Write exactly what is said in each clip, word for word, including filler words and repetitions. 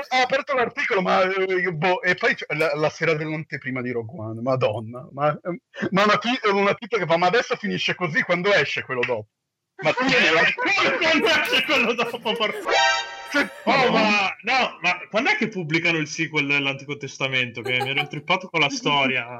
ho aperto l'articolo, ma eh, boh, e poi c'è la, la sera dell'anteprima di Rogue One, madonna, ma, ma una, ti- una tipa che fa, ma adesso finisce così, quando esce quello dopo? Ma tu quando esce quello dopo, porca... Oh, ma no, ma quando è che pubblicano il sequel dell'Antico Testamento? Che mi ero intrippato con la storia.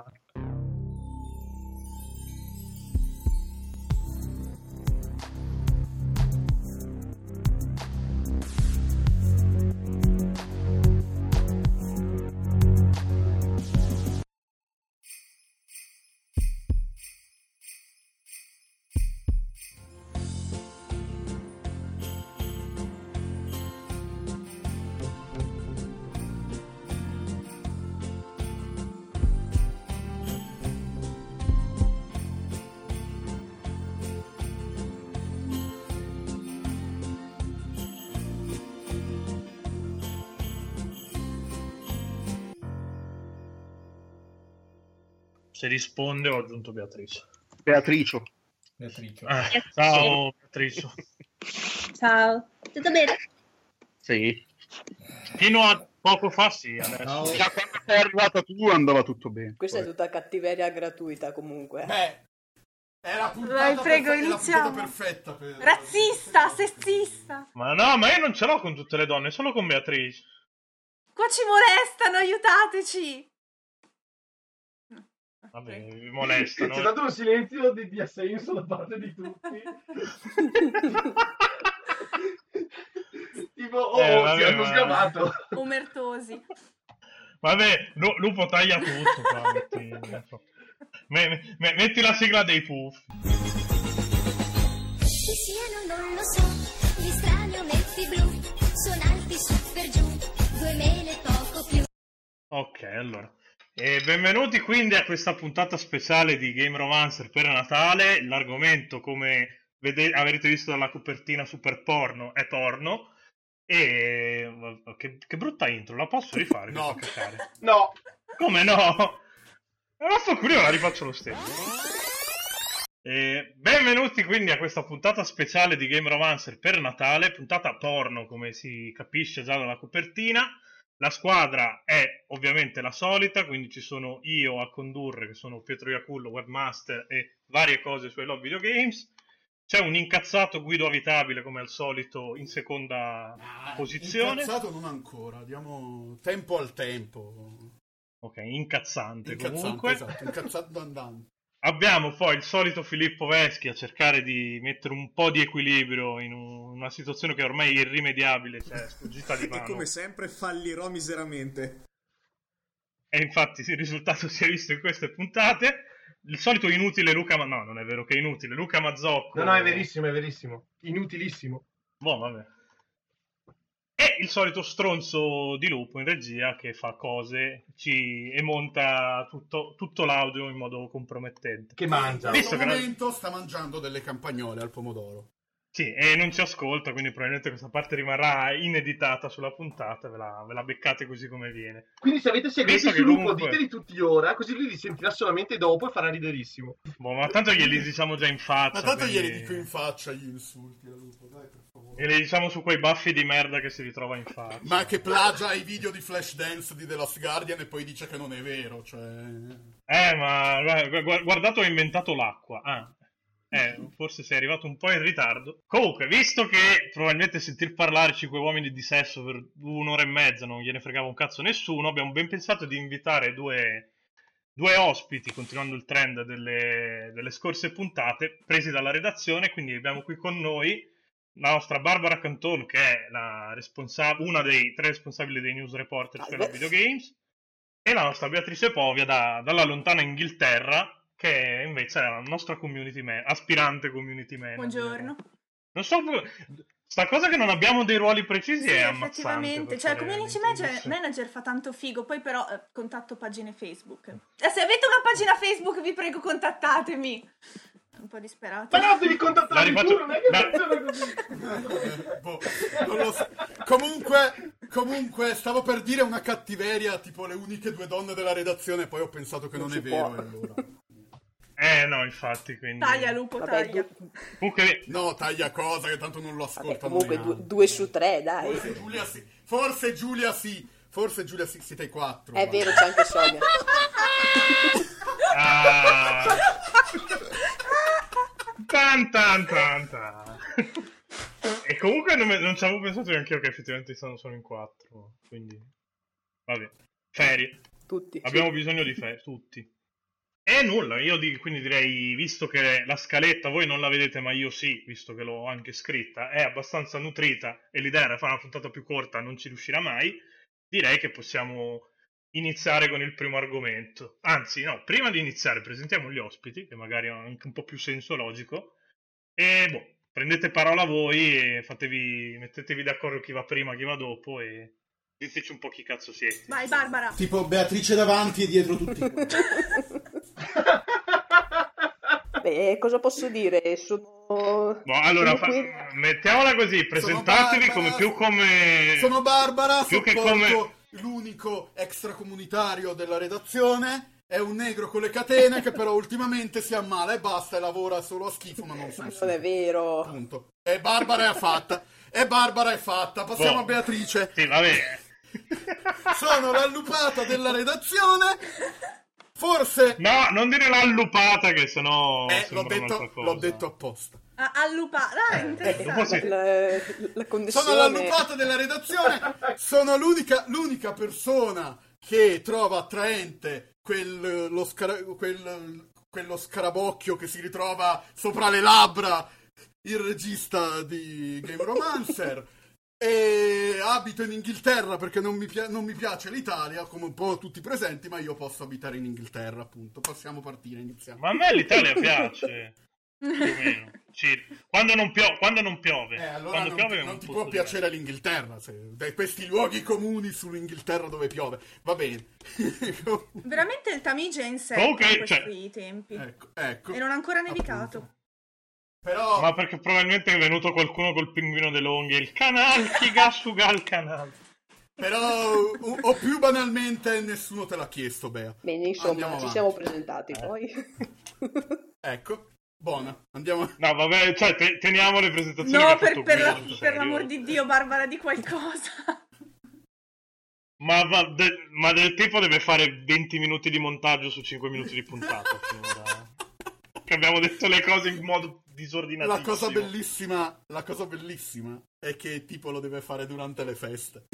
Se risponde ho aggiunto Beatrice. Beatrice. Beatrice. Eh, ciao Beatrice. Ciao, tutto bene? Sì. Fino a poco fa sì, adesso. No. Da quando sei arrivata tu andava tutto bene. Questa Poi. è tutta cattiveria gratuita comunque. Beh, è la puntata, Dai, prego, perfe- è la iniziamo. puntata perfetta per... Razzista, sessista. Ma no, ma io non ce l'ho con tutte le donne, solo con Beatrice. Qua ci molestano, aiutateci. Vabbè, mi molestano. C'è stato un silenzio di, di assenso da parte di tutti. Tipo, oh, Eh, vabbè, ti hanno ma- sgamato. Omertosi. Vabbè, Lu- Lupo taglia tutto qua, metti, me- me- metti la sigla dei Puff. Chi siano non lo so, gli strani ometti blu, sono alti su per giù, due mele poco più. Ok, allora. E benvenuti quindi a questa puntata speciale di Game Romancer per Natale. L'argomento, come vede- avrete visto dalla copertina super porno, è porno. E che, che brutta intro, la posso rifare? No. Mi fa cacare. No, Come no? Ma fa curioso, la rifaccio lo stesso. E benvenuti quindi a questa puntata speciale di Game Romancer per Natale, puntata porno come si capisce già dalla copertina. La squadra è ovviamente la solita, quindi ci sono io a condurre, che sono Pietro Iacullo, webmaster e varie cose su I Love Video Games. C'è un incazzato Guido Avitabile come al solito in seconda Ah, posizione. Incazzato non ancora, diamo tempo al tempo. Ok, incazzante, Incazzante, comunque. esatto, incazzato andando. Abbiamo poi il solito Filippo Veschi a cercare di mettere un po' di equilibrio in un- una situazione che ormai è irrimediabile, cioè sfuggita di E mano. come sempre fallirò miseramente. E infatti il risultato si è visto in queste puntate. Il solito inutile Luca Ma... No, non è vero che è inutile. Luca Mazzocco. no, no, è verissimo, è verissimo. Inutilissimo. Boh, vabbè. E il solito stronzo di Lupo in regia che fa cose ci e monta tutto, tutto l'audio in modo compromettente. Che mangia. In Visto questo che non- momento sta mangiando delle campagnole al pomodoro. Sì, e non ci ascolta, quindi probabilmente questa parte rimarrà ineditata sulla puntata, ve la, ve la beccate così come viene. Quindi se avete segreti Visto che su Lupo, comunque- diteli tutti ora, così lui li sentirà solamente dopo e farà riderissimo. Boh, ma tanto glieli diciamo già in faccia. Ma tanto quindi- glieli dico in faccia gli insulti a Lupo, dai, per favore. E le diciamo su quei baffi di merda che si ritrova in faccia. Ma che plagia i video di Flashdance di The Last Guardian e poi dice che non è vero, cioè... Eh, ma guarda, gu- guardato ho inventato l'acqua. Ah. Eh, forse sei arrivato un po' in ritardo. Comunque, visto che probabilmente sentir parlare cinque uomini di sesso per un'ora e mezza non gliene fregava un cazzo a nessuno, abbiamo ben pensato di invitare due, due ospiti, continuando il trend delle, delle scorse puntate, presi dalla redazione. Quindi abbiamo qui con noi la nostra Barbara Canton, che è la responsa- una dei tre responsabili dei news reporter per la videogames, e la nostra Beatrice Povia da- dalla lontana Inghilterra, che invece è la nostra community man- aspirante community manager. Buongiorno. Non so, sta cosa che non abbiamo dei ruoli precisi Sì, è ammazzante. effettivamente. per Cioè, fare community l'intervista. manager, manager fa tanto figo, poi però eh, contatto pagine Facebook. E se avete una pagina Facebook, vi prego, contattatemi. Un po' disperato. Ma no, devi contattarmi La rifaccio- tu, non è che la- funziona così. Boh, non lo so. Comunque, comunque, stavo per dire una cattiveria, tipo le uniche due donne della redazione, poi ho pensato che non, Non è si vero, può. e allora... Eh no, infatti, quindi... Taglia, lupo, Vabbè, taglia. du- Comunque, No, taglia cosa, che tanto non lo vabbè, ascoltano comunque due, neanche. due su tre, dai. Forse Giulia sì. Forse Giulia sì. Forse Giulia sì. Siete quattro. È ma- vero, c'è anche Sonia. ah... tan tan tan tan. E comunque non, me- non ci avevo pensato neanche io che effettivamente sono solo in quattro, quindi... Vabbè, ferie. Tutti. Abbiamo bisogno di ferie, tutti. E nulla, io di- quindi direi, visto che la scaletta voi non la vedete ma io sì, visto che l'ho anche scritta, è abbastanza nutrita e l'idea era fare una puntata più corta, non ci riuscirà mai, direi che possiamo iniziare con il primo argomento. Anzi, no, prima di iniziare presentiamo gli ospiti, che magari hanno anche un po' più senso logico, e boh, prendete parola voi e fatevi, mettetevi d'accordo chi va prima, chi va dopo e diteci un po' chi cazzo siete. Vai, Barbara. Tipo Beatrice davanti e dietro tutti. Beh, cosa posso dire? Sono... Boh, allora, sono fa- qui- mettiamola così, presentatevi Barbara, come più come... Sono Barbara, Più che sopporto come- l'unico extracomunitario della redazione. È un negro con le catene che però ultimamente si ammala e basta e lavora solo a schifo, ma non sa Non è vero. Punto. E Barbara è fatta. E Barbara è fatta. Passiamo Boh. a Beatrice. Sì, vabbè. Sono l'allupata della redazione. Forse... No, non dire l'allupata che sennò Eh, l'ho sembra un'altra detto, cosa. l'ho detto apposta. Ah, allupa. Ah, dopo interessante. sì. La, la connessione... Sono l'allupata della redazione. Sono l'unica, l'unica persona che trova attraente quel, lo scara- quel, quello scarabocchio che si ritrova sopra le labbra, il regista di Game Romancer. E abito in Inghilterra perché non mi, pia- non mi piace l'Italia, come un po' tutti presenti, ma io posso abitare in Inghilterra, appunto. Possiamo partire, iniziamo. Ma a me l'Italia piace. Più o meno. Ci- Quando, non pio- quando non piove. Eh, allora Quando non, piove non non ti posso può dire. piacere l'Inghilterra, se, dai, questi luoghi comuni sull'Inghilterra dove piove. Va bene. Veramente il Tamigi è in sé Ok, in questi cioè- tempi. ecco, ecco. E non ha ancora nevicato. Appunto. Però... Ma perché probabilmente è venuto qualcuno col pinguino delle unghie. Il canal, chi gassuga il canal. Però, o, o più banalmente, nessuno te l'ha chiesto, Bea. Bene, insomma, Andiamo ci avanti. siamo presentati Eh. poi. Ecco, buona. Andiamo. No, vabbè, cioè, te- teniamo le presentazioni No, che ha per, fatto per la- Guido, per serio. l'amor di Dio, Barbara, di qualcosa. Ma, va- de- ma del tipo deve fare venti minuti di montaggio su cinque minuti di puntata finora. Che abbiamo detto le cose in modo disordinatissimo. La cosa bellissima, la cosa bellissima è che tipo lo deve fare durante le feste.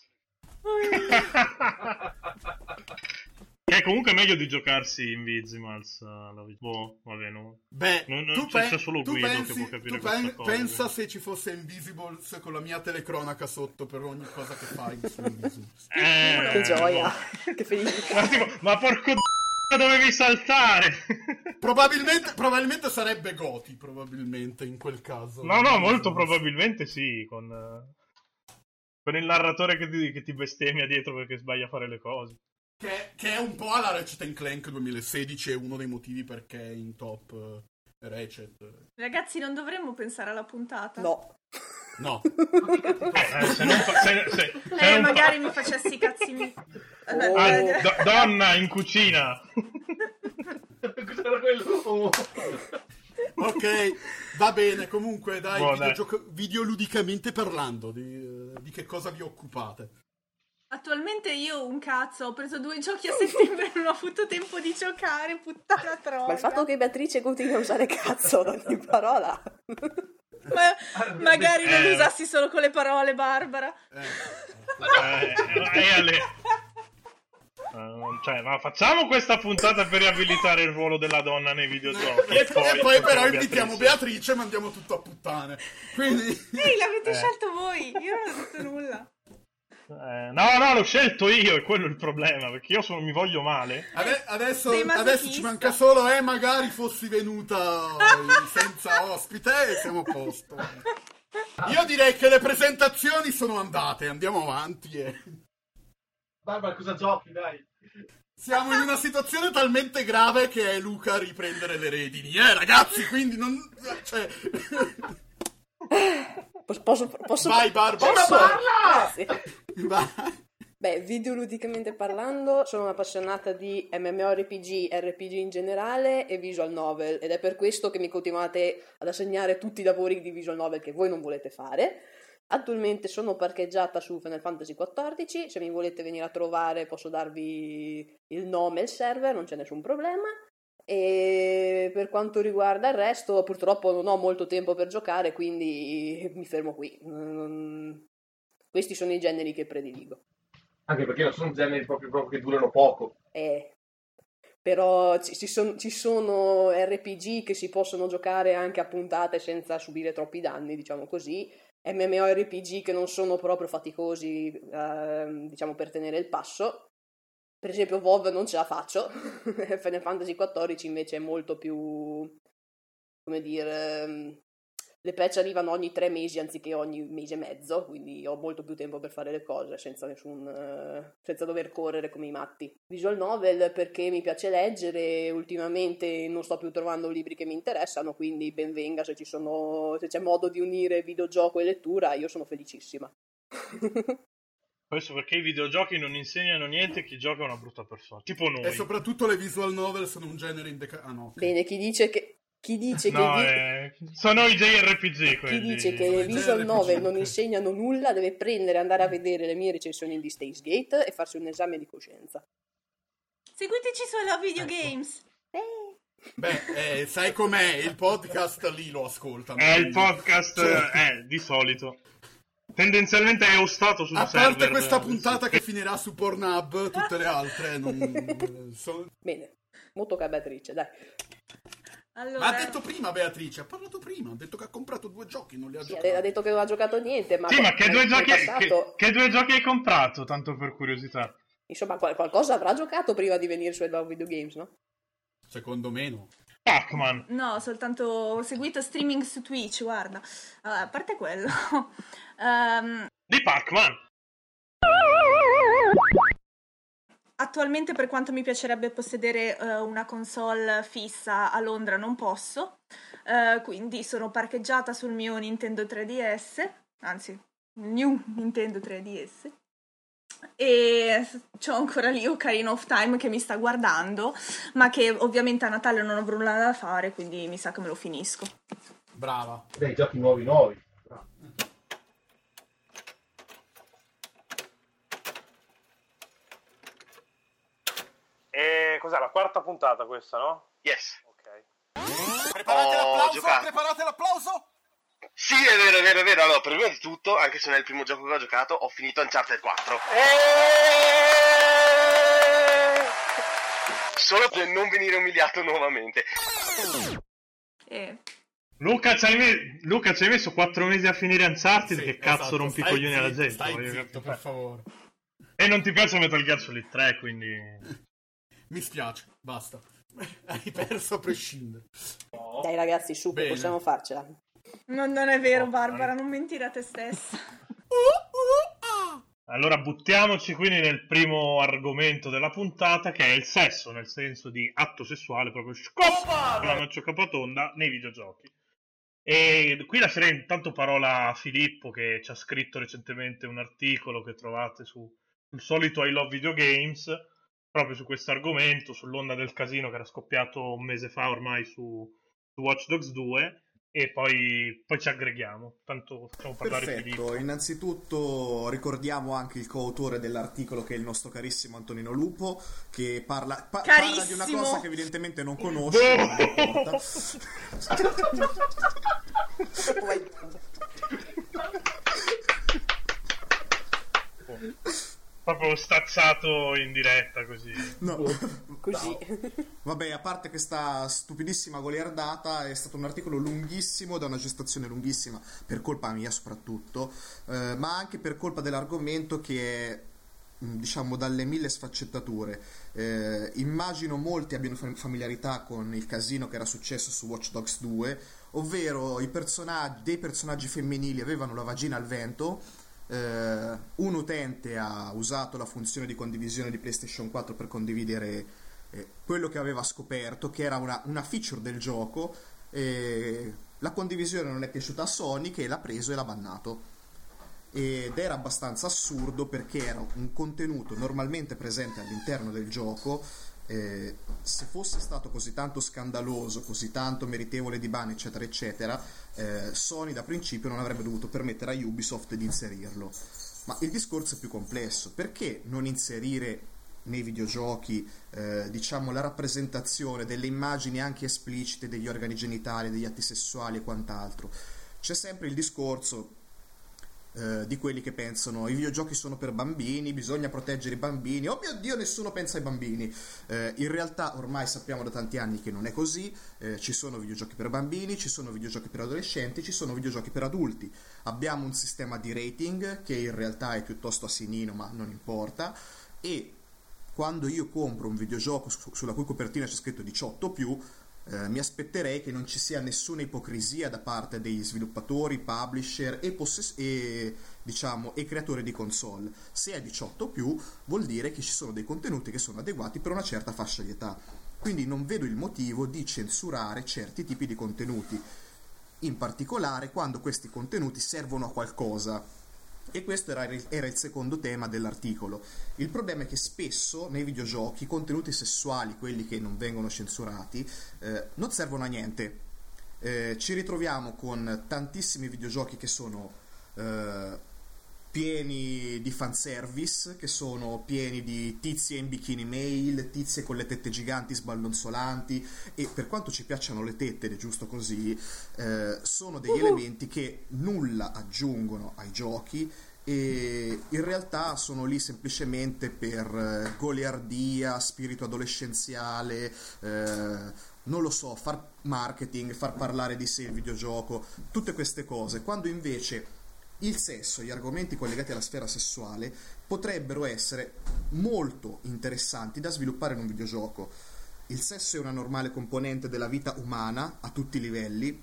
Che è comunque meglio di giocarsi Invizimals. Uh, boh, vabbè, no. Beh, Non- non- tu, c'è- pe- c'è solo tu Guido che pensi, può capire tu questa pen- cosa, pensa quindi. se ci fosse Invisibles con la mia telecronaca sotto per ogni cosa che fai su Invisibles. Eh, Che gioia. no. Che felicità. Ma, tipo, ma porco d***o, dovevi saltare. Probabilmente, probabilmente sarebbe Goti, probabilmente in quel caso. No, no, molto probabilmente sì, con, eh, con il narratore che ti, che ti bestemmia dietro perché sbaglia a fare le cose. Che, che è un po' alla Ratchet and Clank duemilasedici, è uno dei motivi perché è in top eh, Ratchet. Ragazzi, non dovremmo pensare alla puntata? No. No. Eh, se non fa- se- se- se Eh, non fa- magari mi facessi i cazzi miei. Aspetta, Oh. Ah, eh, do- donna in cucina. Cos'era quello? Oh. Ok, va bene, comunque dai, Buona. videogioco- videoludicamente parlando, di, eh, di che cosa vi occupate? Attualmente io un cazzo, ho preso due giochi a settembre e non ho avuto tempo di giocare, puttana troia. Ma il fatto che Beatrice continui a usare cazzo ad ogni parola. Ma magari non Eh. lo usassi solo con le parole, Barbara. Eh, Eh, e alle- Eh, cioè, ma facciamo questa puntata per riabilitare il ruolo della donna nei videogiochi. e, poi, e poi però facciamo invitiamo Beatrice e mandiamo tutto a puttane. Quindi... Ehi, l'avete Eh. scelto voi, io non ho detto nulla. Eh, no, no, l'ho scelto io, è quello il problema, perché io sono, mi voglio male. Ade- adesso, Sei adesso masochista. ci manca solo, eh, magari fossi venuta eh, senza ospite e siamo a posto. Io direi che le presentazioni sono andate, andiamo avanti. E... Barbara, cosa giochi, dai? Siamo in una situazione talmente grave che è Luca a riprendere le redini, eh, ragazzi, quindi non... Cioè... Posso, posso, posso Vai, Barbara. posso? Ma parla! Sì. Vai. Beh, videoludicamente parlando, sono un'appassionata di MMORPG, R P G in generale e visual novel, ed è per questo che mi continuate ad assegnare tutti i lavori di visual novel che voi non volete fare. Attualmente sono parcheggiata su Final Fantasy quattordici, se mi volete venire a trovare posso darvi il nome e il server, non c'è nessun problema. E per quanto riguarda il resto, purtroppo non ho molto tempo per giocare, quindi mi fermo qui. Non... Questi sono i generi che prediligo. Anche perché non sono generi proprio, proprio che durano poco. Eh, però ci, ci, son, ci sono R P G che si possono giocare anche a puntate senza subire troppi danni, diciamo così. MMORPG che non sono proprio faticosi, eh, diciamo, per tenere il passo. Per esempio WoW non ce la faccio. Final Fantasy quattordici invece è molto più, come dire, le patch arrivano ogni tre mesi anziché ogni mese e mezzo, quindi ho molto più tempo per fare le cose senza nessun uh, senza dover correre come i matti. Visual novel perché mi piace leggere, ultimamente non sto più trovando libri che mi interessano, quindi ben venga se ci sono se c'è modo di unire videogioco e lettura, io sono felicissima. Questo perché i videogiochi non insegnano niente, chi gioca è una brutta persona, tipo noi. E soprattutto le visual novel sono un genere in deca... Ah no. Okay. Bene, chi dice che Chi dice no, che, eh, sono i J R P G quelli. Chi dice che le visual novel non insegnano nulla deve prendere e andare a vedere le mie recensioni di Steins Gate e farsi un esame di coscienza. Seguiteci su Love Video Games. Eh. Beh, eh, sai com'è? Il podcast lì lo ascoltano. È il podcast, cioè... eh, di solito. Tendenzialmente è ostato su un a server. A parte questa puntata che finirà su Pornhub, tutte le altre non... sono... Bene, molto che Beatrice, dai. Allora... Ma ha detto prima Beatrice, ha parlato prima, ha detto che ha comprato due giochi, non li ha sì, giocati. Ha detto che non ha giocato niente, ma... Sì, ma che due, giochi, passato... che, che due giochi hai comprato, tanto per curiosità? Insomma, qual- qualcosa avrà giocato prima di venire su Love Video Games, no? Secondo me no. Pac-Man. No, soltanto ho seguito streaming su Twitch, guarda. Allora, a parte quello... um... Di Pac-Man. Attualmente, per quanto mi piacerebbe possedere uh, una console fissa a Londra, non posso, uh, quindi sono parcheggiata sul mio Nintendo tre D S, anzi, il New Nintendo tre D S, e c'ho ancora lì Ocarina of Time che mi sta guardando, ma che ovviamente a Natale non avrò nulla da fare, quindi mi sa che me lo finisco. Brava. Dei giochi nuovi nuovi. E cos'è la quarta puntata questa, no? Yes. Ok. Preparate Ho l'applauso, giocato. preparate l'applauso. Sì, è vero, è vero, è vero. Allora, prima di tutto, anche se non è il primo gioco che ho giocato, ho finito Uncharted quattro. E... Solo per non venire umiliato nuovamente. E... Luca, ci hai, me- Luca, ci hai messo quattro mesi a finire Uncharted, Sì, che cazzo esatto, rompi i stai coglioni alla zitto, gente? Stai voglio zitto, capire. per favore. E non ti piace Metal Gear Solid tre, quindi... Mi spiace, basta. Hai perso a prescindere. Dai ragazzi, su, che Bene. possiamo farcela. Non, non è vero, Barbara, non mentire a te stessa. Allora buttiamoci quindi nel primo argomento della puntata, che è il sesso, nel senso di atto sessuale, proprio scop, con la noce capatonda nei videogiochi. E qui lascerei intanto parola a Filippo, che ci ha scritto recentemente un articolo che trovate su, sul solito I Love Video Games, proprio su questo argomento, sull'onda del casino che era scoppiato un mese fa ormai su, su Watch Dogs due, e poi, poi ci aggreghiamo. Tanto facciamo parlare Perfetto, Filippo. innanzitutto ricordiamo anche il coautore dell'articolo, che è il nostro carissimo Antonino Lupo, che parla, pa- parla di una cosa che evidentemente non conosce, ma non importa. Proprio stazzato in diretta così. No. Così. Vabbè, a parte questa stupidissima goliardata, è stato un articolo lunghissimo, da una gestazione lunghissima, per colpa mia soprattutto, eh, ma anche per colpa dell'argomento, che è, diciamo, dalle mille sfaccettature. Eh, immagino molti abbiano familiarità con il casino che era successo su Watch Dogs due, ovvero i personaggi, dei personaggi femminili avevano la vagina al vento. Uh, un utente ha usato la funzione di condivisione di PlayStation quattro per condividere eh, quello che aveva scoperto, che era una, una feature del gioco. E la condivisione non è piaciuta a Sony, che l'ha preso e l'ha bannato. ed era abbastanza assurdo perché era un contenuto normalmente presente all'interno del gioco. Eh, se fosse stato così tanto scandaloso, così tanto meritevole di ban, eccetera eccetera, eh, Sony da principio non avrebbe dovuto permettere a Ubisoft di inserirlo. Ma il discorso è più complesso: perché non inserire nei videogiochi eh, diciamo la rappresentazione delle immagini anche esplicite degli organi genitali, degli atti sessuali e quant'altro? C'è sempre il discorso eh, di quelli che pensano i videogiochi sono per bambini, bisogna proteggere i bambini, oh mio Dio, nessuno pensa ai bambini. Eh, in realtà ormai sappiamo da tanti anni che non è così. Eh, ci sono videogiochi per bambini, ci sono videogiochi per adolescenti, ci sono videogiochi per adulti. Abbiamo un sistema di rating che in realtà è piuttosto asinino, ma non importa, e quando io compro un videogioco su- sulla cui copertina c'è scritto diciotto più, eh, mi aspetterei che non ci sia nessuna ipocrisia da parte degli sviluppatori, publisher e, possess- e, diciamo, e creatori di console. Se è diciotto più vuol dire che ci sono dei contenuti che sono adeguati per una certa fascia di età. Quindi non vedo il motivo di censurare certi tipi di contenuti, in particolare quando questi contenuti servono a qualcosa. E questo era il, era il secondo tema dell'articolo. Il problema è che spesso nei videogiochi i contenuti sessuali, quelli che non vengono censurati, eh, non servono a niente. Eh, ci ritroviamo con tantissimi videogiochi che sono eh, pieni di fanservice, che sono pieni di tizie in bikini male, tizie con le tette giganti sballonzolanti, e per quanto ci piacciono le tette, ed è giusto così, eh, sono degli uh-huh. elementi che nulla aggiungono ai giochi e in realtà sono lì semplicemente per eh, goliardia, spirito adolescenziale, eh, non lo so, far marketing, far parlare di sé il videogioco, tutte queste cose, quando invece il sesso, gli argomenti collegati alla sfera sessuale potrebbero essere molto interessanti da sviluppare in un videogioco. Il sesso è una normale componente della vita umana a tutti i livelli,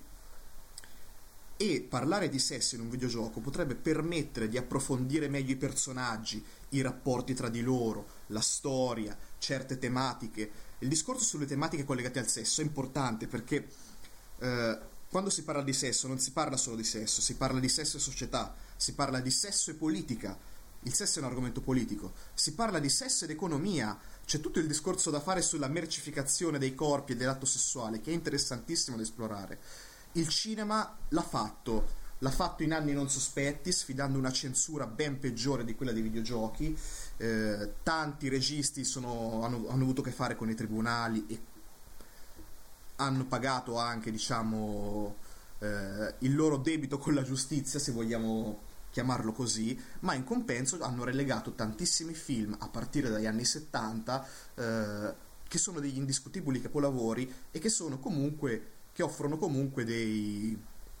e parlare di sesso in un videogioco potrebbe permettere di approfondire meglio i personaggi, i rapporti tra di loro, la storia, certe tematiche. Il discorso sulle tematiche collegate al sesso è importante perché eh, quando si parla di sesso non si parla solo di sesso, si parla di sesso e società, si parla di sesso e politica. Il sesso è un argomento politico, si parla di sesso ed economia, c'è tutto il discorso da fare sulla mercificazione dei corpi e dell'atto sessuale, che è interessantissimo da esplorare. Il cinema l'ha fatto, l'ha fatto in anni non sospetti, sfidando una censura ben peggiore di quella dei videogiochi. Eh, tanti registi sono, hanno, hanno avuto a che fare con i tribunali e hanno pagato anche, diciamo, eh, il loro debito con la giustizia, se vogliamo chiamarlo così, ma in compenso hanno relegato tantissimi film a partire dagli anni settanta eh, che sono degli indiscutibili capolavori e che sono comunque che offrono comunque dei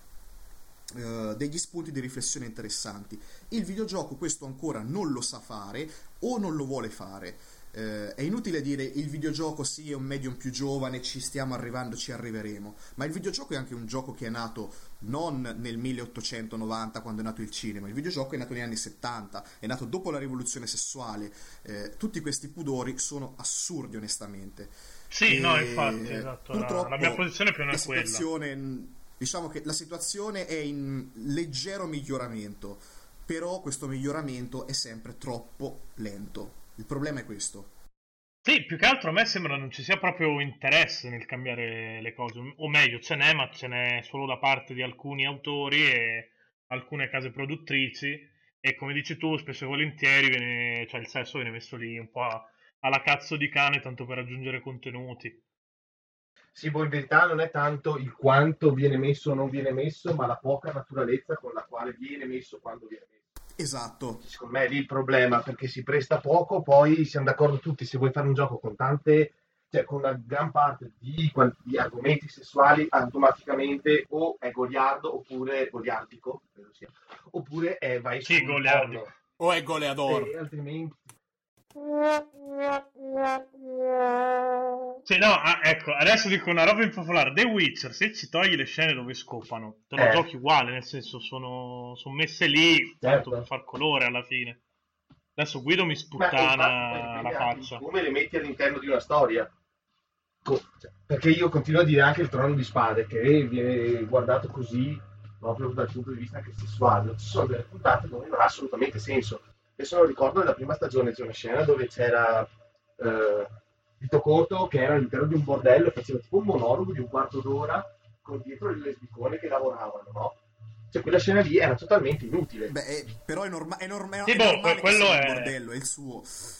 uh, degli spunti di riflessione interessanti. Il videogioco questo ancora non lo sa fare o non lo vuole fare. Uh, è inutile dire il videogioco sì è un medium più giovane, ci stiamo arrivando, ci arriveremo, ma il videogioco è anche un gioco che è nato non nel milleottocentonovanta quando è nato il cinema, il videogioco è nato negli anni settanta, è nato dopo la rivoluzione sessuale. Uh, tutti questi pudori sono assurdi, onestamente. Sì, e no, infatti, esatto. Purtroppo la, la mia posizione è più o meno la quella. Situazione, diciamo che la situazione è in leggero miglioramento, però questo miglioramento è sempre troppo lento. Il problema è questo. Sì, più che altro a me sembra non ci sia proprio interesse nel cambiare le cose, o meglio, ce n'è, ma ce n'è solo da parte di alcuni autori e alcune case produttrici, e come dici tu, spesso e volentieri viene, cioè il sesso viene messo lì un po' a alla cazzo di cane tanto per aggiungere contenuti. Sì, poi in verità non è tanto il quanto viene messo o non viene messo, ma la poca naturalezza con la quale viene messo quando viene messo. Esatto. Secondo me è lì il problema, perché si presta poco, poi siamo d'accordo tutti, se vuoi fare un gioco con tante, cioè con una gran parte di, di argomenti sessuali, automaticamente o è goliardo oppure goliardico, credo sia, oppure è vai sì, sul goliardico. porno. O è goleador. E altrimenti... Sì, no, ah, ecco, adesso dico una roba impopolare. The Witcher, se ci togli le scene dove scopano, te lo eh. giochi uguale, nel senso sono, sono messe lì tanto certo. per far colore alla fine. Adesso Guido mi sputtana la faccia. Come le metti all'interno di una storia? Co- cioè, perché io continuo a dire anche il Trono di Spade, che viene guardato così proprio dal punto di vista anche sessuale. Ci sono delle puntate dove non ha assolutamente senso. Adesso non ricordo nella prima stagione c'è una scena dove c'era eh, Vito Corto che era all'interno di un bordello e faceva tipo un monologo di un quarto d'ora con dietro le lesbicone che lavoravano, no? Cioè quella scena lì era totalmente inutile. Beh, è- però è, norma- è, norma- Sì, è boh, normale che quello sia un è- bordello, è il suo.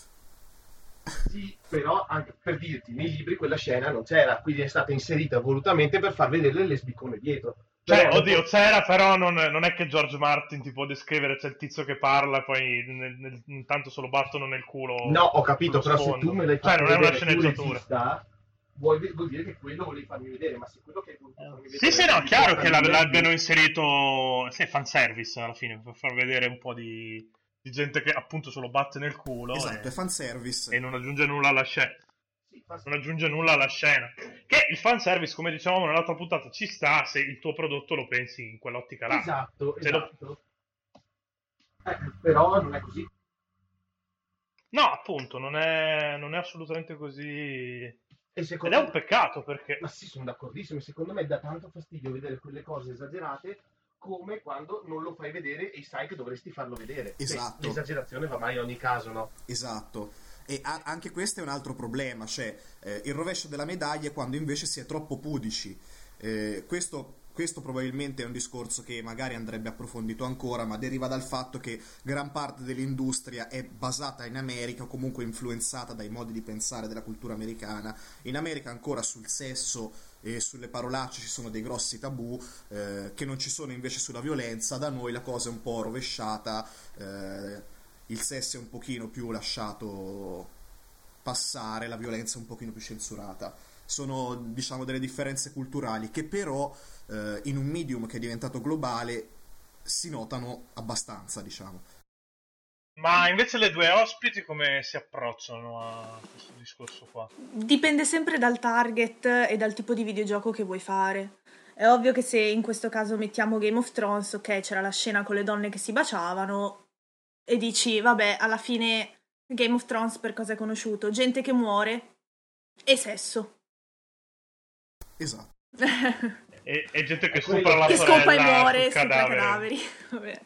Sì, però anche per dirti, nei libri quella scena non c'era, quindi è stata inserita volutamente per far vedere le lesbicone dietro. Cioè, Però oddio, dopo- c'era, però non, non è che George Martin ti può descrivere, c'è il tizio che parla e poi nel- nel- intanto se lo battono nel culo. No, ho capito, sullo però se sfondo. tu me l'hai Cioè, fatto non è una vedere tu sceneggiatura. regista, vuol, vuol dire che quello volevi farmi vedere, ma se quello che hai voluto farmi vedere... Sì, sì, no, è chiaro che la- farmi l'abbiano vedere- inserito, sì, fanservice alla fine, per far vedere un po' di, di gente che appunto se lo batte nel culo Esatto, e, è fanservice. e non aggiunge nulla alla scena. Sì, fa- Non aggiunge nulla alla scena. Che il fanservice, come dicevamo nell'altra puntata, ci sta se il tuo prodotto lo pensi in quell'ottica là. Esatto, Se lo- esatto. Eh, però non è così. No, appunto, non è, non è assolutamente così. E Ed secondo è un peccato perché. Ma sì, sono d'accordissimo. Secondo me dà tanto fastidio vedere quelle cose esagerate come quando non lo fai vedere e sai che dovresti farlo vedere. Esatto. Beh, l'esagerazione va mai in ogni caso, no? Esatto. E a- anche questo è un altro problema, cioè eh, il rovescio della medaglia è quando invece si è troppo pudici. Eh, questo, questo probabilmente è un discorso che magari andrebbe approfondito ancora, ma deriva dal fatto che gran parte dell'industria è basata in America o comunque influenzata dai modi di pensare della cultura americana. In America ancora sul sesso e sulle parolacce ci sono dei grossi tabù eh, che non ci sono invece sulla violenza. Da noi la cosa è un po' rovesciata. eh, il sesso è un pochino più lasciato passare, la violenza è un pochino più censurata. Sono, diciamo, delle differenze culturali che però eh, in un medium che è diventato globale si notano abbastanza, diciamo. Ma invece le due ospiti come si approcciano a questo discorso qua? Dipende sempre dal target e dal tipo di videogioco che vuoi fare. È ovvio che se in questo caso mettiamo Game of Thrones, ok, c'era la scena con le donne che si baciavano e dici, vabbè, alla fine Game of Thrones per cosa è conosciuto? Gente che muore e sesso. Esatto. E, e gente che E quello- stupra la Che sorella scopa e muore, sul sopra cadavere. cadaveri. Vabbè.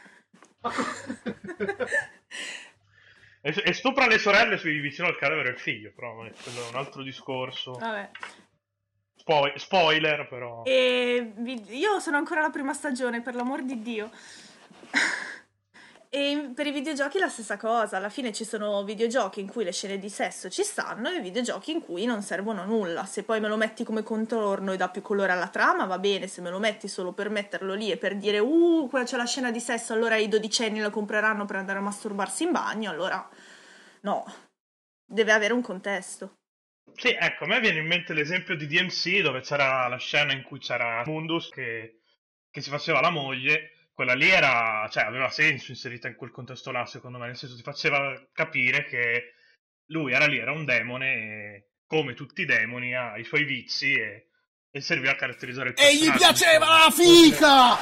E, e stupra le sorelle sui vicino al cadavere del figlio, però eh, quello è un altro discorso. Vabbè. Spoi- spoiler, però. E vi- io sono ancora alla prima stagione, per l'amor di Dio. E in- per i videogiochi la stessa cosa. Alla fine ci sono videogiochi in cui le scene di sesso ci stanno e videogiochi in cui non servono a nulla. Se poi me lo metti come contorno e dà più colore alla trama, va bene. Se me lo metti solo per metterlo lì e per dire uh, qua c'è la scena di sesso, allora i dodicenni lo compreranno per andare a masturbarsi in bagno, allora no. Deve avere un contesto. Sì, ecco, a me viene in mente l'esempio di D M C dove c'era la scena in cui c'era Mundus che, che si faceva la moglie. Quella lì era, cioè, aveva senso inserita in quel contesto là, secondo me, nel senso ti faceva capire che lui era lì, era un demone e come tutti i demoni ha i suoi vizi e, e serviva a caratterizzare il E gli personaggio. piaceva la fica!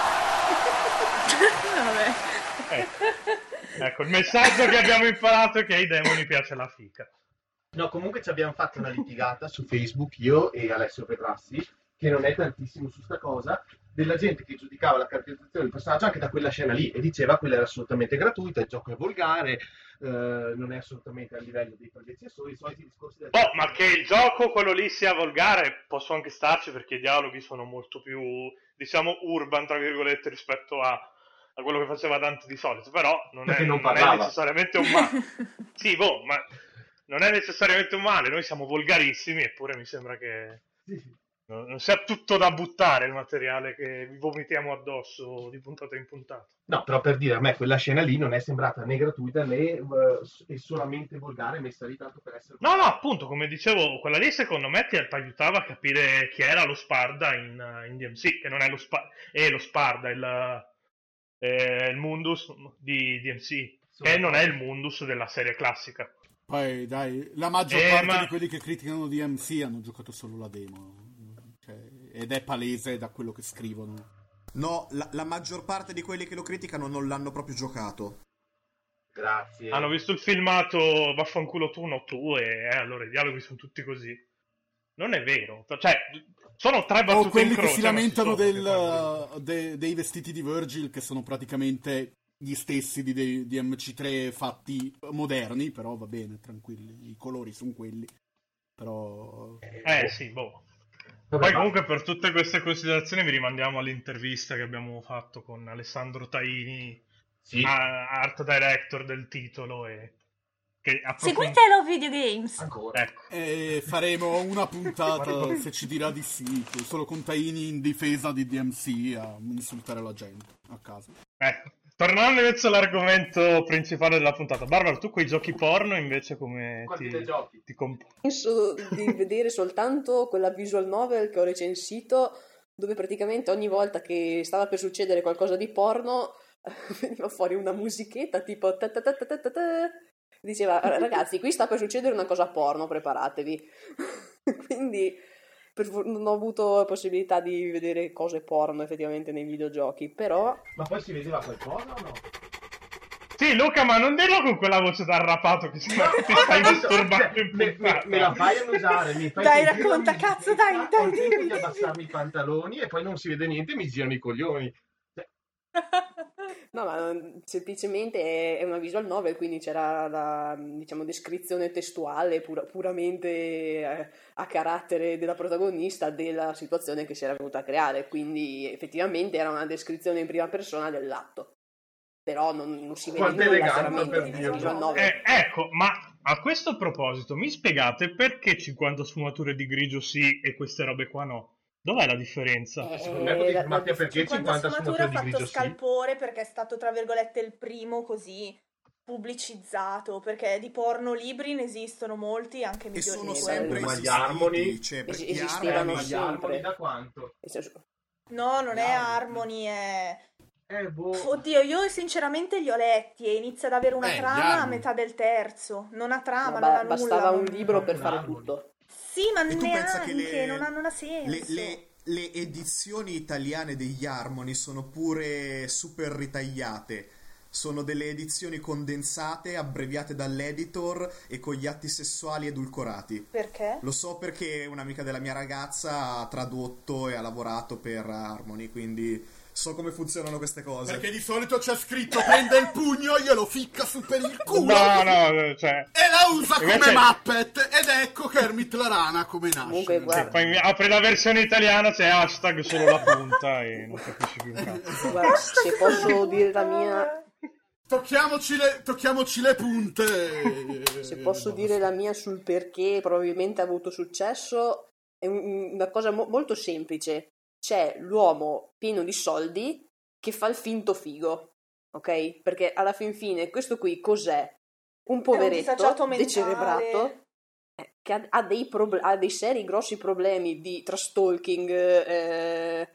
Vabbè. Ecco. Ecco, il messaggio che abbiamo imparato è che ai demoni piace la fica. No, comunque ci abbiamo fatto una litigata su Facebook, io e Alessio Petrassi, che non è tantissimo su sta cosa, della gente che giudicava la caratterizzazione del personaggio anche da quella scena lì e diceva quella era assolutamente gratuita, il gioco è volgare, eh, non è assolutamente a livello dei predecessori, i soliti discorsi del... Oh, ma che il gioco, quello lì, sia volgare, posso anche starci perché i dialoghi sono molto più, diciamo, urban, tra virgolette, rispetto a, a quello che faceva Dante di solito, però non, è, Perché non non è parlava. necessariamente un male. Sì, boh, ma non è necessariamente un male, noi siamo volgarissimi, eppure mi sembra che Sì, sì. non non sia tutto da buttare il materiale che vi vomitiamo addosso di puntata in puntata. No, però per dire, a me quella scena lì non è sembrata né gratuita né eh, è solamente volgare, messa lì tanto per essere... No, no, appunto, come dicevo, quella lì secondo me ti ti aiutava a capire chi era lo Sparda in, in D M C, che non è lo, Spa- è lo Sparda, il, è il Mundus di D M C, che non è il Mundus della serie classica. Poi dai, la maggior Eh, parte ma- di quelli che criticano D M C hanno giocato solo la demo. Cioè, ed è palese da quello che scrivono. No, la, la maggior parte di quelli che lo criticano non l'hanno proprio giocato. Grazie. Hanno visto il filmato, vaffanculo tu, no tu, e eh, allora i dialoghi sono tutti così. non è vero. Cioè, sono tre battute O quelli in croce, che si ma lamentano sono del, de- dei vestiti di Virgil, che sono praticamente gli stessi di, dei- di M C tre fatti moderni, però va bene, tranquilli, i colori sono quelli. Però... Eh sì, boh. Vabbè, Poi ma- comunque per tutte queste considerazioni vi rimandiamo all'intervista che abbiamo fatto con Alessandro Taini, Sì. a- art director del titolo, e che approfond- Seguite Love Video Games. Ancora. Ecco. E faremo una puntata, se ci dirà di sì, solo con Taini in difesa di D M C a insultare la gente a caso. Ecco. Tornando invece all'argomento principale della puntata, Barbara, tu quei giochi porno invece come Quanti ti, ne giochi? ti comp- Penso di vedere soltanto quella visual novel che ho recensito, dove praticamente ogni volta che stava per succedere qualcosa di porno veniva fuori una musichetta tipo ta ta ta ta ta ta ta. Diceva ragazzi, qui sta per succedere una cosa porno, preparatevi. Quindi per for- non ho avuto possibilità di vedere cose porno effettivamente nei videogiochi, però Ma poi si vedeva qualcosa o no? Sì, Luca, ma non dirlo con quella voce da arrapato che sembra che ti stai disturbando in me, me, puntata. me la fai annusare, mi fai Dai, sentire la racconta, musichetta, cazzo, dai, dai, ho il tempo dimmi, di abbassarmi i pantaloni e poi non si vede niente e mi girano i coglioni. no, ma mm, semplicemente è, è una visual novel, quindi c'era la, diciamo, descrizione testuale pura- puramente eh, a carattere della protagonista della situazione che si era venuta a creare, quindi effettivamente era una descrizione in prima persona dell'atto. Però non, non si vede Quanta nulla eleganza, chiaramente per nella Dio. visual novel. Eh, ecco, ma a questo proposito, mi spiegate perché cinquanta sfumature di grigio sì e queste robe qua no? Dov'è la differenza? Eh, Secondo me potevi la- fermarti a perché cinquanta cinquanta sfumature ha sfumature di fatto grigio sì. scalpore perché è stato, tra virgolette, il primo così pubblicizzato, perché di porno libri ne esistono molti anche E sono migliori. sempre Ma gli esistiti, Harmony cioè, es- perché gli esistevano Harmony- Ma gli sempre. Harmony da quanto? Nel senso- No, non è Harmony. Harmony, è... Eh, boh. Oddio, io sinceramente li ho letti e inizia ad avere una Eh, gli trama a Harmony. metà del terzo. Non ha trama, no, non ba- ha bastava nulla. un libro per Un fare Harmony. tutto. Sì, ma E tu pensa che neanche, le, non ha, non ha senso. le, le- le edizioni italiane degli Harmony sono pure super ritagliate. Sono delle edizioni condensate, abbreviate dall'editor e con gli atti sessuali edulcorati. Perché? Lo so perché un'amica della mia ragazza ha tradotto e ha lavorato per Harmony, quindi so come funzionano queste cose. Perché di solito c'è scritto prende il pugno, glielo ficca su per il culo No, no, cioè... e la usa come Invece- Muppet, ed ecco Kermit la rana come nasce. Comunque, guarda, Poi mi apri la versione italiana, c'è hashtag solo la punta e non capisci più un cazzo. guarda, se posso dire la mia, Tocchiamoci le, tocchiamoci le punte. se posso dire la mia sul perché probabilmente ha avuto successo, è un- una cosa mo- molto semplice. C'è l'uomo pieno di soldi che fa il finto figo, ok? Perché alla fin fine questo qui cos'è? Un poveretto disagiato mentale. decerebrato eh, che ha, ha dei proble- ha dei seri grossi problemi di trastalking, eh,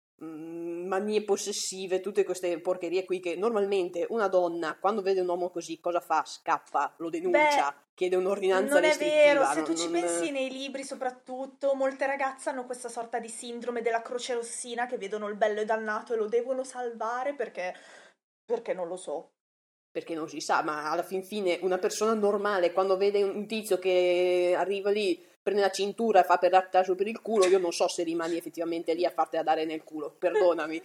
mh, manie possessive, tutte queste porcherie qui che normalmente una donna quando vede un uomo così cosa fa? Scappa, lo denuncia, Beh, chiede un'ordinanza non è restrittiva. vero, se tu non- ci non- pensi nei libri soprattutto, molte ragazze hanno questa sorta di sindrome della croce rossina che vedono il bello e dannato e lo devono salvare perché, perché non lo so. Perché non si sa, ma alla fin fine una persona normale quando vede un tizio che arriva lì, prende la cintura e fa per dartela su per il culo, io non so se rimani effettivamente lì a fartela dare nel culo, perdonami.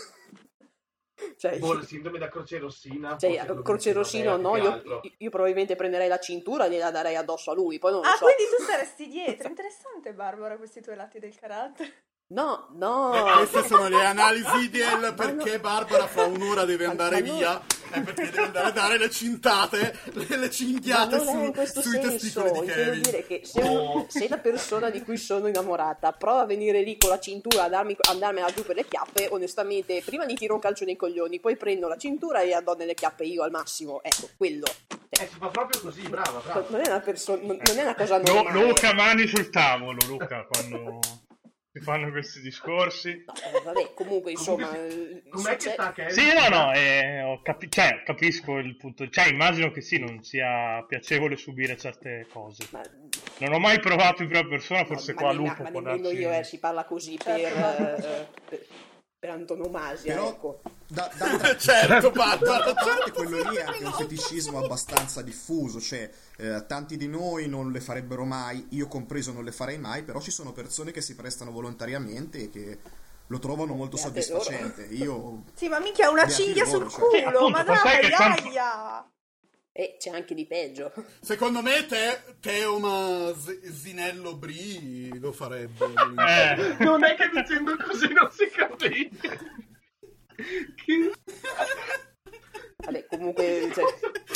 Cioè, Boh, la sindrome da croce rossina. cioè, forse lo croce dicono, rossino beh, no, più che io, altro. io probabilmente prenderei la cintura e gliela darei addosso a lui, poi non lo Ah, so. quindi tu saresti dietro. Interessante, Barbara, questi tuoi lati del carattere. No, no. Eh, queste sono le analisi del perché Barbara fra un'ora deve Ma- andare ma non- via, è perché deve andare a dare le cintate, le, le cinghiate Ma non è in su- questo sui senso, testicoli di intendo Kevin. dire che se, un- se la persona di cui sono innamorata prova a venire lì con la cintura a darmi, a darmela giù per le chiappe, onestamente prima gli tiro un calcio nei coglioni, poi prendo la cintura e addo nelle chiappe io al massimo, ecco, quello. Eh, si fa proprio così, brava, brava. Non è una, perso- non non è una cosa Lu- normale. Luca, mani sul tavolo, Luca, quando si fanno questi discorsi. No, eh, vabbè, comunque insomma... Comunque eh, Com'è che succe- sta Kevin? Sì, no, no, eh, ho capi- cioè, capisco il punto. Cioè, immagino che sì, non sia piacevole subire certe cose. Ma, Non ho mai provato in prima persona, forse ma qua ne- Luca ma può nemmeno darci... io, eh, si parla così per... eh, per- per antonomasia, Però, ecco. Da, da, certo, d'altra parte quello lì è anche un feticismo abbastanza diffuso, cioè eh, tanti di noi non le farebbero mai, io compreso non le farei mai, però ci sono persone che si prestano volontariamente e che lo trovano molto Beate soddisfacente. Io Sì, ma minchia, una beati cinghia loro, sul cioè. culo, Sì, appunto, ma ma sai dai, che tanto- aia! E c'è anche di peggio. Secondo me te, Teoma Z- Zinello Bri lo farebbe. Eh. Non è che dicendo così non si capisce. Che... Vabbè, comunque cioè,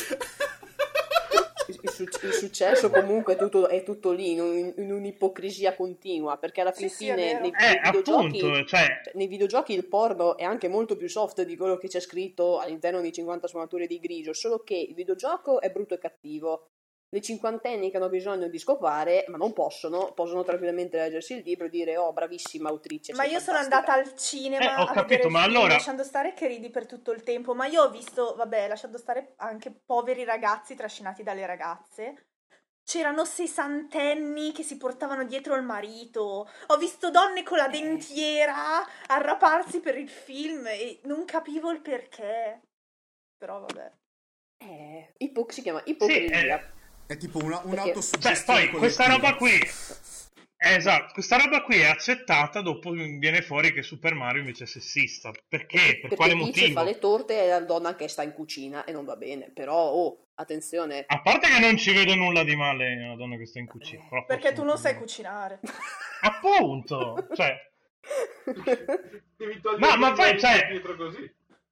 il, il suc- il successo comunque è tutto, è tutto lì, in, un- in un'ipocrisia continua, perché alla fin Sì, sì, è fine vero. nei, Eh, nei videogiochi, appunto, cioè, nei videogiochi il porno è anche molto più soft di quello che c'è scritto all'interno di cinquanta sfumature di grigio, solo che il videogioco è brutto e cattivo. Le cinquantenni che hanno bisogno di scopare, ma non possono, possono tranquillamente leggersi il libro e dire oh, bravissima autrice. Ma sei io sono fantastica. andata al cinema Eh, ho a capito, vedere il ma film, allora- lasciando stare che ridi per tutto il tempo, ma io ho visto, vabbè, lasciando stare anche poveri ragazzi trascinati dalle ragazze. C'erano sessantenni che si portavano dietro il marito. Ho visto donne con la dentiera arraparsi per il film e non capivo il perché. Però vabbè. Eh, ipo- si chiama ipocrisia. Sì, è tipo una, Perché- cioè, un'autosuggestione poi questa collettiva. roba qui, eh, esatto, questa roba qui è accettata, dopo viene fuori che Super Mario invece è sessista. Perché? Per Perché quale Peach motivo? fa le torte e la donna che sta in cucina e non va bene. Però, oh, attenzione. A parte che non ci vedo nulla di male nella donna che sta in cucina. però Perché tu posso- non sai cucinare. Appunto, cioè, Devi togliere No, ma il poi, mezzo cioè- dietro così.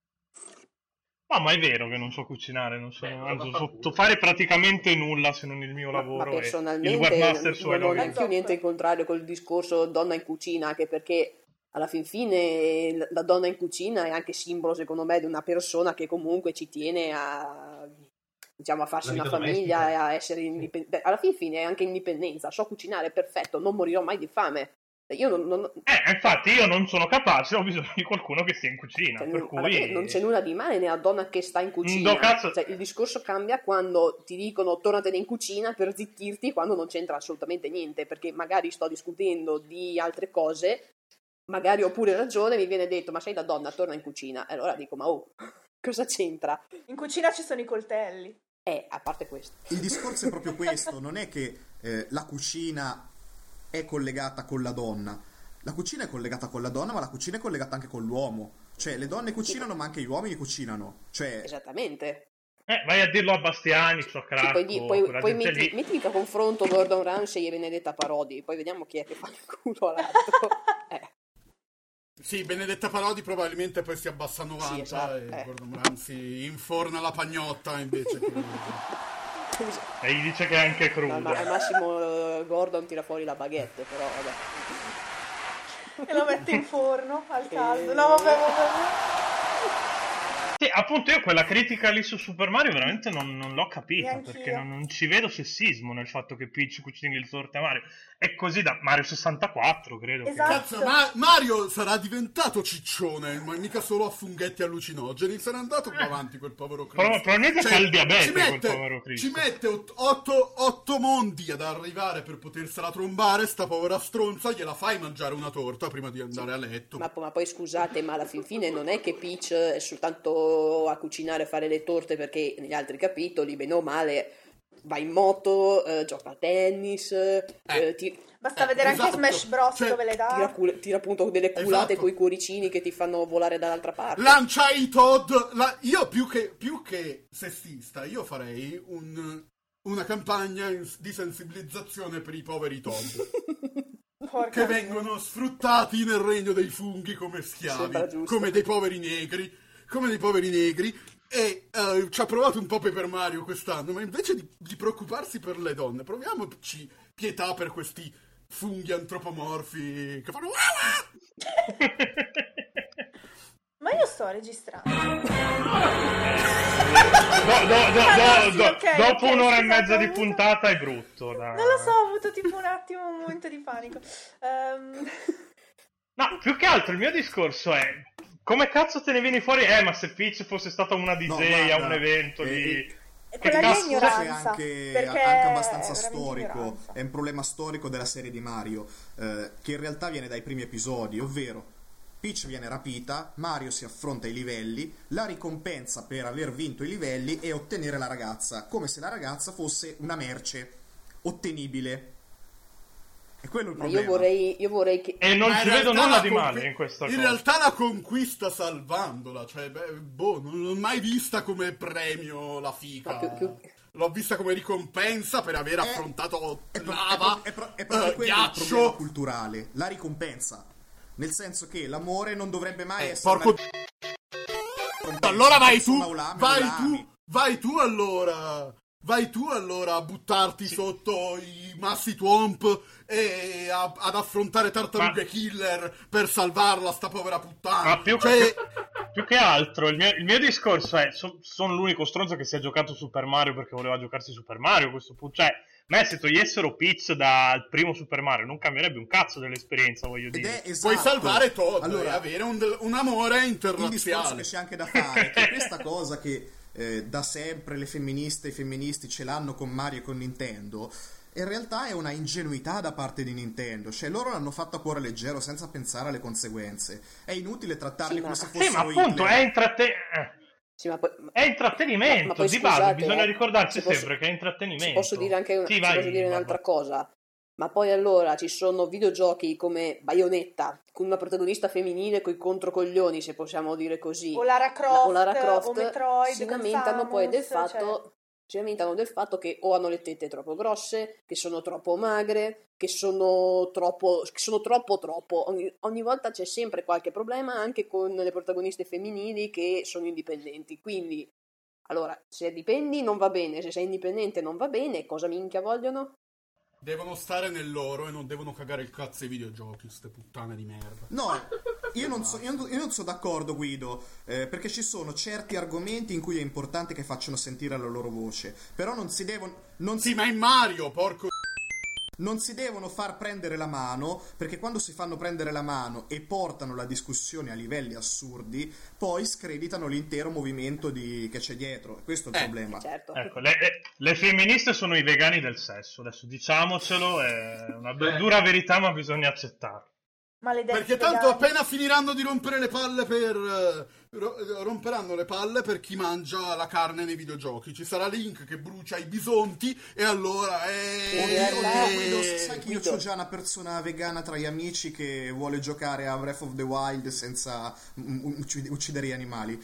no, ma è vero che non so cucinare, non so, Eh, ma anzi, fa so, pure. so fare praticamente nulla se non il mio Ma, ma lavoro e il personalmente webmaster su non ho Halloween. neanche niente in contrario col discorso donna in cucina, anche perché alla fin fine l- la donna in cucina è anche simbolo, secondo me, di una persona che comunque ci tiene a, diciamo, a farsi La una vita famiglia domestica. e a essere indipendente. Alla fin fine è anche indipendenza. So cucinare, perfetto, non morirò mai di fame. Io non, non- Eh, infatti io non sono capace, ho bisogno di qualcuno che stia in cucina, cioè, per non, alla fine cui... non c'è nulla di male nella donna che sta in cucina. Do cazzo- Cioè, il discorso cambia quando ti dicono tornatene in cucina per zittirti quando non c'entra assolutamente niente, perché magari sto discutendo di altre cose, magari ho pure ragione, mi viene detto ma sei da donna, torna in cucina. E allora dico ma oh, cosa c'entra? In cucina ci sono i coltelli. Eh, a parte questo. Il discorso è proprio questo, non è che eh, la cucina è collegata con la donna. La cucina è collegata con la donna, ma la cucina è collegata anche con l'uomo. Cioè, le donne cucinano, ma anche gli uomini cucinano. Cioè, Esattamente. Eh, vai a dirlo a Bastiani, so Sì, Cracco, poi, di- poi, quella poi gente metti, lì. metti a confronto Gordon Ramsay e Benedetta Parodi, poi vediamo chi è che fa il culo all'altro. Eh. Sì, Benedetta Parodi probabilmente poi si abbassa a novanta Sì, esatto, e eh. Gordon Ramsay inforna la pagnotta invece che... E gli dice che è anche crudo. Al, ma- al massimo eh, Gordon tira fuori la baguette, però vabbè. E lo mette in forno al caldo. Eh. No, vabbè, vabbè. Sì, appunto io quella critica lì su Super Mario veramente non, non l'ho capita, Neanch'io. perché non, non ci vedo sessismo nel fatto che Peach cucini le torte a Mario. È così da Mario sessantaquattro, credo. che- Esatto. Cazzo, ma Mario sarà diventato ciccione, ma mica solo a funghetti allucinogeni, sarà andato più avanti quel povero Cristo. Pro- probabilmente c'ha il diabete, ci quel mette, povero Cristo. ci mette ot- otto, otto mondi ad arrivare per potersela trombare, sta povera stronza, gliela fai mangiare una torta prima di andare a letto. Ma, ma poi scusate, ma alla fin fine non è che Peach è soltanto a cucinare e fare le torte, perché negli altri capitoli, bene o male, va in moto, eh, gioca a tennis, eh, ti- Basta Eh, vedere anche esatto. Smash Bros. Cioè, dove le tira, dà. cul- tira appunto delle culate Esatto. coi cuoricini che ti fanno volare dall'altra parte. Lancia i Todd. la- io più che, più che sessista, io farei un- una campagna in- di sensibilizzazione per i poveri Todd Porca che miseria. vengono sfruttati nel regno dei funghi come Sembra schiavi, giusto. come dei poveri negri, come dei poveri negri. E eh, ci ha provato un po' Paper Mario quest'anno, ma invece di, di preoccuparsi per le donne, proviamoci pietà per questi funghi antropomorfi che fanno Ma io sto registrando. Do- do- do- Ah, do- sì, do- ok, dopo ok, un'ora e scusate, mezza ho di avuto- puntata è brutto. da- Non lo so, ho avuto tipo un attimo un momento di panico. Ehm, No, più che altro il mio discorso è: come cazzo te ne vieni fuori? Eh, ma se Peach fosse stata una D J No, a guarda, un evento eh, di... eh, E Che quella lì è cazzo- ignoranza. è anche, perché anche abbastanza è veramente storico, ignoranza. è un problema storico della serie di Mario, eh, che in realtà viene dai primi episodi, ovvero Peach viene rapita, Mario si affronta i livelli, la ricompensa per aver vinto i livelli è ottenere la ragazza, come se la ragazza fosse una merce ottenibile. E quello è il Ma problema. io vorrei, io vorrei che... E non Ma ci in vedo realtà nulla la di conqui- male in questa In cosa. realtà la conquista salvandola, cioè, beh, boh, non l'ho mai vista come premio la fica. Ma più- più- L'ho vista come ricompensa per aver affrontato È, pro- lava, è, pro- è proprio eh, quello il problema ghiaccio. culturale, la ricompensa. Nel senso che l'amore non dovrebbe mai Eh, essere porco una ricompensa. Allora vai tu, Insomma, ulame, vai ulame. tu, vai tu allora. Vai tu allora a buttarti sotto i massi Twomp e a- ad affrontare tartarughe Ma- killer per salvarla, sta povera puttana. Ma più, Cioè, più- più che altro, il mio, il mio discorso è: so- sono l'unico stronzo che si è giocato Super Mario perché voleva giocarsi Super Mario a questo punto. Cioè, a me se togliessero Peach dal primo Super Mario non cambierebbe un cazzo dell'esperienza, voglio Ed dire. è esatto. puoi salvare Todd Allora, e avere un, un amore il discorso interrazziale. che c'è anche da fare è che questa cosa che eh, da sempre le femministe e i femministi ce l'hanno con Mario e con Nintendo, in realtà è una ingenuità da parte di Nintendo, cioè loro l'hanno fatto a cuore leggero senza pensare alle conseguenze. È inutile trattarli Sì, come ma- se Sì, ma fossero appunto Hitler. è, intratte- Sì, ma poi... è intrattenimento. Ma- ma poi Di base scusate, bisogna eh, ricordarsi se posso- sempre che è intrattenimento. Se posso dire anche una- Sì, se vai, posso dire Barbara. un'altra cosa, ma poi allora ci sono videogiochi come Bayonetta con una protagonista femminile coi controcoglioni, se possiamo dire così, O Lara Croft, o Lara Croft, o Metroid, si con lamentano poi del Samus, fatto cioè- si lamentano del fatto che o hanno le tette troppo grosse, che sono troppo magre, che sono troppo che sono troppo troppo ogni, ogni volta c'è sempre qualche problema anche con le protagoniste femminili che sono indipendenti, quindi allora se dipendi non va bene, se sei indipendente non va bene, cosa minchia vogliono? Devono stare nel loro e non devono cagare il cazzo ai videogiochi, ste puttane di merda. No, io non, so, io non, io non sono d'accordo, Guido, eh, perché ci sono certi argomenti in cui è importante che facciano sentire la loro voce, però non si devono... Non Sì, si, ma in Mario, porco... non si devono far prendere la mano, perché quando si fanno prendere la mano e portano la discussione a livelli assurdi, poi screditano l'intero movimento di... che c'è dietro. Questo è il Eh, problema. Certo. Ecco, le, le- le femministe sono i vegani del sesso. Adesso diciamocelo, è una du- dura verità, ma bisogna accettarlo. Maledetti Perché tanto vegani. appena finiranno di rompere le palle per... eh, ro- romperanno le palle per chi mangia la carne nei videogiochi. Ci sarà Link che brucia i bisonti e allora... Eh, Oddio, oddio, Guido, eh, sai che io Guido. ho già una persona vegana tra gli amici che vuole giocare a Breath of the Wild senza mm, uccid- uccidere gli animali.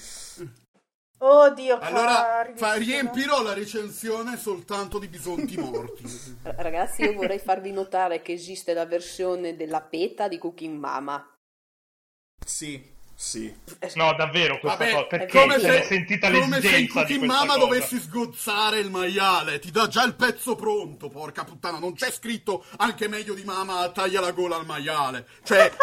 Oddio, Allora che fa- ridicolo. riempirò la recensione soltanto di bisonti morti. Ragazzi, io vorrei farvi notare che esiste la versione della PETA di Cooking Mama. Sì, sì. No, davvero, questa Vabbè, cosa. è Perché come se n'è se, sentita come se in l'esigenza di Cooking questa Mama cosa. dovessi sgozzare il maiale. Ti dà già il pezzo pronto, porca puttana. Non c'è scritto anche meglio di mamma taglia la gola al maiale. Cioè...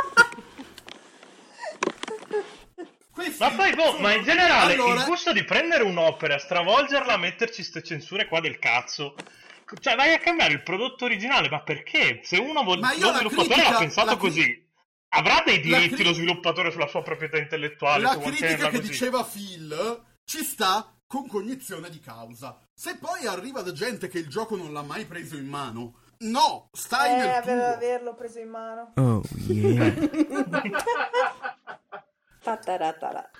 questi Ma poi, boh, sono- ma in generale, Allora, il gusto di prendere un'opera, stravolgerla, metterci ste censure qua del cazzo. Cioè, vai a cambiare il prodotto originale, ma perché? Se uno vuol... Ma io lo la sviluppatore critica- l'ha pensato la cri- così, avrà dei la diritti cri- lo sviluppatore sulla sua proprietà intellettuale. la se vuol critica tenerla che così. diceva Phil ci sta con cognizione di causa. Se poi arriva da gente che il gioco non l'ha mai preso in mano, no, stai Eh, nel aveva tuo. averlo preso in mano. Oh yeah. Tataratara.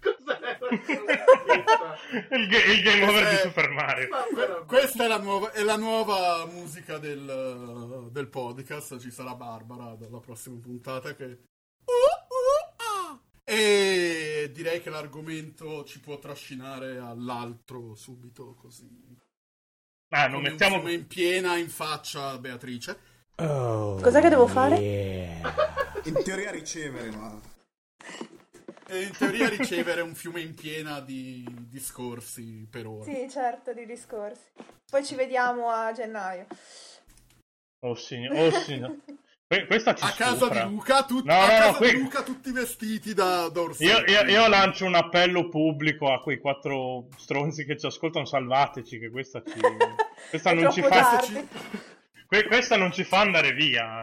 il, ga- il game over di Eh, Super Mario. Que- Questa è la nuova, è la nuova musica del, del podcast. Ci sarà Barbara dalla prossima puntata che... Uh, uh, ah. E direi che l'argomento ci può trascinare all'altro subito, così Ah, non come mettiamo... un fiume in piena in faccia a Beatrice. Oh Cos'è che devo fare? yeah. In teoria ricevere, ma... E in teoria ricevere un fiume in piena di discorsi per ora. Sì, certo, di discorsi. Poi ci vediamo a gennaio. Oh signore, oh signore. Que- Questa ci A casa stupra. di Luca, tut- No, a no, casa no, qui- di Luca tutti vestiti da Io, Dorsetto. io- io lancio un appello pubblico a quei quattro stronzi che ci ascoltano, salvateci, che questa ci... Questa È non ci troppo fa... tardi. que- questa non ci fa andare via.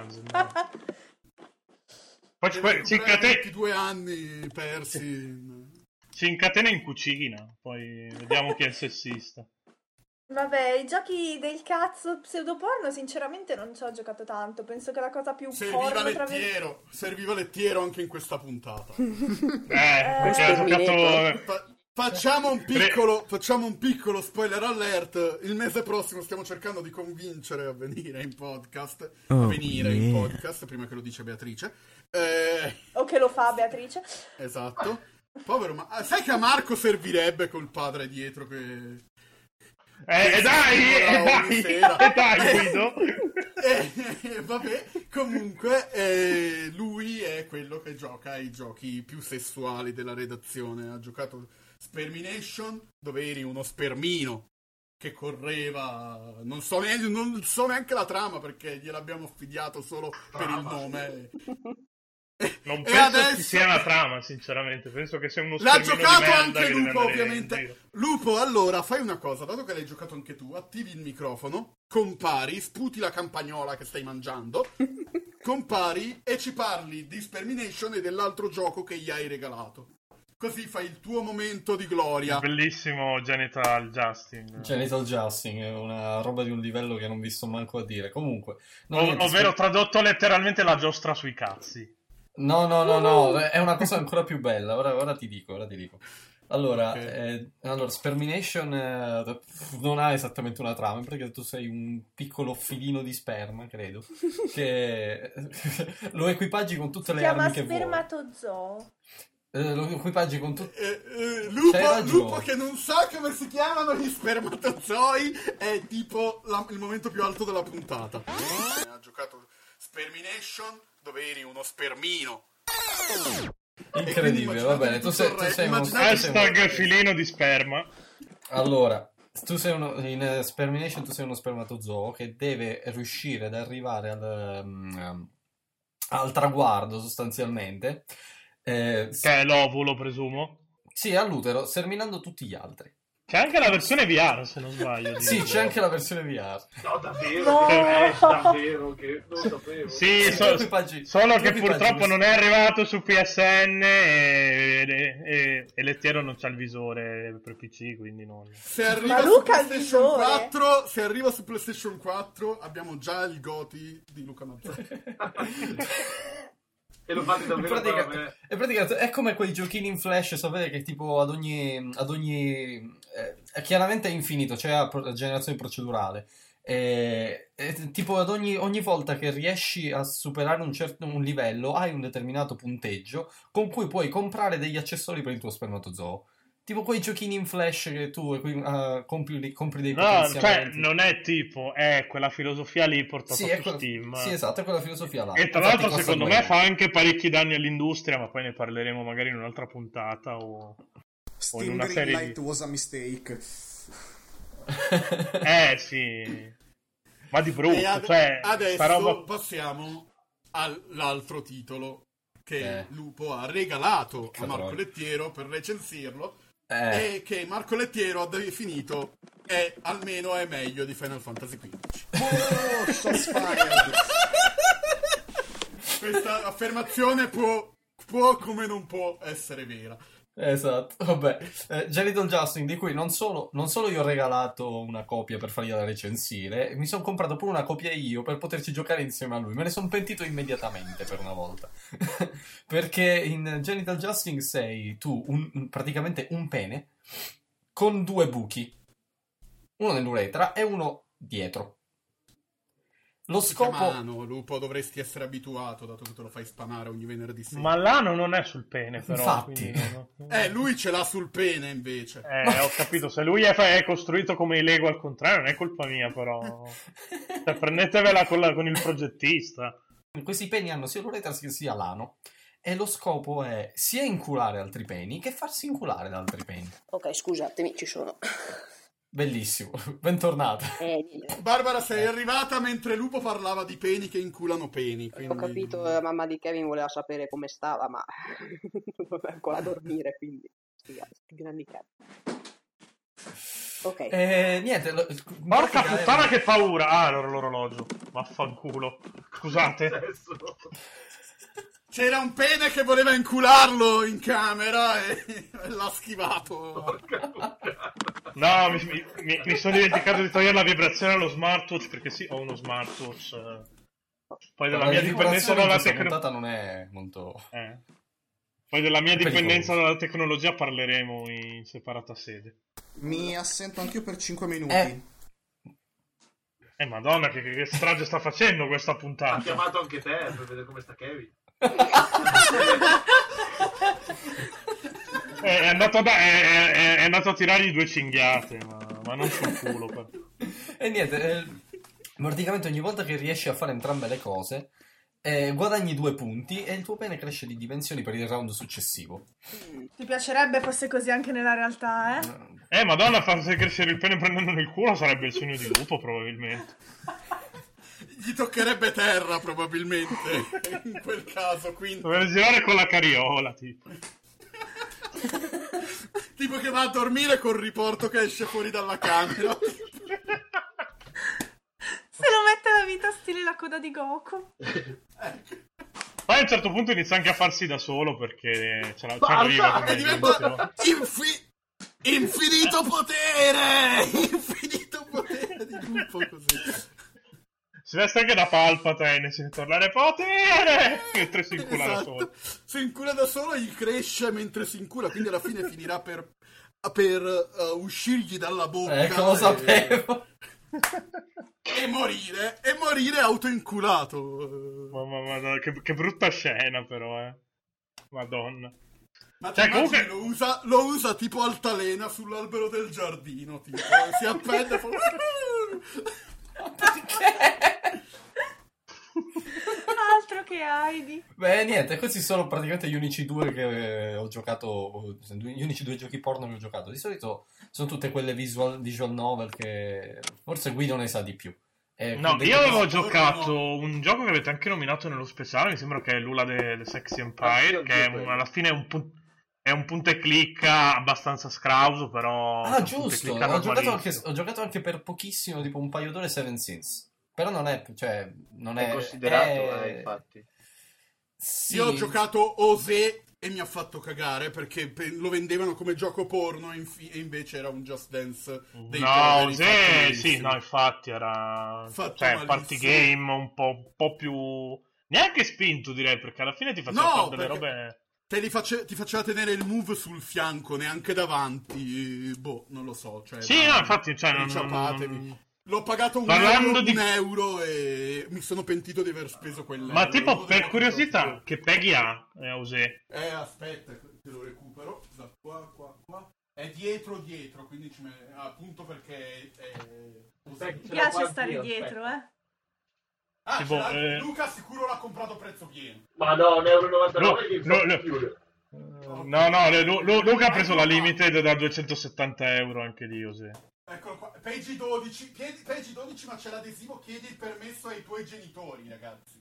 Poi ci, poi ci incate- ventidue anni persi. in- ci incatena in cucina, poi vediamo chi è il sessista. Vabbè, i giochi del cazzo pseudoporno sinceramente non ci ho giocato tanto. Penso che la cosa più Serviva porno tra Lettiero, serviva Lettiero anche in questa puntata. Eh, perché ha giocato... Fa- facciamo un piccolo facciamo un piccolo spoiler alert. Il mese prossimo stiamo cercando di convincere a venire in podcast. Oh, a venire in yeah. podcast, prima che lo dice Beatrice. Eh, O che lo fa Beatrice. esatto. Povero, ma ah, sai che a Marco servirebbe col padre dietro che... Eh, che dai, si eh, lavora ogni dai, sera. eh, dai, Guido. Eh, eh, vabbè, comunque eh, lui è quello che gioca ai giochi più sessuali della redazione. Ha giocato Spermination, dove eri uno spermino che correva, non so neanche, non so neanche la trama perché gliel'abbiamo affibbiato solo per il nome. Non E penso adesso- ci sia una trama, sinceramente. Penso che sia uno L'ha schermino di giocato merda anche che deve Lupo, andare in ovviamente. giro. Lupo, allora fai una cosa, dato che l'hai giocato anche tu, attivi il microfono, compari, sputi la campagnola che stai mangiando, compari e ci parli di Spermination e dell'altro gioco che gli hai regalato. Così fai il tuo momento di gloria. Bellissimo Genital Justin. Genital Justing è una roba di un livello che non vi sto manco a dire. Comunque, no, O- niente, ovvero sper- tradotto letteralmente la giostra sui cazzi. no, no, no, no, è una cosa ancora più bella. Ora, ora ti dico, ora ti dico. Allora, Ok. eh, allora Spermination eh, non ha esattamente una trama, perché tu sei un piccolo filino di sperma, credo, che lo equipaggi con tutte Si le chiama armi che vuoi. spermatozoo. Eh, lo equipaggi con tutte... Eh, eh, C'hai lupo, ragione. lupo che non sa come si chiamano gli spermatozoi è tipo la- il momento più alto della puntata. Ha giocato Spermination, dove eri uno spermino. Incredibile, va bene, tu sei, tu sei uno... tu sei Hashtag uno- filino di sperma. Allora, tu sei uno, in eh, Spermination tu sei uno spermatozoo che deve riuscire ad arrivare al, um, al traguardo sostanzialmente. Eh, s- Che è l'ovulo, presumo. sì, all'utero, sterminando tutti gli altri. C'è anche la versione V R, se non sbaglio. Sì, c'è anche la versione V R. No, davvero, No. che è davvero che non lo sapevo. Sì, Sì, so- tu equipaggi- solo tu che equipaggi purtroppo questo- non è arrivato su P S N e, e, e, e Lettiero non c'ha il visore per P C, quindi non... Se arriva Ma su Luca il PlayStation visore? quattro, se arriva su PlayStation quattro, abbiamo già il Goti di Luca Mazzoni. E lo fate In davvero pratica, per me. in pratica è come quei giochini in flash, sapete che tipo ad ogni, ad ogni eh, chiaramente è infinito, cioè a pro- generazione procedurale. E, e tipo ad ogni, ogni volta che riesci a superare un certo un livello hai un determinato punteggio con cui puoi comprare degli accessori per il tuo spermatozoo. Tipo quei giochini in flash che tu uh, compri, compri dei No, cioè, potenziamenti. non è tipo, è quella filosofia lì portata Sì, è su quella- Steam. sì, esatto, è quella filosofia là. E tra Infatti l'altro, costa secondo due me euro. fa anche parecchi danni all'industria, ma poi ne parleremo magari in un'altra puntata o, o in Steam una serie Greenlight di... was a mistake. Eh, sì. Ma di brutto, E ad- cioè, adesso sta roba... passiamo all'altro titolo che Eh. Lupo ha regalato a Catrone. Marco Lettiero per recensirlo Eh. e che Marco Lettiero ha definito è almeno è meglio di Final Fantasy quindici. Oh, shots fired. Questa affermazione può, può come non può essere vera. Esatto, vabbè. Eh, Genital Justing, di cui non solo, non solo io ho regalato una copia per fargliela recensire, mi sono comprato pure una copia io per poterci giocare insieme a lui. Me ne sono pentito immediatamente per una volta. Perché in Genital Justing sei tu un- praticamente un pene con due buchi, uno nell'uretra e uno dietro. Lo Si scopo... chiama ano, Lupo, dovresti essere abituato dato che te lo fai spamare ogni venerdì sera. Ma l'ano non è sul pene, però. Infatti. quindi no, no. Eh, lui ce l'ha sul pene invece. Eh, ho capito, se lui è, è costruito come i Lego al contrario, non è colpa mia, però. Cioè, prendetevela con, la- con il progettista. Questi peni hanno sia l'uretra sia l'ano. E lo scopo è sia inculare altri peni che farsi inculare da altri peni. Ok, scusatemi, ci sono. Bellissimo, bentornata. Eh, niente. Barbara, sei arrivata mentre Lupo parlava di peni che inculano peni. Quindi... Ho capito, la mamma di Kevin voleva sapere come stava, ma doveva ancora dormire, quindi sti sti grandi cazzi. Ok. Eh, niente, lo- in Porca pratica puttana, è- che paura! Ah, l'or- l'orologio. Vaffanculo. Scusate. C'era un pene che voleva incularlo in camera e l'ha schivato. No, mi, mi, mi sono dimenticato di togliere la vibrazione allo smartwatch perché sì, ho uno smartwatch. eh. Poi della La mia dipendenza vibrazione in dalla questa tecnologia. puntata non è molto... Eh. Poi della mia È dipendenza pericoloso. dalla tecnologia parleremo in separata sede. Mi assento anch'io per cinque minuti. Eh. Eh, madonna, che, che strage sta facendo questa Ha puntata? chiamato anche te per vedere come sta Kevin. Eh, È andato, a da- è, è- è andato a tirargli due cinghiate, ma, ma non sul culo. però. E niente, eh, praticamente ogni volta che riesci a fare entrambe le cose, eh, guadagni due punti e il tuo pene cresce di dimensioni per il round successivo. Ti piacerebbe fosse così anche nella realtà, eh? Eh, madonna, farsi crescere il pene prendendo nel culo sarebbe il sogno di lupo, probabilmente. Gli toccherebbe terra probabilmente in quel caso, quindi Dovrebbe girare con la carriola, tipo. tipo che va a dormire col riporto che esce fuori dalla camera. Se lo mette la vita stile la coda di Goku. Poi a un certo punto inizia anche a farsi da solo perché ce la ci Basta, arriva come e diventa inizio. infi- infinito potere, infinito potere di lupo così. Si veste anche da Palpatine e si sente urlare potere mentre si incula da Esatto. solo. Si incula da solo, gli cresce mentre si incula, quindi alla fine finirà per, per uh, uscirgli dalla bocca Ecco, lo e- sapevo. e morire, e morire autoinculato. Mamma, madonna, che, che brutta scena però, eh. Madonna. Ma ti Cioè, immagini, comunque- lo, usa, lo usa tipo altalena sull'albero del giardino, tipo, si appende e fa... Altro che Heidi. Beh, niente, questi sono praticamente gli unici due che ho giocato, gli unici due giochi porno che ho giocato. Di solito sono tutte quelle visual, visual novel che forse Guido ne sa di più. E No, quindi- io avevo giocato un gioco che avete anche nominato nello speciale, mi sembra che è Lula The, The Sexy Empire, che è un- alla fine è un, pun- è un punta e clicca abbastanza scrauso, però... Ah, è un punta e giusto, clicca ho giocato, anche, normalissimo. ho giocato anche per pochissimo, tipo un paio d'ore Seven Sins. Però non è, cioè, non è... È considerato, è- eh, infatti. Sì. Io ho giocato Osé e mi ha fatto cagare perché pe- lo vendevano come gioco porno e, infi- e invece era un Just Dance dei No, poveri sì, fatti sì, malissimo. no, infatti era... Fatto cioè, malissimo. party game un po', un po' più... neanche spinto, direi, perché alla fine ti faceva No, fare delle perché- robe... Te li face- ti faceva tenere il move sul fianco, neanche davanti. Boh, non lo so. Cioè, Sì, dai, no, infatti, cioè, non- rinciapatevi. L'ho pagato un Parlando euro, di- un euro e mi sono pentito di aver speso quell'euro. Ma tipo, Non per lo curiosità, so. che Peggy ha, eh, Osé? Eh, aspetta, te lo recupero. Da qua, qua, qua. È dietro, dietro, quindi ci me... appunto perché è... Mi piace stare dietro, eh. Ah, Tipo, ce l'ha- eh, Luca sicuro l'ha comprato a prezzo pieno. Ma no, un euro e novantanove No, che no, fa no. chiude. No, no, Lu- Lu- Luca ha preso la limited da duecentosettanta euro anche di Osé. Eccolo qua, page dodici, chiedi, page dodici, ma c'è l'adesivo, chiedi il permesso ai tuoi genitori, ragazzi.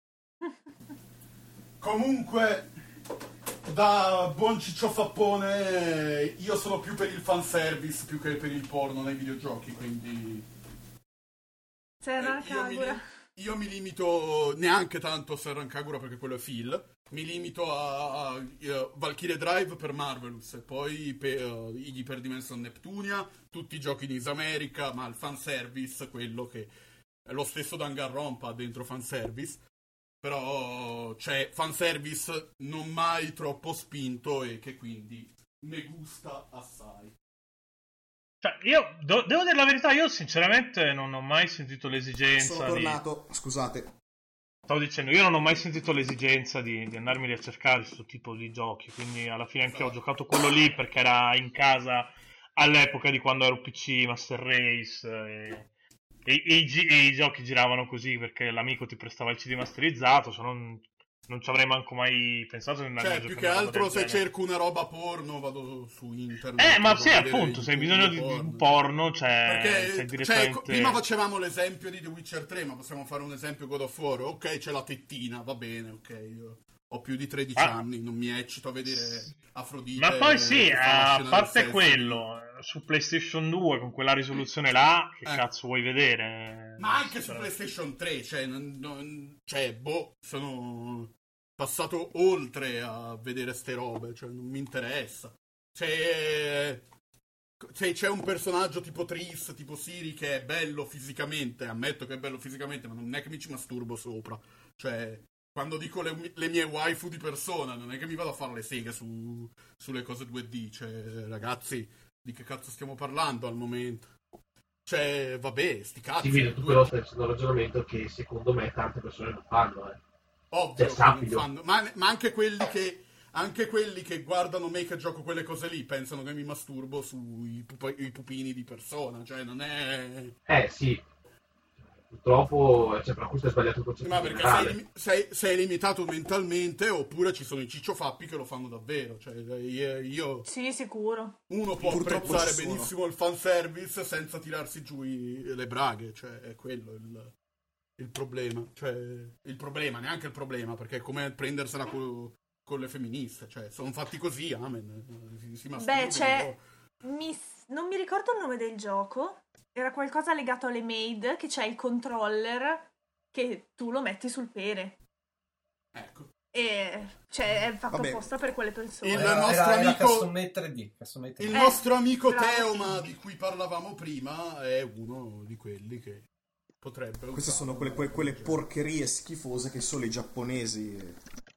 Comunque, da buon ciccio fappone, io sono più per il fanservice più che per il porno nei videogiochi, quindi... Serra Eh, io, mi, Kagura. io mi limito neanche tanto a Serran Kagura perché quello è Phil. Mi limito a, a, a Valkyrie Drive per Marvelous e poi per, uh, gli Hyperdimension Neptunia, tutti i giochi in Is America, ma il fanservice, quello che è lo stesso Danganronpa dentro fanservice. Però c'è fanservice non mai troppo spinto e che quindi ne gusta assai. Cioè, io do- devo dire la verità, io sinceramente non ho mai sentito l'esigenza Sono di... tornato, scusate. Stavo dicendo, io non ho mai sentito l'esigenza di, di andarmi a cercare questo tipo di giochi, quindi alla fine anche io ho giocato quello lì perché era in casa all'epoca di quando ero P C, Master Race e, e- e i, gi- e i giochi giravano così perché l'amico ti prestava il C D masterizzato, se non, non ci avrei manco mai pensato di andarmi Cioè, a più giocare che una roba altro del se genere. cerco una roba porno vado su internet. Eh, ma vado sì, a vedere appunto, se hai YouTube bisogno di, di un porno, cioè, Perché sei cioè, direttamente... co- prima facevamo l'esempio di The Witcher tre, ma possiamo fare un esempio God of War. Ok, c'è la tettina, va bene, ok. Io ho più di tredici Ah. anni, non mi eccito a vedere Afrodite. Ma poi sì, che fa la a scena parte del sesso. quello, su PlayStation due con quella risoluzione là, che Eh. cazzo vuoi vedere? Ma anche su Cioè, PlayStation tre, cioè, non- non- cioè boh, sono... passato oltre a vedere ste robe, cioè non mi interessa. C'è, c'è, c'è un personaggio tipo Triss, tipo Siri, che è bello fisicamente, ammetto che è bello fisicamente, ma non è che mi ci masturbo sopra. Cioè, quando dico le, le mie waifu di persona, non è che mi vado a fare le seghe su, sulle cose due D. Cioè, ragazzi, di che cazzo stiamo parlando al momento? Cioè, vabbè, sti cazzi. Sì, vedo tu però stai facendo un ragionamento che secondo me tante persone non fanno, eh. Ovvio Cioè, che non sappilo. fanno, ma, ma anche quelli che anche quelli che guardano me che gioco quelle cose lì pensano che mi masturbo sui pupa- i pupini di persona, cioè non è... Eh sì, purtroppo, cioè, però questo è sbagliato il concetto Ma perché sei, lim- sei, sei limitato mentalmente, oppure ci sono i cicciofappi che lo fanno davvero, cioè io... io- Sì, sicuro. Uno può Purtroppo apprezzare ci sono. benissimo il fanservice senza tirarsi giù i- le braghe, cioè è quello il, il problema, cioè il problema, neanche il problema, perché è come prendersela co- con le femministe, cioè sono fatti così, amen, si, si masturbano. Beh, c'è... mi s- non mi ricordo il nome del gioco. Era qualcosa legato alle maid, che c'è il controller che tu lo metti sul pene. Ecco. E cioè è fatto Vabbè. apposta per quelle persone. Il Era, nostro era, era amico- custom made tre D, custom made tre D. Il Eh, nostro amico bravo. Teoma, di cui parlavamo prima, è uno di quelli che potrebbe... Queste sono usarlo. quelle, quelle, quelle porcherie schifose che solo i giapponesi...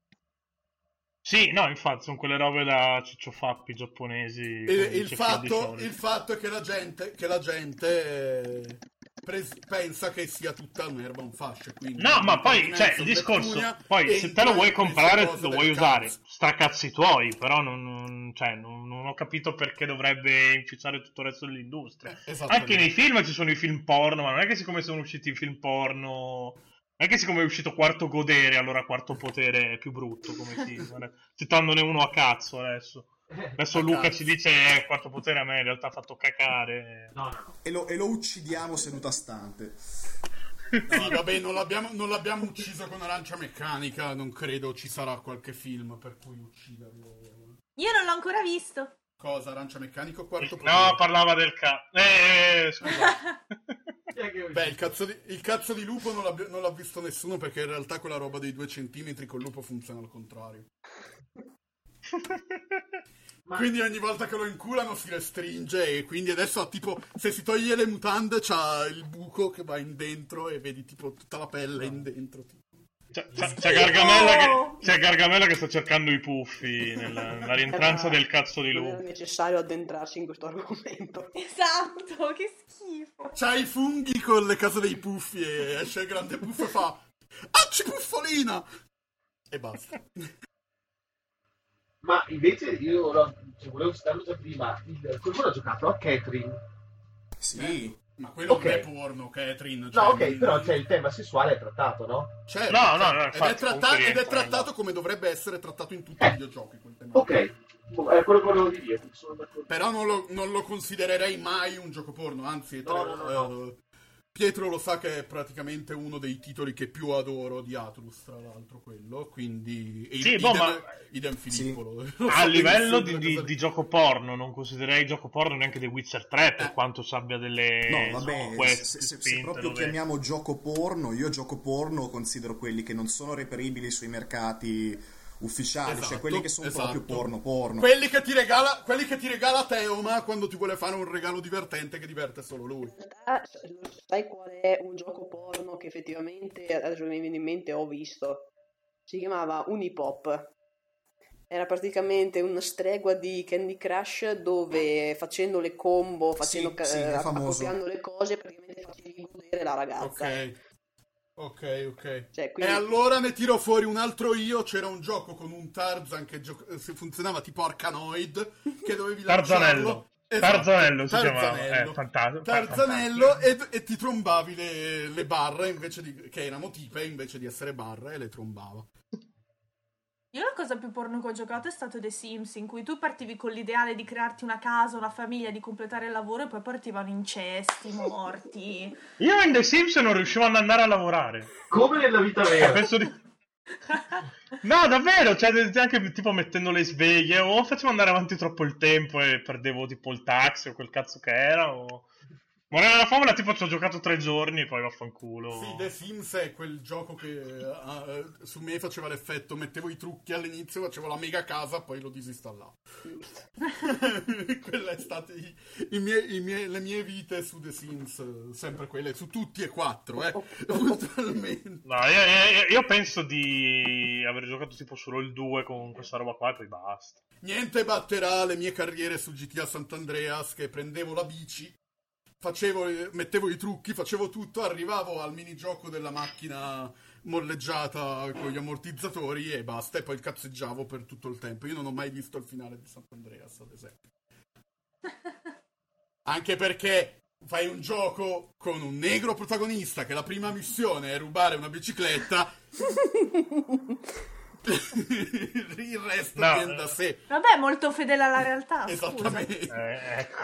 Sì, no, infatti, sono quelle robe da cicciofappi giapponesi. E come il, dice Phil di fatto, solito. il fatto è che la gente, che la gente eh, pres- pensa che sia tutta un'erba un fascio. Quindi No, ma poi, Nelson cioè, il discorso, Bettunia poi se te lo entra vuoi in queste comprare, cose lo del vuoi usare, cazzo. stracazzi tuoi, però non, non- cioè, non, non ho capito perché dovrebbe inficiare tutto il resto dell'industria. Eh, esattamente. Anche nei film ci sono i film porno, ma non è che siccome sono usciti i film porno... Non è che siccome è uscito Quarto Godere, allora Quarto Potere è più brutto come film. Citandone uno a cazzo adesso. Adesso A Luca cazzo. ci dice eh, Quarto Potere a me in realtà ha fatto cacare. No, no, no. E lo, e lo uccidiamo seduta stante. Sì, vabbè, non l'abbiamo, non l'abbiamo ucciso con Arancia Meccanica, non credo ci sarà qualche film per cui ucciderlo. Io non l'ho ancora visto. Cosa, Arancia Meccanica o Quarto No, Potere? parlava del cazzo. Eh, eh, scusa. Beh, il cazzo di, il cazzo di lupo non, l'abbia- non l'ha visto nessuno, perché in realtà quella roba dei due centimetri col lupo funziona al contrario. Quindi ogni volta che lo inculano si restringe, e quindi adesso tipo se si toglie le mutande c'ha il buco che va in dentro e vedi tipo tutta la pelle in dentro. Tipo. C'è, c'è- c'è Gargamella che, c'è Gargamella che sta cercando i puffi nella, nella rientranza del cazzo di Non era lupo. necessario addentrarsi in questo argomento. Esatto, che schifo. C'ha i funghi con le case dei puffi e esce il grande puffo e fa acci puffolina! E basta. Ma invece io no, cioè, volevo citarlo già prima. Il, qualcuno ha giocato a Catherine? Sì. Ma quello Ok. non è porno, Catherine. No, cioè, ok, non- però cioè, il tema sessuale è trattato, no? Certo, No, no, no, ed, infatti, è tratta- comunque ed è rientra trattato nel- come dovrebbe essere trattato in tutti Eh. i videogiochi. Quel tema. Ok, è quello che volevo dire. Sono d'accordo. Però non lo, non lo considererei mai un gioco porno, anzi, No, tra- no, no, no. eh, Pietro lo sa che è praticamente uno dei titoli che più adoro di Atlus, tra l'altro quello, quindi... e Sì, idem, boh, ma- idem Filippo, lo- lo A so livello benissimo di, che di- cosa- di gioco porno, non considererei gioco porno neanche The Witcher tre, per Eh. quanto sabbia delle No, vabbè, no, quest se, se- se spinte proprio dove- chiamiamo gioco porno, io gioco porno considero quelli che non sono reperibili sui mercati ufficiali, Esatto, cioè quelli che sono esatto. proprio porno porno. Quelli che ti regala, quelli che ti regala Teoma quando ti vuole fare un regalo divertente che diverte solo lui. In realtà, sai qual è un gioco porno che effettivamente adesso mi viene in mente ho visto? Si chiamava Unipop. Era praticamente una stregua di Candy Crush dove facendo le combo, facendo Sì, ca- sì, è eh, famoso. accoppiando le cose, praticamente facevi godere la ragazza. Ok. Ok, ok. Cioè, quindi- E allora ne tiro fuori un altro io. C'era un gioco con un Tarzan che gio- eh, funzionava tipo Arcanoid, che dovevi Tarzanello. lanciarlo. Esatto, Tarzanello si chiamava, Tarzanello. eh, fantastico. Tarzanello e, e ti trombavi le, le barre invece di, che erano tipe invece di essere barre, e le trombava. Io la cosa più porno che ho giocato è stato The Sims, in cui tu partivi con l'ideale di crearti una casa, una famiglia, di completare il lavoro e poi partivano incesti, morti. Io in The Sims non riuscivo ad andare a lavorare. Come nella vita vera. Penso di... No, davvero, cioè anche tipo mettendo le sveglie o facevo andare avanti troppo il tempo e perdevo tipo il taxi o quel cazzo che era o... Morale della favola, tipo ci ho giocato tre giorni e poi vaffanculo. Sì, The Sims è quel gioco che uh, su me faceva l'effetto, mettevo i trucchi all'inizio, facevo la mega casa, poi lo disinstallavo. Quelle è state i, i miei, i miei, le mie vite su The Sims, sempre quelle, su tutti e quattro, eh, puntualmente. No, io, io, io penso di aver giocato tipo solo il due con questa roba qua e poi basta. Niente batterà le mie carriere su G T A Sant'Andreas, che prendevo la bici, facevo, mettevo i trucchi, facevo tutto, arrivavo al minigioco della macchina molleggiata con gli ammortizzatori e basta, e poi cazzeggiavo per tutto il tempo. Io non ho mai visto il finale di Sant'Andreas, ad esempio. Anche perché fai un gioco con un negro protagonista che la prima missione è rubare una bicicletta. Il resto No, viene da sé. Vabbè, molto fedele alla realtà. Esattamente. Eh, ecco.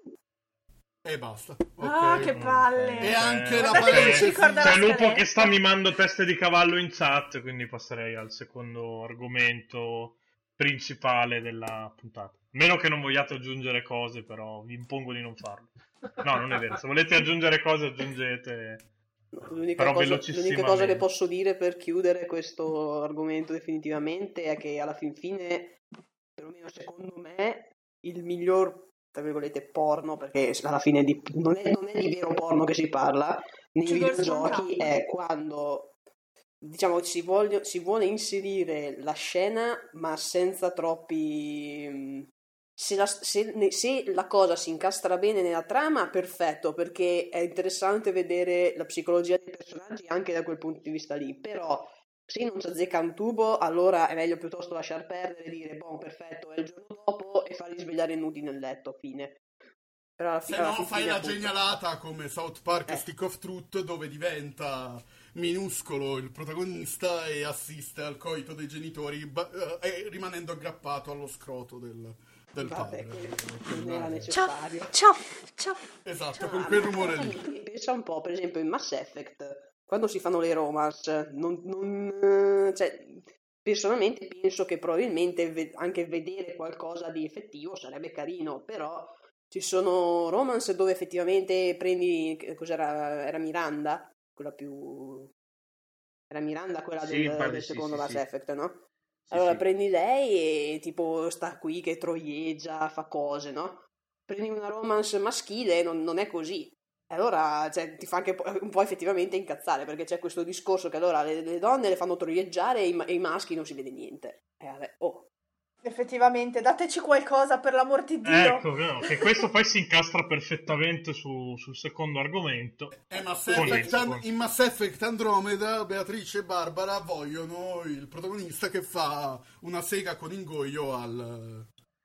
E basta. Ah, Ok. che palle. E anche la Guarda che non parentesi. ci ricorda la C'è Lupo scaletta. che sta mimando teste di cavallo in chat, quindi passerei al secondo argomento principale della puntata. Meno che non vogliate aggiungere cose, però vi impongo di non farlo. No, non è vero. Se volete aggiungere cose, aggiungete. L'unica, Però cosa, velocissimamente. l'unica cosa che posso dire per chiudere questo argomento definitivamente è che alla fin fine, perlomeno secondo me, il miglior, tra virgolette, porno, perché alla fine di, non, è, non è di vero porno che si parla, nei Ci videogiochi corrisponde. è quando, diciamo, si, voglio, si vuole inserire la scena ma senza troppi... mh, Se la, se, ne- se la cosa si incastra bene nella trama, perfetto, perché è interessante vedere la psicologia dei personaggi anche da quel punto di vista lì, però se non ci azzecca un tubo, allora è meglio piuttosto lasciar perdere e dire, boh, perfetto, è il giorno dopo e farli svegliare nudi nel letto, fine. Però alla fi- Se alla no fin fai fine, la appunto, genialata come South Park Eh. Stick of Truth, dove diventa minuscolo il protagonista e assiste al coito dei genitori ba- eh, rimanendo aggrappato allo scroto del, del vabbè, padre. quello non era Dai. necessario. Ciao, ciao. Esatto, Ah, con quel ma- rumore ma lì. poi pensa un po', per esempio in Mass Effect, quando si fanno le romance, non, non, eh, cioè, personalmente penso che probabilmente ve- anche vedere qualcosa di effettivo sarebbe carino, però ci sono romance dove effettivamente prendi, che cos'era, era Miranda, quella più... Era Miranda quella Sì, del, in parte del sì, secondo sì, Mass sì. Effect, no? Sì, Allora sì. prendi lei e tipo sta qui che troieggia, fa cose, no? Prendi una romance maschile e non, non è così. E allora cioè, ti fa anche po- un po' effettivamente incazzare, perché c'è questo discorso che allora le, le donne le fanno troieggiare e i, ma- e i maschi non si vede niente. E vabbè, oh. Effettivamente, dateci qualcosa per l'amor di Dio. Ecco, no, che questo poi si incastra perfettamente su- sul secondo argomento. E Mass Con il Effect, secondo. in Mass Effect Andromeda, Beatrice e Barbara vogliono il protagonista che fa una sega con ingoio al...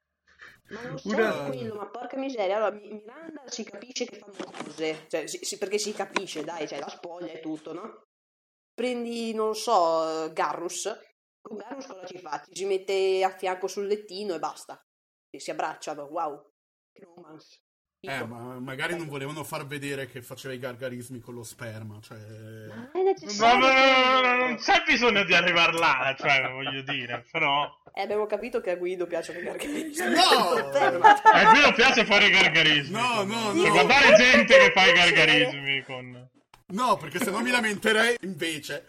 Ma non Una- solo quello, ma porca miseria. Allora, Mi- Miranda si capisce che fanno cose, cioè, si- si- perché si capisce, dai, cioè, la spoglia e tutto, no? Prendi, non so, Garrus. Con Garrus cosa ci fa? Ci si mette a fianco sul lettino e basta. E si abbracciano, wow. Che romance. Eh, ma magari non volevano far vedere che faceva i gargarismi con lo sperma, cioè... Ma è Ma, necessario. ma- quello. non c'è bisogno di arrivare là, cioè, voglio dire, però... Eh, abbiamo capito che a Guido piacciono i gargarismi. No! A Guido piace fare i gargarismi. No, no, Cioè, no. guardare gente che fa i gargarismi con... No, perché se no mi lamenterei, invece...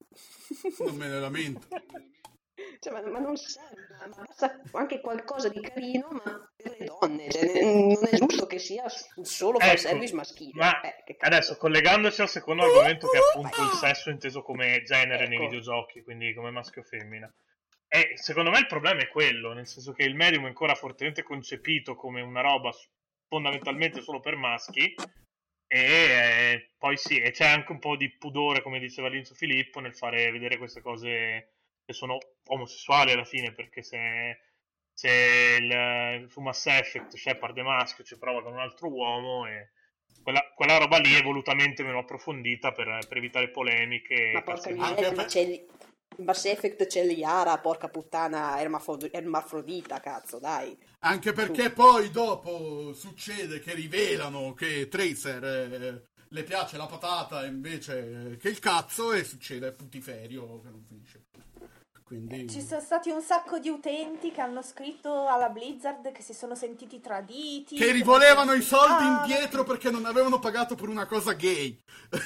Non me ne lamento. Cioè, ma, ma non serve, ma basta anche qualcosa di carino, ma per le donne. Cioè, non è giusto che sia solo Ecco, fanservice maschile. ma Eh, che cazzo. adesso collegandoci al secondo argomento, che è appunto il sesso inteso come genere nei Ecco. videogiochi, quindi come maschio o femmina. E secondo me il problema è quello, nel senso che il medium è ancora fortemente concepito come una roba s- fondamentalmente solo per maschi, e eh, poi sì, e c'è anche un po' di pudore, come diceva all'inizio Filippo, nel fare vedere queste cose che sono omosessuali alla fine, perché se, se il, su Mass Effect Shepard è maschio, ci prova con un altro uomo, e quella, quella roba lì è volutamente meno approfondita per, per evitare polemiche. Ma e porca cazzi- miseria, ma c'è li- in Mass Effect c'è Liara, porca puttana, ermafro- ermafrodita, cazzo, dai. Anche perché poi dopo succede che rivelano che Tracer eh, le piace la patata invece che il cazzo, e succede putiferio che non finisce più. quindi... Ci sono stati un sacco di utenti che hanno scritto alla Blizzard che si sono sentiti traditi. Che non rivolevano si i soldi sentivano. indietro perché non avevano pagato per una cosa gay.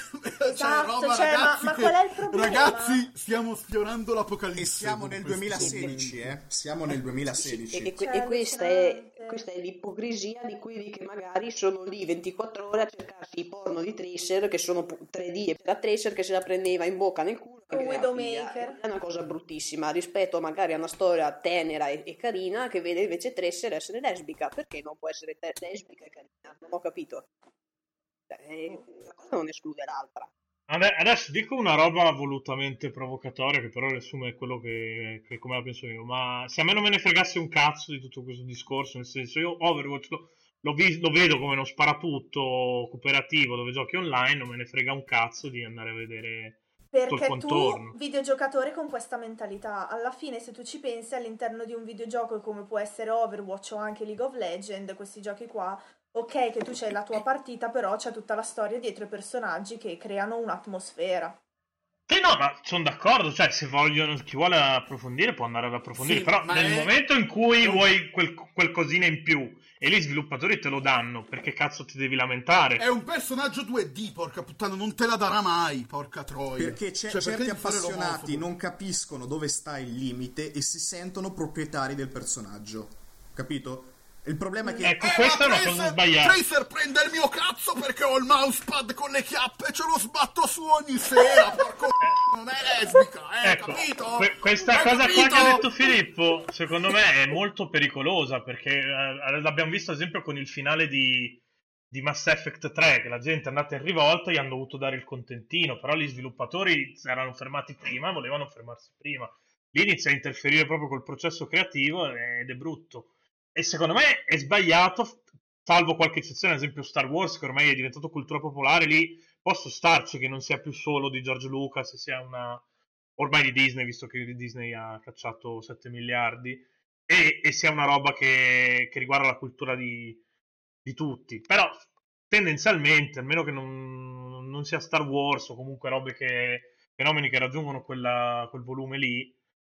Esatto, roba, cioè, ma- ragazzi, ma che- qual è il problema? Ragazzi, stiamo sfiorando l'apocalisse. E siamo nel con questi duemilasedici, eh? Siamo nel duemilasedici. E, que- e Cioè, questa, è, questa è l'ipocrisia di quelli che magari sono lì ventiquattro ore a cercarsi i porno di Tracer, che sono pu- tre D, e la Tracer che se la prendeva in bocca nel culo. Con che era Widowmaker. figa. È una cosa bruttissima rispetto magari a una storia tenera e, e carina che vede invece Tracer essere lesbica. Perché non può essere te- lesbica e carina? Non ho capito. Cioè, eh, una cosa non esclude l'altra. Ade- Adesso dico una roba volutamente provocatoria che però riassume quello che, che come la penso io, ma se a me non me ne fregasse un cazzo di tutto questo discorso, nel senso io Overwatch lo, lo, vi- lo vedo come uno sparatutto cooperativo dove giochi online, non me ne frega un cazzo di andare a vedere tutto il Perché contorno. tu, videogiocatore con questa mentalità, alla fine se tu ci pensi all'interno di un videogioco come può essere Overwatch o anche League of Legends, questi giochi qua, ok che tu c'hai la tua partita, però c'è tutta la storia dietro i personaggi che creano un'atmosfera. Sì, no, ma sono d'accordo, cioè se vogliono, chi vuole approfondire può andare ad approfondire, Sì, però ma nel è- momento in cui vuoi quel, qualcosina in più e gli sviluppatori te lo danno, perché cazzo ti devi lamentare? È un personaggio due D, porca puttana, non te la darà mai, porca troia. Perché c'è- Cioè, perché certi devi fare appassionati l'omofobo? non capiscono dove sta il limite e si sentono proprietari del personaggio. Capito? Il problema è che... Ecco, questa è una cosa sbagliata. Tracer prende il mio cazzo perché ho il mousepad con le chiappe e ce lo sbatto su ogni sera, porco non è lesbica, eh, Ecco, capito? que- questa Hai cosa capito? qua che ha detto Filippo, secondo me è molto pericolosa, perché eh, l'abbiamo visto ad esempio con il finale di, di Mass Effect tre, che la gente è andata in rivolta e gli hanno dovuto dare il contentino, però gli sviluppatori si erano fermati prima, volevano fermarsi prima. Lì inizia a interferire proprio col processo creativo ed è brutto. E secondo me è sbagliato, salvo qualche eccezione, ad esempio Star Wars, che ormai è diventato cultura popolare, lì posso starci che non sia più solo di George Lucas, sia una... ormai di Disney, visto che Disney ha cacciato sette miliardi, e, e sia una roba che, che riguarda la cultura di, di tutti. Però tendenzialmente, almeno che non, non sia Star Wars o comunque robe che, fenomeni che raggiungono quella, quel volume lì,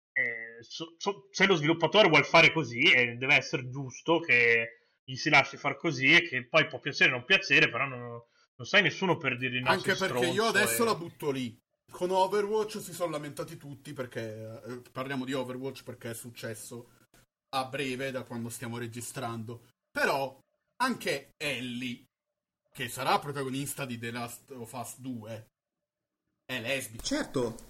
eh, so, so, se lo sviluppatore vuole fare così, eh, deve essere giusto che gli si lasci far così e che poi può piacere o non piacere, però non, non sai nessuno per dire no. Anche sei perché io stronzo adesso e- la butto lì. Con Overwatch si sono lamentati tutti perché eh, parliamo di Overwatch perché è successo a breve da quando stiamo registrando. Però anche Ellie, che sarà protagonista di The Last of Us due, è lesbica. Certo.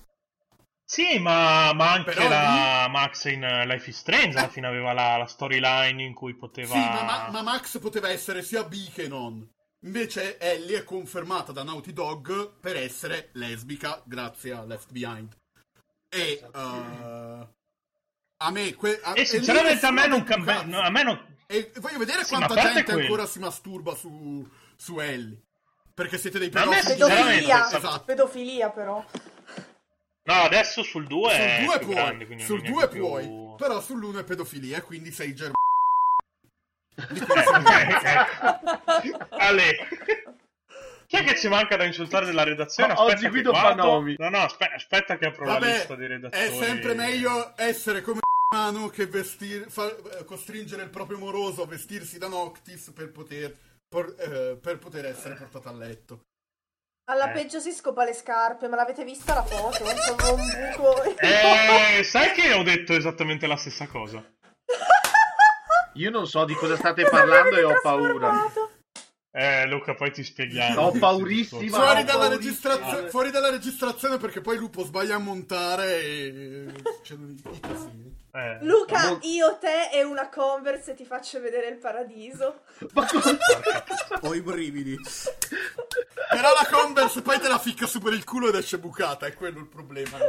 Sì, ma, ma anche Però la Max in Life is Strange alla fine aveva la, la storyline in cui poteva... Sì, ma, ma- ma Max poteva essere sia bi che non. Invece Ellie è confermata da Naughty Dog per essere lesbica grazie a Left Behind. E uh, a me... Que- a- E e sinceramente lì a me non nessuno ha cambia... detto un no, a me non... cazzo. E voglio vedere Sì, ma quanta a parte gente quello. ancora si masturba su, su Ellie. Perché siete dei Ma a me pedofili. sinceramente- Pedofilia, Esatto. pedofilia però. No, adesso sul due è Sul due più puoi, grande, quindi sul non è due neanche più- puoi, però sull'uno è pedofilia, quindi sei ger... Ale. Chi è che ci manca da insultare della redazione? Oggi Aspetta che Guido guardo. Fanomi. No, no, aspe- aspetta che apro la Vabbè, lista dei redattori. è sempre meglio essere come mano che vestir, far- costringere il proprio moroso a vestirsi da Noctis per poter, por- eh, per poter essere portato a letto. Alla Eh. peggio si scopa le scarpe, ma l'avete vista la foto? C'avevo un buco. Eh, sai che ho detto esattamente la stessa cosa? Io non so di cosa state parlando e ho paura. Eh, Luca, poi ti spieghiamo. Ho paurissima. Fuori ho dalla, paurissima. registrazio- fuori dalla registrazione perché poi Lupo sbaglia a montare e c'erano i i casini. Eh. Luca, Mol- io, te e una Converse e ti faccio vedere il paradiso. Ho i brividi. Però la Converse poi te la ficca su per il culo ed esce bucata, è quello il problema.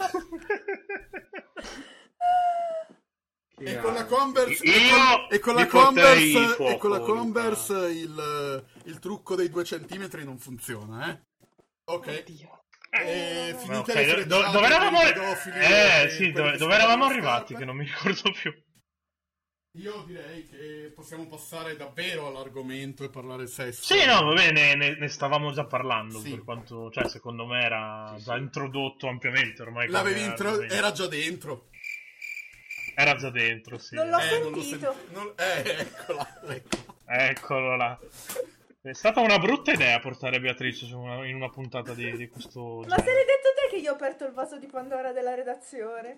E con la Converse, Io e con, e con la vi porterei Converse, fuoco, e con la Luca. Converse il, il trucco dei due centimetri non funziona, eh? Ok. E Ma finite ok, le do- freggiate dove eravamo? dei pedofili Eh, e sì, quelli dove, che dove si eravamo mettono le arrivati? scarpe. Che non mi ricordo più. io direi che possiamo passare davvero all'argomento e parlare sesso. Sì, no, va bene, ne, ne stavamo già parlando, Sì. per quanto, cioè, secondo me era già introdotto ampiamente ormai. come L'avevi intro- argomento. era già dentro. Era già dentro, sì. Non l'ho Eh, non l'ho sentito. senti- non- eh, eccola, ecco. Eccolo là. È stata una brutta idea portare Beatrice su una- in una puntata di, di questo Ma se genere. l'hai detto te che io ho aperto il vaso di Pandora della redazione?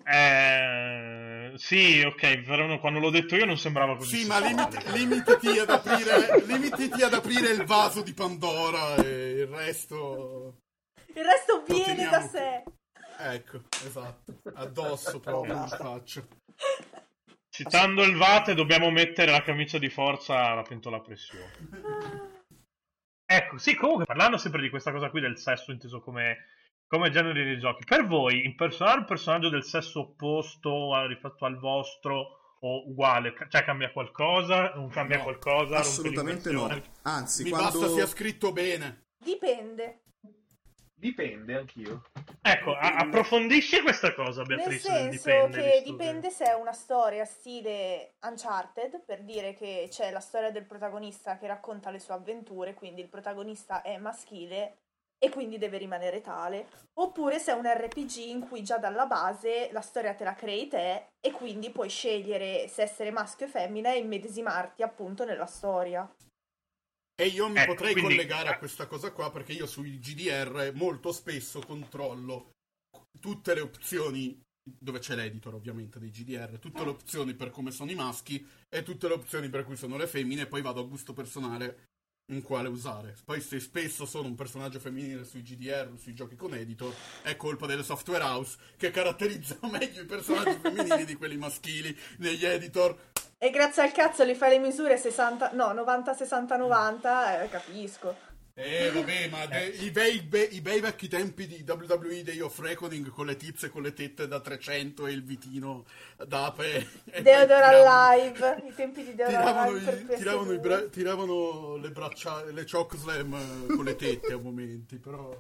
Eh, sì, ok, però quando l'ho detto io non sembrava così. Sì, ma sessuale. limiti- limitati ad aprire limitati ad aprire il vaso di Pandora e il resto. Il resto Lo viene teniamo da qui. sé. Ecco, esatto. Addosso proprio mi faccio. Citando il Vate, dobbiamo mettere la camicia di forza alla pentola a pressione. Ecco, sì, comunque parlando sempre di questa cosa qui del sesso inteso come, come genere di giochi, per voi impersonare un personaggio del sesso opposto a- rispetto al vostro o uguale, ca- cioè cambia qualcosa? Non cambia No, qualcosa? Assolutamente no. Rompe l'immersione? Anzi, Mi quando... basta sia scritto bene. Dipende. Dipende, anch'io. Ecco, a- approfondisci questa cosa, Nel Beatrice. senso dipende, che visto dipende se è una storia stile Uncharted, per dire che c'è la storia del protagonista che racconta le sue avventure, quindi il protagonista è maschile e quindi deve rimanere tale, oppure se è un R P G in cui già dalla base la storia te la crei te e quindi puoi scegliere se essere maschio o femmina e immedesimarti appunto nella storia. E io mi Ecco, potrei quindi- collegare a questa cosa qua perché io sui G D R molto spesso controllo tutte le opzioni, dove c'è l'editor ovviamente dei G D R, tutte le opzioni per come sono i maschi e tutte le opzioni per cui sono le femmine, e poi vado a gusto personale in quale usare. Poi se spesso sono un personaggio femminile sui G D R, sui giochi con editor, è colpa delle software house che caratterizzano meglio i personaggi femminili di quelli maschili negli editor. E grazie al cazzo li fai le misure sessanta, no, novanta sessanta novanta, eh, capisco. Eh vabbè, ma de- i, bei, be- i bei vecchi tempi di W W E Day of Reckoning con le tizie con le tette da trecento e il vitino d'ape e Deodora tiravano- Live, i tempi di Deodora tiravano, Live per i- P S tiravano, i due. bra- tiravano le braccia, le choke slam eh, con le tette a momenti, però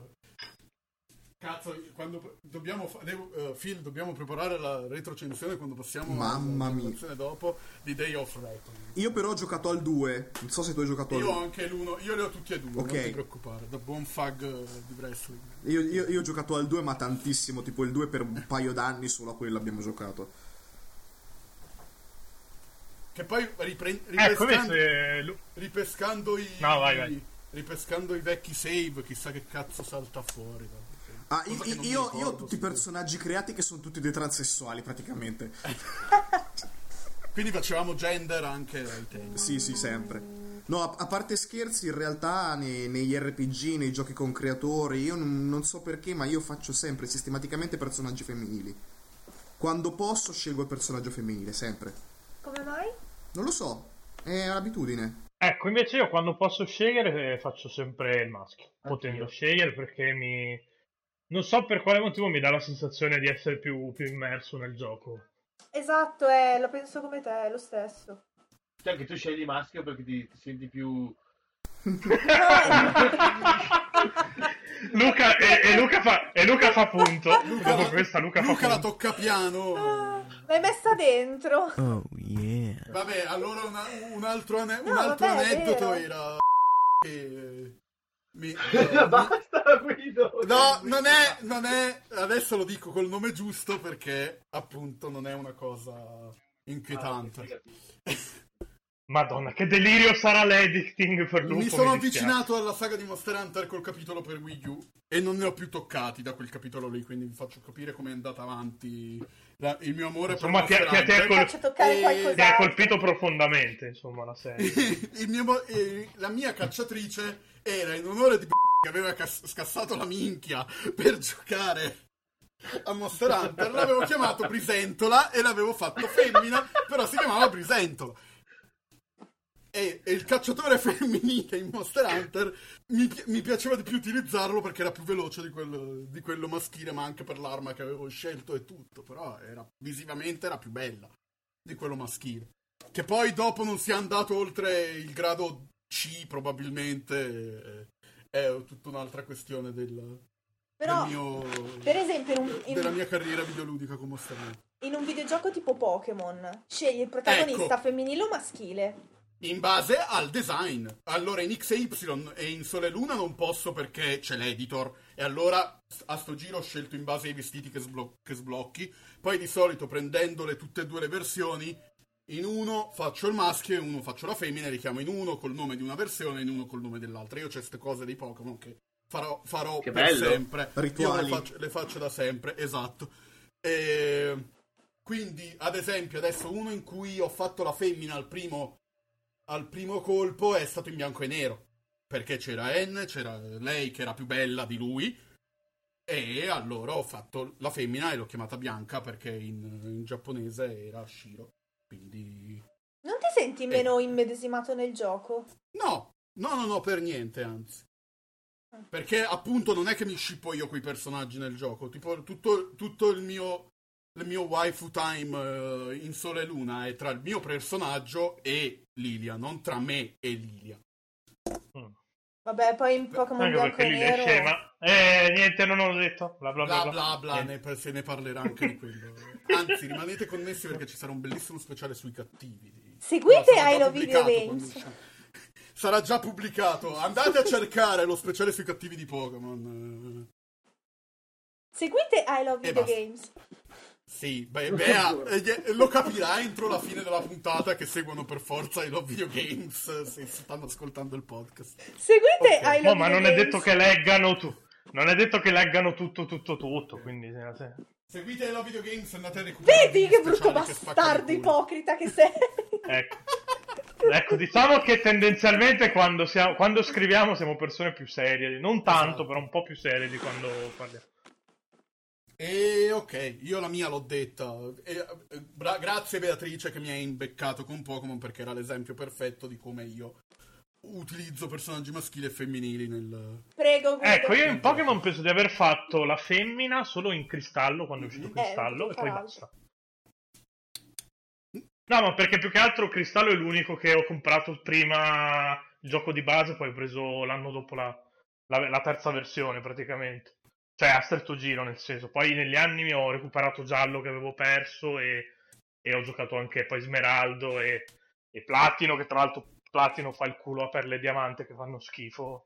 cazzo, quando dobbiamo fa- devo, eh, Phil, dobbiamo preparare la retrocensione quando passiamo Mamma alla mia. generazione dopo di Day of Reckoning. Io però ho giocato al due, non so se tu hai giocato al Io ho anche l'uno, io li ho tutti e due, Ok. non ti preoccupare, da buon fag eh, di wrestling. Io, io- io ho giocato al due ma tantissimo, tipo il due per un paio d'anni solo a quello abbiamo giocato. Che poi ripre- Ecco, ripescando, invece, Lu- ripescando i No, vai, vai. ripescando i vecchi save, chissà che cazzo salta fuori. da- Ah, cosa io, che non mi io- io ricordo, ho tutti i personaggi creati che sono tutti dei transessuali praticamente. Quindi facevamo gender anche ai tempi. Sì, sì, sempre. No, a, a parte scherzi, in realtà nei- negli R P G, nei giochi con creatori, io non, non so perché, ma io faccio sempre sistematicamente personaggi femminili. Quando posso scelgo il personaggio femminile, sempre. Come mai? Non lo so, è un'abitudine. Ecco, invece io quando posso scegliere eh, faccio sempre il maschio, potendo scegliere perché mi... Non so per quale motivo mi dà la sensazione di essere più, più immerso nel gioco. Esatto, eh, lo penso come te, è lo stesso. Cioè che tu scegli maschio perché ti, ti senti più... Luca, e, e Luca fa, e Luca fa punto. Luca, Dopo questa Luca, Luca fa la punto. tocca piano. L'hai messa dentro. Oh yeah. Vabbè, allora una- un altro, ane- No, un altro vabbè, è aneddoto vero. era che mi- eh, Basta, Guido! No, non è, non è, adesso lo dico col nome giusto perché appunto non è una cosa inquietante. Madonna, che delirio sarà l'editing per Luca. Mi sono dispiace. avvicinato alla saga di Monster Hunter col capitolo per Wii U e non ne ho più toccati da quel capitolo lì, quindi vi faccio capire come è andata avanti la- il mio amore Insomma, ti per ha, ti ha- Monster ti ha Hunter. col- Faccio toccare E- ti ha qualcos'altro. colpito profondamente, insomma, la serie. Il mio mo- eh, la mia cacciatrice era in onore di che aveva cas- scassato la minchia per giocare a Monster Hunter, l'avevo chiamato Brisentola e l'avevo fatto femmina, però si chiamava Brisentola. E, e il cacciatore femminile in Monster Hunter mi, pi- mi piaceva di più utilizzarlo perché era più veloce di quello, di quello maschile, ma anche per l'arma che avevo scelto e tutto, però era, visivamente era più bella di quello maschile. Che poi dopo non sia andato oltre il grado C, probabilmente eh, è tutta un'altra questione del, Però, del mio, per esempio, in un- in- della mia carriera videoludica con Monster Hunter. in un videogioco tipo Pokémon scegli il protagonista Ecco. femminile o maschile? In base al design. Allora in X e Y e in Sole e Luna non posso perché c'è l'editor. E allora a sto giro ho scelto in base ai vestiti che, sblo- che sblocchi. Poi di solito prendendole tutte e due le versioni, in uno faccio il maschio e in uno faccio la femmina e li chiamo in uno col nome di una versione e in uno col nome dell'altra. Io c'ho queste cose dei Pokémon che farò, farò Che per bello. sempre. Rituali. Io le faccio, le faccio da sempre, esatto. E quindi, ad esempio, adesso uno in cui ho fatto la femmina al primo, al primo colpo è stato in bianco e nero. Perché c'era N, c'era lei che era più bella di lui. E allora ho fatto la femmina e l'ho chiamata Bianca perché in, in giapponese era Shiro. Quindi... Non ti senti meno immedesimato nel gioco? No, no, no, no, per niente, anzi. Perché appunto non è che mi scippo io quei personaggi nel gioco. Tipo tutto, tutto il mio il mio waifu time eh, in Sole e Luna è tra il mio personaggio e Lilia, non tra me e Lilia. Vabbè, poi in Pokémon Anche bianco perché e lì è nero... scema. Eh, niente, non ho detto. Bla bla bla. Bla bla bla, ne, se ne parlerà anche di quello. Anzi, rimanete connessi perché ci sarà un bellissimo speciale sui cattivi. Seguite No, sarà I già Love Video pubblicato Games. quando uscirà. Sarà già pubblicato. Andate a cercare lo speciale sui cattivi di Pokémon. Seguite I Love E Video basta. Games. Sì, beh, Bea, eh, lo capirà entro la fine della puntata che seguono per forza i Love Video Games se stanno ascoltando il podcast. Seguite I Love No, ma Video non è Games. detto che leggano tu. Non è detto che leggano tutto, tutto, tutto. Quindi, eh, se- Seguite i Love Video Games e andate a recuperare Vedi gli che brutto speciali che spaccano bastardo il culo. ipocrita che sei. ecco. Ecco, diciamo che tendenzialmente quando, siamo, quando scriviamo siamo persone più serie. Non tanto, Esatto. però un po' più serie di quando parliamo. E ok, io la mia l'ho detta. E, eh, bra- grazie Beatrice che mi hai imbeccato con Pokémon perché era l'esempio perfetto di come io utilizzo personaggi maschili e femminili nel... Prego, Guido. Ecco, io in Pokémon penso di aver fatto la femmina solo in Cristallo, quando è uscito Eh, Cristallo, e poi farà. basta. No, ma perché più che altro Cristallo è l'unico che ho comprato prima il gioco di base, poi ho preso l'anno dopo la, la- la terza versione praticamente. Cioè a stretto giro, nel senso. Poi negli anni mi ho recuperato Giallo che avevo perso e, e ho giocato anche poi Smeraldo e, e Platino, che tra l'altro Platino fa il culo a perle e diamante che fanno schifo.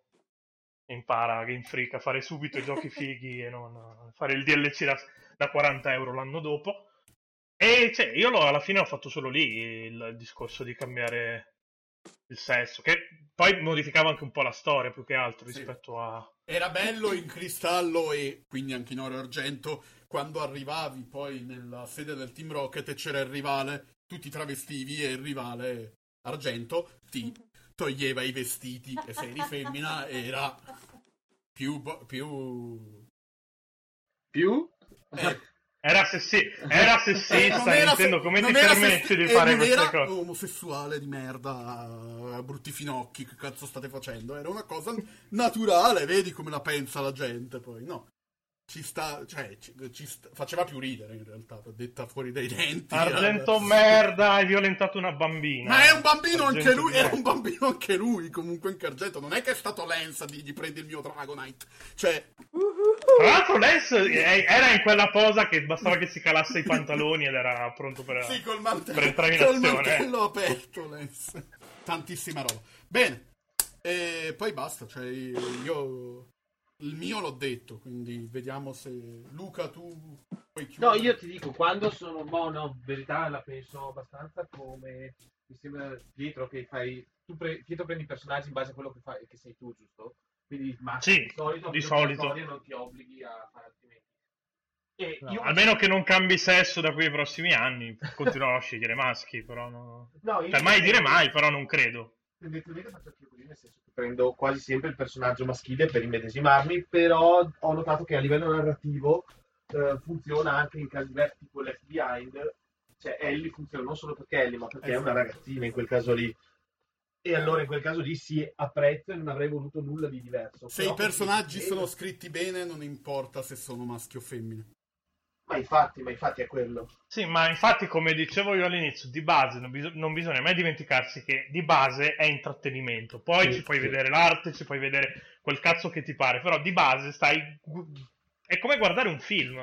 Impara Game Freak a fare subito i giochi fighi e non a fare il D L C da, da quaranta euro l'anno dopo. E cioè, io l'ho- alla fine ho fatto solo lì il, il discorso di cambiare il sesso, che poi modificava anche un po' la storia più che altro Sì. rispetto a... Era bello in Cristallo e quindi anche in Oro e Argento quando arrivavi poi nella sede del Team Rocket e c'era il rivale, tu ti travestivi e il rivale Argento ti toglieva i vestiti e se eri femmina era più... bo- più... Più? eh, Era, sessi... era eh, sessista, non era Nintendo, se- come ti non era permetti sessi- di eh, fare non queste era cose? omosessuale di merda, brutti finocchi, che cazzo state facendo? Era una cosa naturale, vedi come la pensa la gente poi, no? Ci sta, cioè, ci, ci sta- faceva più ridere in realtà, detta fuori dai denti. Argento era- merda, hai violentato una bambina. Ma è un bambino anche Argento lui, merda. era un bambino anche lui, comunque in Argento, non è che è stato Lance a dirgli prendi il mio Dragonite, cioè... Tra l'altro Lance eh, era in quella posa che bastava che si calasse i pantaloni ed era pronto per, Sì, col mantello, per entrare in col azione. mantello aperto, Lance. Tantissima roba. Bene, e poi basta, cioè io il mio l'ho detto, quindi vediamo se Luca tu puoi chiudere. No, io ti dico, quando sono mono, in verità la penso abbastanza come mi sembra Pietro che fai tu pre- Pietro prendi i personaggi in base a quello che fai che sei tu, giusto? Quindi ma Sì, di solito, di la solito. storia non ti obblighi a fare altrimenti. E No, io almeno che non cambi sesso da qui ai prossimi anni, continuerò a scegliere maschi, però no... No, io Cioè, mai dire mai, però non credo. tendenzialmente faccio anche così, nel senso che prendo quasi sempre il personaggio maschile per immedesimarmi, però ho notato che a livello narrativo eh, funziona anche in casi diversi tipo Left Behind, cioè Ellie funziona non solo perché Ellie, ma perché è una ragazzina in quel caso lì. E allora in quel caso lì si apprezza e non avrei voluto nulla di diverso. Se Però i personaggi così- sono scritti bene non importa se sono maschi o femmine. Ma infatti, ma infatti è quello. Sì, ma infatti, come dicevo io all'inizio, di base non, bis- non bisogna mai dimenticarsi che di base è intrattenimento. Poi Sì, ci puoi sì. vedere l'arte, ci puoi vedere quel cazzo che ti pare, però di base stai... È come guardare un film.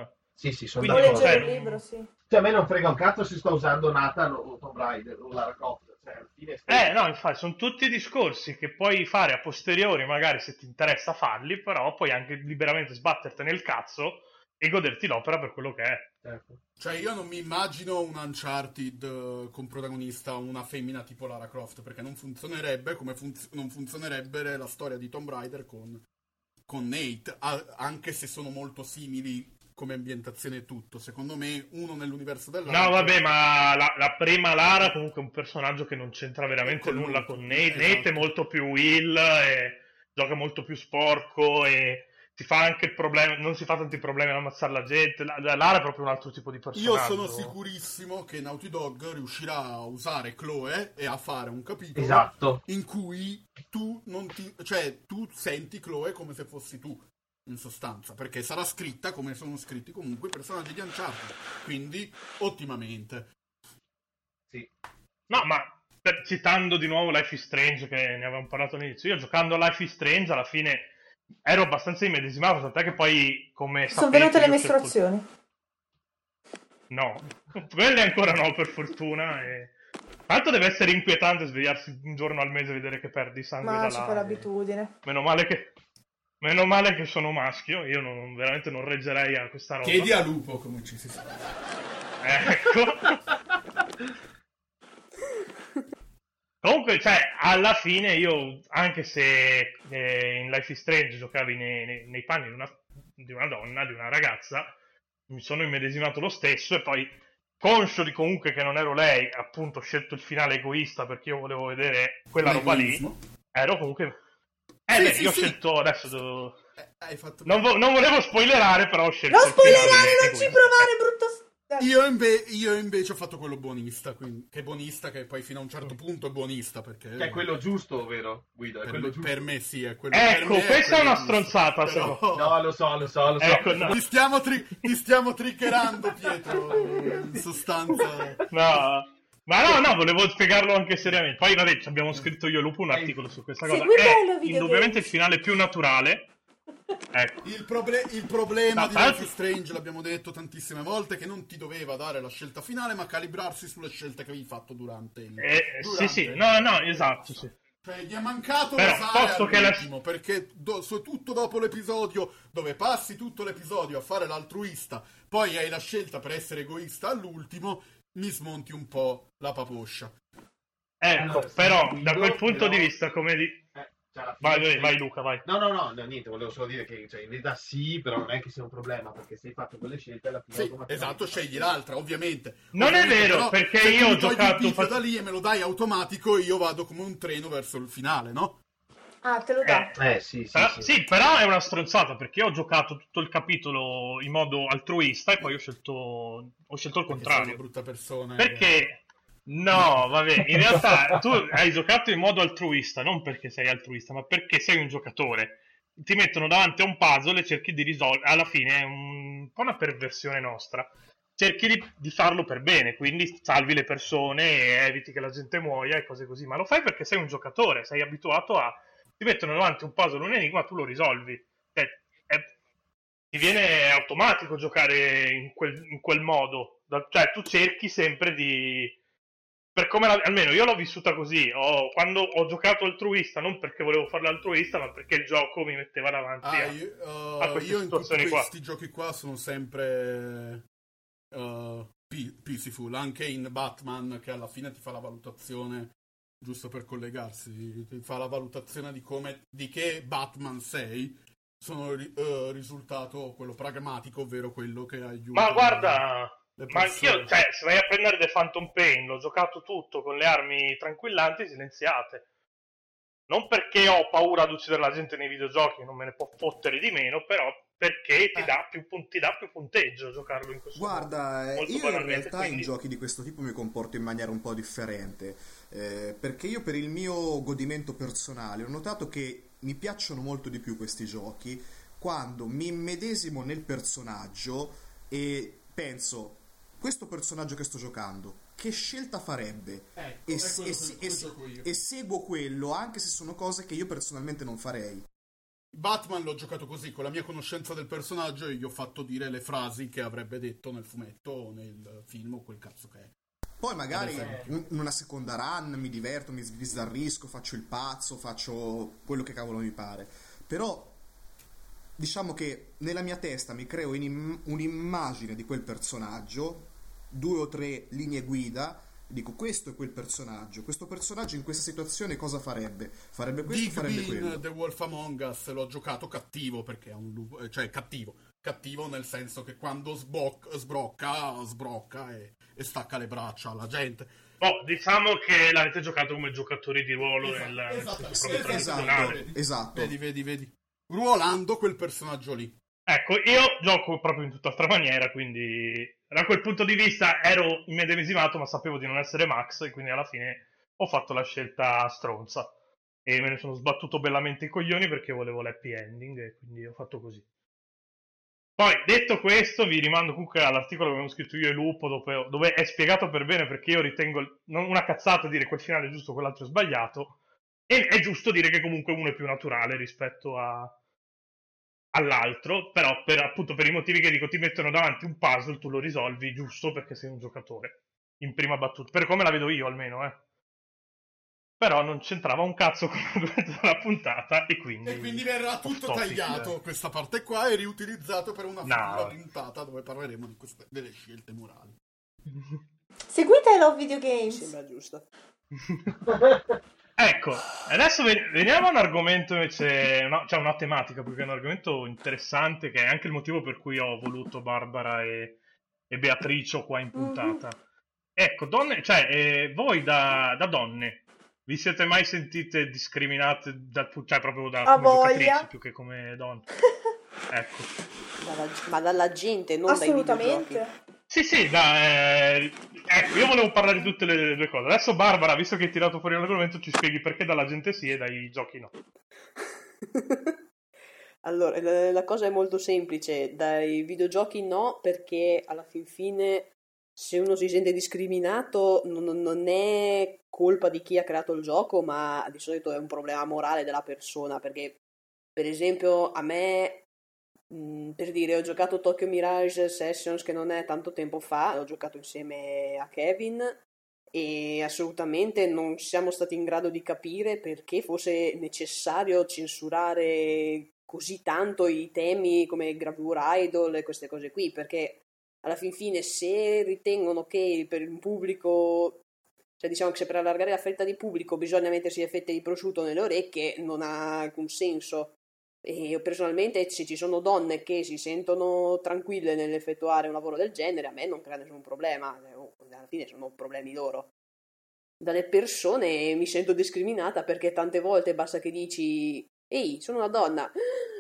Sì, sì, sono O Quindi, d'accordo. leggere cioè, il libro, sì. Cioè, a me non frega un cazzo se sto usando Nathan o Tomb Raider o Lara Croft. Cioè, alla fine Eh, no, infatti, sono tutti discorsi che puoi fare a posteriori, magari se ti interessa farli, però puoi anche liberamente sbatterti nel cazzo e goderti l'opera per quello che è. Certo. Cioè, io non mi immagino un Uncharted eh, con protagonista una femmina tipo Lara Croft, perché non funzionerebbe come funz- non funzionerebbe la storia di Tomb Raider con, con Nate, a- anche se sono molto simili come ambientazione e tutto. Secondo me, uno nell'universo dell'altro... No, vabbè, ma la, la prima Lara comunque è un personaggio che non c'entra veramente Con nulla lui. con Nate. Esatto. Nate è molto più Will e gioca molto più sporco e si fa anche il problema, non si fa tanti problemi ad ammazzare la gente. La, la Lara è proprio un altro tipo di Io personaggio. sono sicurissimo che Naughty Dog riuscirà a usare Chloe e a fare un capitolo Esatto. in cui tu non ti, cioè tu senti Chloe come se fossi tu, in sostanza, perché sarà scritta come sono scritti comunque i personaggi di Uncharted, quindi ottimamente. Sì. No, ma per- citando di nuovo Life is Strange, che ne avevamo parlato all'inizio, io giocando a Life is Strange alla fine ero abbastanza immedesimato, tant'è che poi, come Sono sapete, venute le io cerco- mestruazioni. No, quelle ancora no, per fortuna. E... Tanto deve essere inquietante svegliarsi un giorno al mese e vedere che perdi sangue Ma da ci là. fa l'abitudine. Meno male che... Meno male che sono maschio, io non, veramente non reggerei a questa roba. Chiedi a Lupo come ci si sa. Ecco. Comunque, cioè, alla fine io, anche se eh, in Life is Strange giocavi nei, nei- nei panni di una, di una donna, di una ragazza, mi sono immedesimato lo stesso e poi, conscio di comunque che non ero lei, appunto ho scelto il finale egoista perché io volevo vedere quella roba lì, L'egoismo. ero comunque... Eh Sì, beh, sì, io ho sì. scelto, adesso devo... Eh, hai fatto... Non, vo- non volevo spoilerare, però ho scelto Non il finale spoilerare, non egoista. ci provare, brutto... s- Io, inve- io invece ho fatto quello buonista, quindi, che è buonista, che poi fino a un certo punto è buonista, perché... Che è quello giusto, vero, Guido? È per, quello me, giusto. per me sì, è quello Ecco, per me questa è quello una giusto. stronzata, Però- secondo No, lo so, lo so, lo so. Ecco, no. Ti stiamo, tri- ti stiamo triggerando, Pietro, in sostanza. No, ma no, no, volevo spiegarlo anche seriamente. Poi, vabbè, ci abbiamo scritto io e Lupo un articolo su questa cosa. Segui È bello, videogame. indubbiamente il finale più naturale. Ecco. Il, proble- il problema No, di tra Life l'altro- is Strange, l'abbiamo detto tantissime volte, che non ti doveva dare la scelta finale, ma calibrarsi sulle scelte che avevi fatto durante il... Eh, durante sì, sì, il- no, no, esatto, sì. Cioè, gli è mancato Però, osare posto che la- all'ultimo, perché do- su- tutto dopo l'episodio, dove passi tutto l'episodio a fare l'altruista, poi hai la scelta per essere egoista all'ultimo, mi smonti un po' la paposcia. Ecco, Allora, però, Guido, da quel punto però- di vista, come di... Eh, cioè, alla fine Vai, vai, sei- vai Luca, vai. No, no, no, no, niente, volevo solo dire che cioè, in verità sì, però non è che sia un problema, perché se hai fatto quelle scelte alla fine Sì, automaticamente esatto, scegli l'altra, ovviamente. Non è Ovviamente, vero, però, perché se io tu ho mi togli giocato- il pizzo faccio- da lì e me lo dai automatico, io vado come un treno verso il finale, no? Ah, te lo dà. Eh sì, sì, Però- sì. sì, però è una stronzata perché io ho giocato tutto il capitolo in modo altruista e poi ho scelto, ho scelto il Perché sei una contrario. brutta persona. Perché? No, vabbè, in realtà tu hai giocato in modo altruista, non perché sei altruista, ma perché sei un giocatore. Ti mettono davanti a un puzzle e cerchi di risolvere. Alla fine è un po' una perversione nostra. Cerchi di, di farlo per bene, quindi salvi le persone e eviti che la gente muoia e cose così. Ma lo fai perché sei un giocatore, sei abituato a... Ti mettono davanti un puzzle, un enigma, tu lo risolvi. Cioè, è- ti viene automatico giocare in quel, in quel modo. Da- Cioè, tu cerchi sempre di... Per come la- almeno io l'ho vissuta così. Ho- quando ho giocato altruista, non perché volevo fare l'altruista, ma perché il gioco mi metteva davanti Ah, a, io, uh, a queste io in tutti situazioni qua. questi giochi qua sono sempre uh, pe- peaceful, anche in Batman che alla fine ti fa la valutazione, giusto per collegarsi, ti fa la valutazione di come, di che Batman sei, sono ri- uh, risultato quello pragmatico, ovvero quello che aiuta. Ma guarda, le ma anch'io, persone. cioè, se vai a prendere The Phantom Pain, l'ho giocato tutto con le armi tranquillanti silenziate. Non perché ho paura di uccidere la gente nei videogiochi, non me ne può fottere di meno, però perché ti dà più, pun- ti dà più punteggio giocarlo in questo Guarda, modo. eh, Molto io in banalmente, realtà quindi- in giochi di questo tipo mi comporto in maniera un po' differente, eh, perché io per il mio godimento personale ho notato che mi piacciono molto di più questi giochi quando mi immedesimo nel personaggio e penso, questo personaggio che sto giocando, che scelta farebbe? Ecco, e, è s- quello e che- s- quello e s- gioco io. e seguo quello anche se sono cose che io personalmente non farei. Batman l'ho giocato così, con la mia conoscenza del personaggio, e gli ho fatto dire le frasi che avrebbe detto nel fumetto o nel film o quel cazzo che è. Poi magari in una seconda run mi diverto, mi sbizzarrisco, faccio il pazzo, faccio quello che cavolo mi pare. Però diciamo che nella mia testa mi creo un'im- un'immagine di quel personaggio, due o tre linee guida, dico questo è quel personaggio, questo personaggio in questa situazione cosa farebbe? Farebbe questo, Big farebbe Bean, quello. The Wolf Among Us, l'ho giocato cattivo perché è un lupo, cioè cattivo, cattivo nel senso che quando sboc- sbrocca, sbrocca e, e stacca le braccia alla gente. Oh, diciamo che l'avete giocato come giocatori di ruolo Esatto, nel, nel esatto, senso proprio esatto, tradizionale. Esatto. Vedi, vedi, vedi. Ruolando quel personaggio lì. Ecco, io gioco proprio in tutt'altra maniera, quindi da quel punto di vista ero immedesimato, ma sapevo di non essere Max, e quindi alla fine ho fatto la scelta stronza. E me ne sono sbattuto bellamente i coglioni perché volevo l'happy ending, e quindi ho fatto così. Poi, detto questo, vi rimando comunque all'articolo che abbiamo scritto io e Lupo, dove, dove è spiegato per bene perché io ritengo non una cazzata dire quel finale è giusto, quell'altro è sbagliato, e è giusto dire che comunque uno è più naturale rispetto a... all'altro, però per, appunto per i motivi che dico ti mettono davanti un puzzle, tu lo risolvi giusto perché sei un giocatore in prima battuta, per come la vedo io almeno, eh. Però non c'entrava un cazzo con la puntata e quindi E quindi verrà tutto topic. tagliato questa parte qua e riutilizzato per una futura No. puntata dove parleremo di queste, delle scelte morali. Seguite I Love Video Games. Sembra giusto. Ecco, adesso ven- veniamo a un argomento invece, no, cioè una tematica più che un argomento interessante, che è anche il motivo per cui ho voluto Barbara e, e Beatrice qua in puntata. Ecco, donne, cioè, eh, voi da, da donne, vi siete mai sentite discriminate, da, cioè proprio da, A come voglia. giocatrici più che come donne? Ecco. Dalla- ma dalla gente, non dai videogiochi. Assolutamente. Sì, sì, da, eh, ecco, io volevo parlare di tutte le due cose. Adesso Barbara, visto che hai tirato fuori l'argomento, ci spieghi perché dalla gente sì e dai giochi no. Allora, la, la cosa è molto semplice, dai videogiochi no, perché alla fin fine se uno si sente discriminato non, non è colpa di chi ha creato il gioco, ma di solito è un problema morale della persona, perché per esempio a me, mh, per dire, ho giocato Tokyo Mirage Sessions che non è tanto tempo fa, l'ho giocato insieme a Kevin e assolutamente non siamo stati in grado di capire perché fosse necessario censurare così tanto i temi come Gravure Idol e queste cose qui, perché alla fin fine se ritengono che per un pubblico, cioè diciamo che se per allargare la fetta di pubblico bisogna mettersi le fette di prosciutto nelle orecchie, non ha alcun senso. E io personalmente, se ci sono donne che si sentono tranquille nell'effettuare un lavoro del genere, a me non crea nessun problema, alla fine sono problemi loro. Dalle persone mi sento discriminata perché tante volte basta che dici ehi, sono una donna.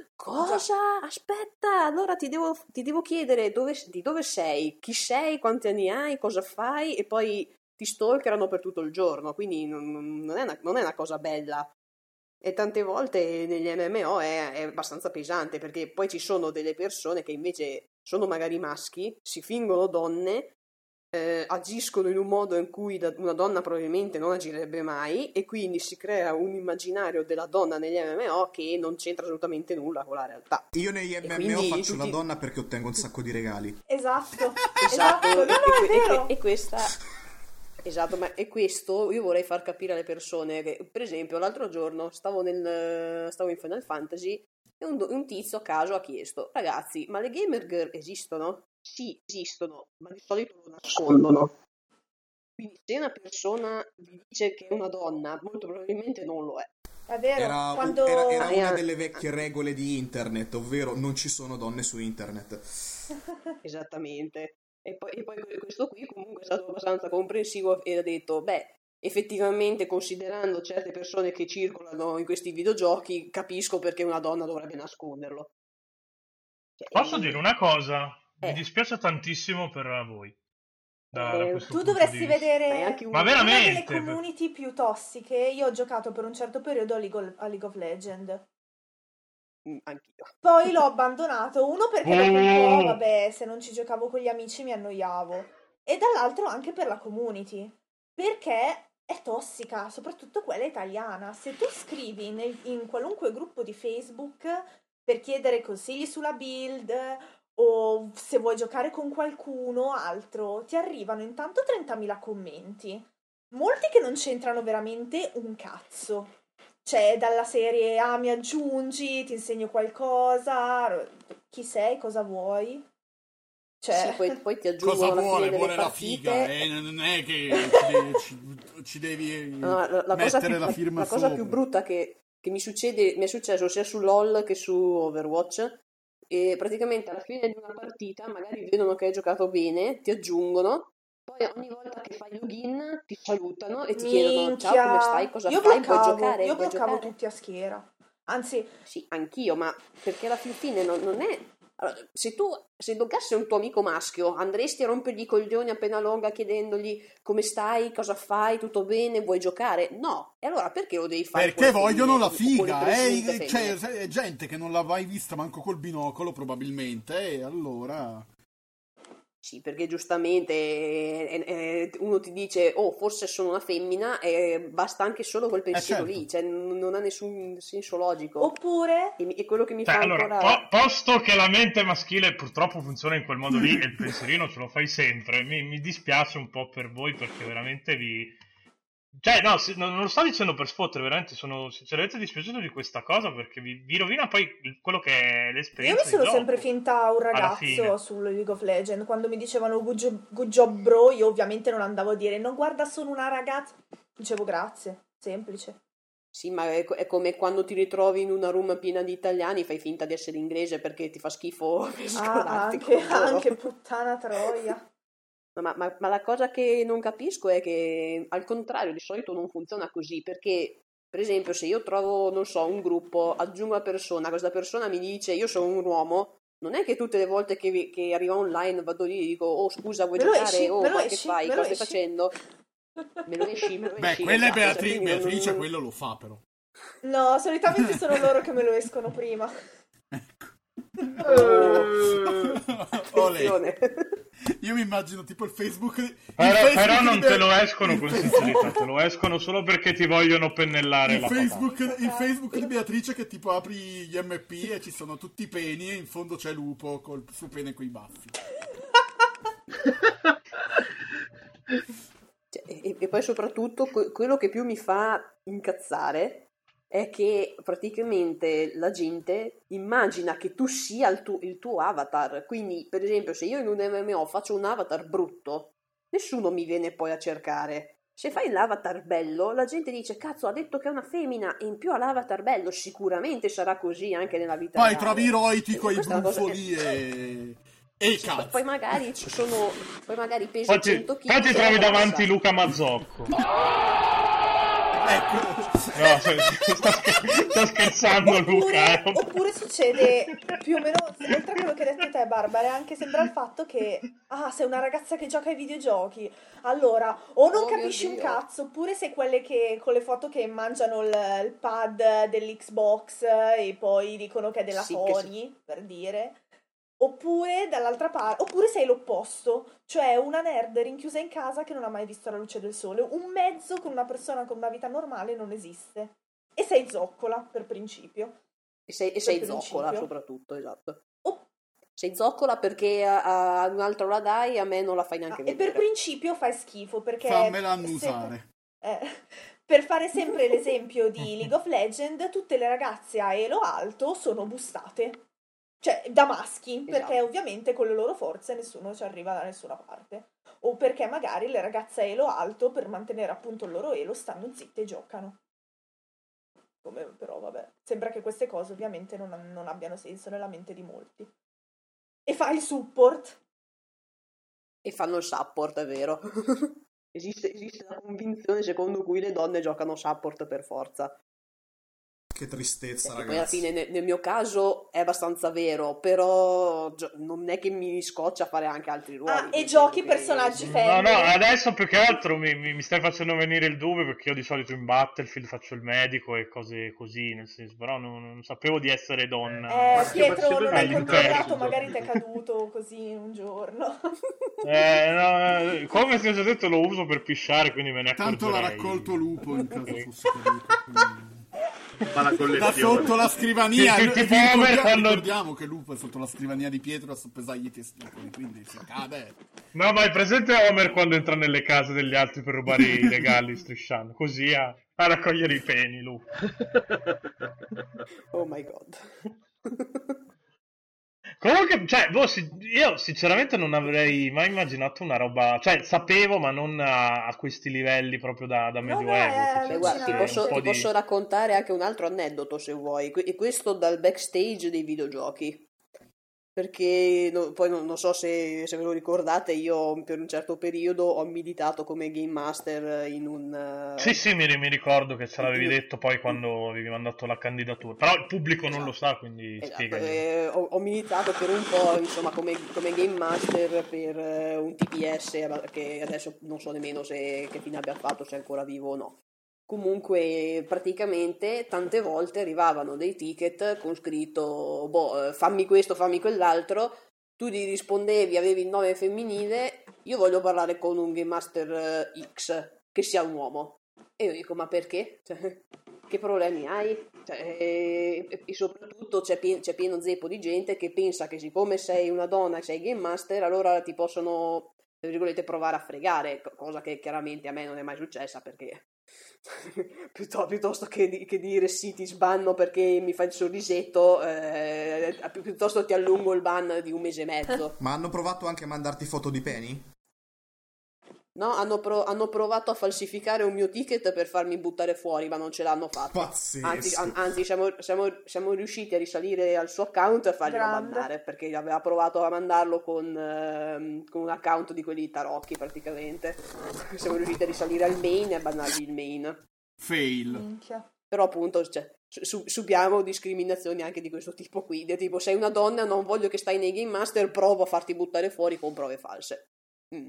Cosa? Aspetta, allora ti devo, ti devo chiedere dove, di dove sei, chi sei, quanti anni hai, cosa fai, e poi ti stalkerano per tutto il giorno, quindi non, non, è, una, non è una cosa bella. E tante volte negli M M O è, è abbastanza pesante, perché poi ci sono delle persone che invece sono magari maschi, si fingono donne, eh, agiscono in un modo in cui una donna probabilmente non agirebbe mai, e quindi si crea un immaginario della donna negli M M O che non c'entra assolutamente nulla con la realtà. Io negli M M O quindi faccio tutti- la donna perché ottengo un sacco di regali. Esatto. Esatto, No, no, e, è e- vero. e questa esatto, ma e questo io vorrei far capire alle persone che, per esempio, l'altro giorno stavo nel stavo in Final Fantasy e un, un tizio a caso ha chiesto: ragazzi, ma le gamer girl esistono? Sì, esistono, ma di solito lo nascondono. Quindi se una persona vi dice che è una donna, molto probabilmente non lo è. È vero. Era, Quando... era- era Eh, una delle vecchie regole di internet, ovvero non ci sono donne su internet. Esattamente. E poi, e poi questo qui comunque è stato abbastanza comprensivo e ha detto, beh, effettivamente considerando certe persone che circolano in questi videogiochi, capisco perché una donna dovrebbe nasconderlo. Cioè, Posso eh, dire una cosa? Mi Eh. dispia tantissimo per voi. Da, da Eh, questo Tu punto dovresti di vista. vedere Ma è anche un- Ma una delle veramente? community più tossiche. Io ho giocato per un certo periodo a League of, a League of Legends. Mm, anch'io. Poi l'ho abbandonato, uno perché dopo un Oh! po', vabbè, se non ci giocavo con gli amici mi annoiavo. E dall'altro anche per la community. Perché è tossica, soprattutto quella italiana. Se tu scrivi nel- in qualunque gruppo di Facebook per chiedere consigli sulla build o se vuoi giocare con qualcuno altro, ti arrivano intanto trentamila commenti. Molti che non c'entrano veramente un cazzo. Cioè, dalla serie, ah, mi aggiungi, ti insegno qualcosa, chi sei, cosa vuoi? Cioè, Sì, poi, poi ti aggiungono Cosa alla vuole? fine delle Vuole la partite. figa, eh? Non è che ci devi, ci, ci devi No, la, la cosa, mettere più, la la- firma la cosa sopra. più brutta che, che mi succede, mi è successo sia su LOL che su Overwatch, e praticamente alla fine di una partita magari vedono che hai giocato bene, ti aggiungono, poi ogni volta che fai login ti salutano e ti chiedono ciao, come stai, minchia, cosa io fai, vuoi bloccavo, giocare, io vuoi bloccavo giocare? tutti a schiera. Anzi, Sì, anch'io, ma perché alla fin fine non, non è... Allora, se tu, se toccasse un tuo amico maschio, andresti a rompergli i coglioni a penna longa chiedendogli come stai, cosa fai, tutto bene, vuoi giocare? No. E allora perché lo devi fare? Perché con le vogliono femmine, la con- con le figa, presunte eh? Cioè, femmine? se- è gente che non l'ha mai vista manco col binocolo, probabilmente, e allora... Sì, perché giustamente eh, eh, uno ti dice, oh, forse sono una femmina, e basta anche solo quel pensiero certo. lì, cioè n- non ha nessun senso logico. oppure, E, mi- e quello che mi Cioè, fa allora, ancora... po- posto che la mente maschile purtroppo funziona in quel modo lì e il pensierino ce lo fai sempre, mi, mi dispiace un po' per voi perché veramente vi... Cioè, no, se- non non lo sto dicendo per sfottere, veramente sono sinceramente dispiaciuto di questa cosa perché vi, vi rovina poi il- quello che è io l'esperienza mi di sono gioco. sempre finta un alla ragazzo fine. su League of Legends. Quando mi dicevano good job, good job, bro, io ovviamente non andavo a dire, no, guarda, sono una ragazza. Dicevo grazie, semplice. Sì, ma è, co- è come quando ti ritrovi in una room piena di italiani, fai finta di essere inglese perché ti fa schifo Ah, mescolarti anche, con loro. anche puttana troia. No, Ma, ma- ma la cosa che non capisco è che al contrario di solito non funziona così, perché per esempio se io trovo, non so, un gruppo, aggiungo una persona, questa persona mi dice io sono un uomo, non è che tutte le volte che, che arriva online vado lì e dico oh scusa vuoi Me lo giocare, esci, oh me lo ma che esci, fai, me lo cosa stai esci. facendo? Me lo esci, me lo Beh, esci, quella è esatto, cioè, Beatri- quindi non- Beatrice, non- quello lo fa però. No, solitamente sono loro che me lo escono prima. Olè. Attenzione. Io mi immagino tipo il Facebook, il Però, Facebook però di non Bea- te lo escono il con Facebook- sincerità, te lo escono solo perché ti vogliono pennellare il la Facebook, patata. il Facebook di Beatrice che tipo apri gli M P e ci sono tutti i peni e in fondo c'è Lupo col suo pene coi baffi. Cioè, e, e poi soprattutto que- quello che più mi fa incazzare è che praticamente la gente immagina che tu sia il, tu- il tuo avatar. Quindi, per esempio, se io in un M M O faccio un avatar brutto, nessuno mi viene poi a cercare. Se fai l'avatar bello, la gente dice cazzo, ha detto che è una femmina e in più ha l'avatar bello, sicuramente sarà così anche nella vita Poi reale. trovi i roiti coi Questa è una cosa brufoli che- e... e il Sì, poi- cazzo. poi magari ci sono poi magari pesi Poi ti, cento poi chili ti trovi e davanti basta. Luca Mazzocco. Ecco. No, sto, scher- sto scherzando Luca. Oppure, eh. oppure succede più o meno, oltre a quello che hai detto te, Barbara, anche sembra il fatto che, ah, sei una ragazza che gioca ai videogiochi, allora, o non Oh mio capisci un Dio. cazzo, oppure sei quelle che con le foto che mangiano il, il pad dell'Xbox e poi dicono che è della Sì, che Sony, per dire. Oppure dall'altra parte, oppure sei l'opposto, cioè una nerd rinchiusa in casa che non ha mai visto la luce del sole, un mezzo con una persona con una vita normale non esiste. E sei zoccola, per principio. E sei, e Per sei principio. zoccola soprattutto, esatto. Sei zoccola perché a, a un altro la dai, a me non la fai neanche Ah, e per vedere. principio fai schifo, perché... Fammela se- annusare. eh, per fare sempre l'esempio di League of Legends, tutte le ragazze a elo alto sono bustate. Cioè, da maschi, perché Esatto. ovviamente con le loro forze nessuno ci arriva da nessuna parte. O perché magari le ragazze a elo alto, per mantenere appunto il loro elo, stanno zitte e giocano. Come, però vabbè, sembra che queste cose ovviamente non, non abbiano senso nella mente di molti. E fai il support. E fanno il support, è vero. esiste, esiste la convinzione secondo cui le donne giocano support per forza. Che tristezza, Che ragazzi. poi alla fine nel, nel mio caso è abbastanza vero, però gio- non è che mi scoccia fare anche altri ruoli. Ah, e nel giochi senso che- personaggi No, femmine. no, adesso più che altro mi, mi- mi stai facendo venire il dubbio perché io di solito in Battlefield faccio il medico e cose così, nel senso, però non, non sapevo di essere donna. Eh, Pietro, non hai all'interno. controllato, magari ti è caduto così un giorno. Eh, no, eh, come ti ho già detto lo uso per pisciare, quindi me ne Tanto l'ha accorgerei. raccolto Lupo in caso fosse caduto. quindi- Fa la Da collezione. sotto la scrivania. Ti- Noi- ti- vi ti muove ricordiamo, quando- ricordiamo che Lupo è sotto la scrivania di Pietro a soppesargli i testicoli, quindi se cade. No, ma è presente Homer quando entra nelle case degli altri per rubare i regali strisciando, così a, a raccogliere i peni, lui. Oh my god. Comunque, cioè, boh, si- io sinceramente non avrei mai immaginato una roba, cioè, sapevo, ma non a, a questi livelli proprio da, da No, no, medioevo. è che ci Beh, guarda, ti fosse posso, un po' ti di- posso raccontare anche un altro aneddoto se vuoi, que- e questo dal backstage dei videogiochi. Perché no- poi non, non so se, se ve lo ricordate, io per un certo periodo ho militato come game master in un... eh, Sì, sì, mi, mi ricordo che ce l'avevi Io- detto poi quando avevi mandato la candidatura, però il pubblico non lo sa, quindi Esatto, spiegagli. eh, ho, ho militato per un po', insomma, come, come game master per eh, un T P S eh, che adesso non so nemmeno se che fine abbia fatto, se è ancora vivo o no. Comunque, praticamente, tante volte arrivavano dei ticket con scritto, boh, eh, fammi questo, fammi quell'altro, tu gli rispondevi, avevi il nome femminile, io voglio parlare con un Game Master eh, X, che sia un uomo. E io dico, ma perché? Cioè, che problemi hai? Cioè, e, e- e soprattutto c'è, pien- c'è pieno zeppo di gente che pensa che siccome sei una donna e sei Game Master, allora ti possono, tra virgolette, provare a fregare, co- cosa che chiaramente a me non è mai successa perché... piuttosto, piuttosto che, di- che dire sì ti sbanno perché mi fai il sorrisetto eh, pi- piuttosto ti allungo il ban di un mese e mezzo. Ma hanno provato anche a mandarti foto di peni? No, hanno, pro- hanno provato a falsificare un mio ticket per farmi buttare fuori, ma non ce l'hanno fatto. Pazzesco. Anzi, an- anzi siamo, siamo- siamo riusciti a risalire al suo account e a farglielo Grande. mandare, perché aveva provato a mandarlo con, ehm, con un account di quelli tarocchi praticamente. Siamo riusciti a risalire al main e a bannargli il main. Fail. Minchia. Però appunto cioè, su- subiamo discriminazioni anche di questo tipo qui. Del tipo, sei una donna, non voglio che stai nei Game Master, provo a farti buttare fuori con prove false. Mm.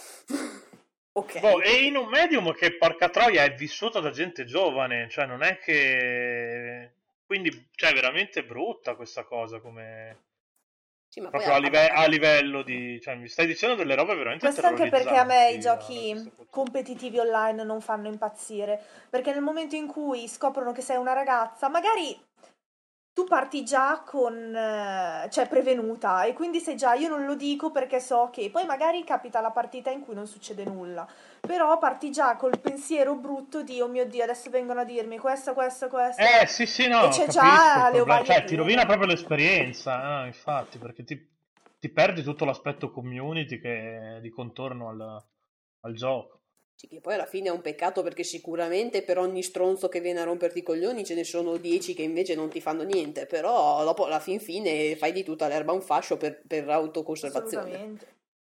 Ok. Boh, e in un medium che porca troia è vissuto da gente giovane, cioè non è che... Quindi, cioè, è veramente brutta questa cosa come... Sì, ma poi Proprio a, a- live- a- a livello di... Cioè, mi stai dicendo delle robe veramente Questo anche perché a me i terrorizzanti, giochi competitivi online non fanno impazzire. Perché nel momento in cui scoprono che sei una ragazza, magari tu parti già con, eh, cioè prevenuta, e quindi sei già, io non lo dico perché so che, poi magari capita la partita in cui non succede nulla, però parti già col pensiero brutto di, oh mio Dio, adesso vengono a dirmi questo, questo, questo. Eh sì sì no, E c'è capisco già il le problema. ovaie Cioè ti piene. rovina proprio l'esperienza, ah, infatti, perché ti, ti perdi tutto l'aspetto community che è di contorno al, al gioco. Sì, che poi alla fine è un peccato perché sicuramente per ogni stronzo che viene a romperti i coglioni ce ne sono dieci che invece non ti fanno niente, però dopo alla fin fine fai di tutta l'erba un fascio per, per autoconservazione. Assolutamente.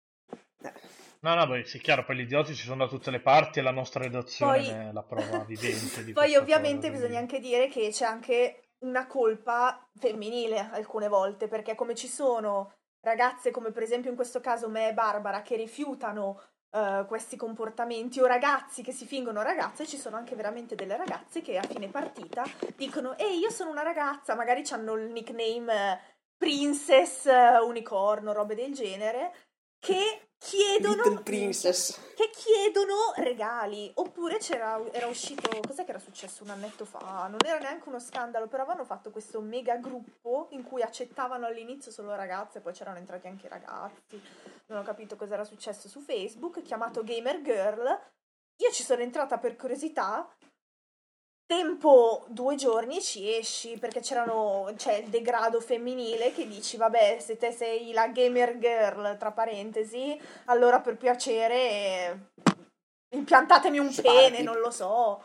No, no, beh, sì, chiaro, poi gli idioti ci sono da tutte le parti e la nostra redazione Poi- ne è la prova vivente di Poi questa ovviamente cosa, bisogna quindi- anche dire che c'è anche una colpa femminile alcune volte, perché come ci sono ragazze come per esempio in questo caso me e Barbara che rifiutano eh, questi comportamenti, o ragazzi che si fingono ragazze, ci sono anche veramente delle ragazze che a fine partita dicono ehi, io sono una ragazza, magari hanno il nickname eh, Princess, eh, Unicorno, robe del genere, che chiedono Little Princess. che chiedono regali. Oppure c'era era uscito, cos'è che era successo un annetto fa, non era neanche uno scandalo, però avevano fatto questo mega gruppo in cui accettavano all'inizio solo ragazze, poi c'erano entrati anche i ragazzi, non ho capito cosa era successo, su Facebook, chiamato Gamer Girl. Io ci sono entrata per curiosità, tempo due giorni e ci esci, perché c'erano, c'è il degrado femminile che dici vabbè, se te sei la gamer girl tra parentesi, allora per piacere eh, impiantatemi un Sparti. pene, non lo so.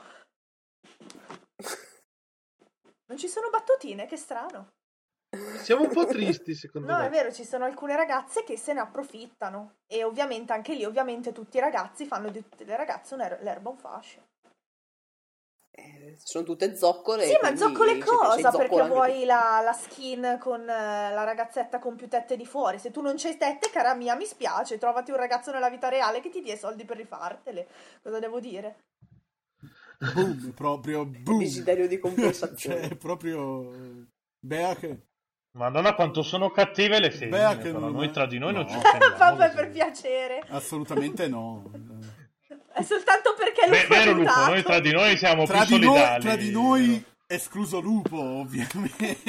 Non ci sono battutine, che strano. Siamo un po' tristi, secondo No, me. è vero, ci sono alcune ragazze che se ne approfittano, e ovviamente anche lì, ovviamente tutti i ragazzi fanno di tutte le ragazze un'er- l'erba un fascio. Eh, sono tutte zoccole. Sì, ma quindi zoccole se- cosa? se zoccola Perché anche vuoi la, la skin con eh, la ragazzetta con più tette di fuori. Se tu non c'hai tette, cara mia, mi spiace. Trovati un ragazzo nella vita reale che ti dia i soldi per rifartele. Cosa devo dire? Boom, proprio boom. Desiderio di compensazione. Cioè, proprio... Bea che... Madonna quanto sono cattive le femmine, Bea che però non noi è- tra di noi non no. ci offendiamo. Vabbè, per piacere. Assolutamente no. È soltanto perché lo Beh, fa vero Lupo, mutato. noi tra di noi siamo Tra più di, noi, solidali. tra di noi, escluso Lupo, ovviamente.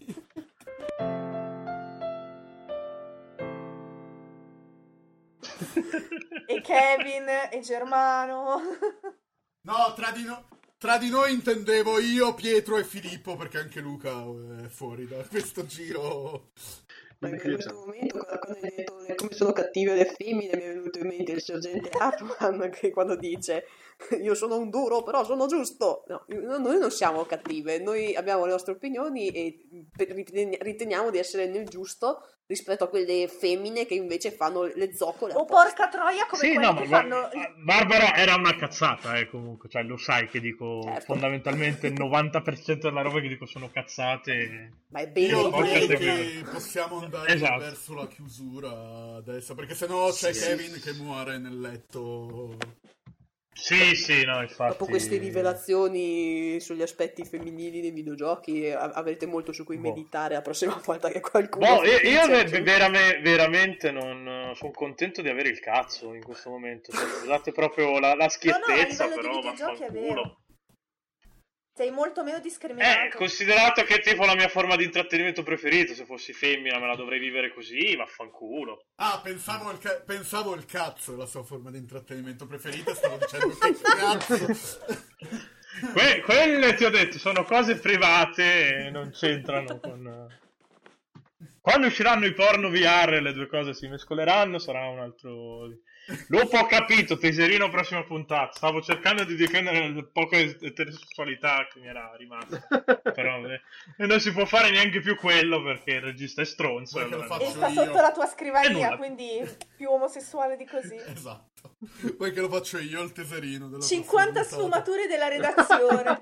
E Kevin, e Germano. No, tra di, no- tra di noi intendevo io, Pietro e Filippo, perché anche Luca è fuori da questo giro. Ma in questo momento, quando hai detto le- come sono cattive le femmine, mi è venuto in mente il sergente Atman che quando dice io sono un duro, però sono giusto. No, no, noi non siamo cattive, noi abbiamo le nostre opinioni e per- riteni- riteniamo di essere nel giusto rispetto a quelle femmine che invece fanno le zoccole. O porca troia come Sì, quelli no, ma che guarda, fanno... Barbara era una cazzata, eh, comunque, cioè lo sai che dico Certo. fondamentalmente il novanta per cento della roba che dico sono cazzate. Ma è Io Porca direi troia. che possiamo andare Esatto. verso la chiusura adesso, perché sennò c'è Sì. Kevin che muore nel letto. Sì, sì, no, infatti. Dopo queste rivelazioni sugli aspetti femminili dei videogiochi a- avrete molto su cui Boh. meditare la prossima volta che qualcuno Boh, si io, io dice, ve- cioè. verame- veramente non sono contento di avere il cazzo in questo momento. Cioè, scusate proprio la, la schiettezza, livello di però videogiochi è vaffanculo. vero. Sei molto meno discriminato. Eh, considerato che è tipo la mia forma di intrattenimento preferito, se fossi femmina me la dovrei vivere così, vaffanculo. Ah, pensavo il, ca- pensavo il cazzo, la sua forma di intrattenimento preferita, stavo dicendo che cazzo. Que- quelle ti ho detto sono cose private e non c'entrano con... Quando usciranno i porno V R le due cose si mescoleranno, sarà un altro... Lupo, ho capito, teserino prossima puntata. Stavo cercando di difendere la poca eterosessualità che mi era rimasta. Però eh, e non si può fare neanche più quello perché il regista è stronzo. Vuoi che lo allora- E faccio sta io? sotto la tua E scrivania, nulla. quindi più omosessuale di così. Esatto. Vuoi che lo faccio io il teserino della cinquanta prossima puntata? sfumature della redazione.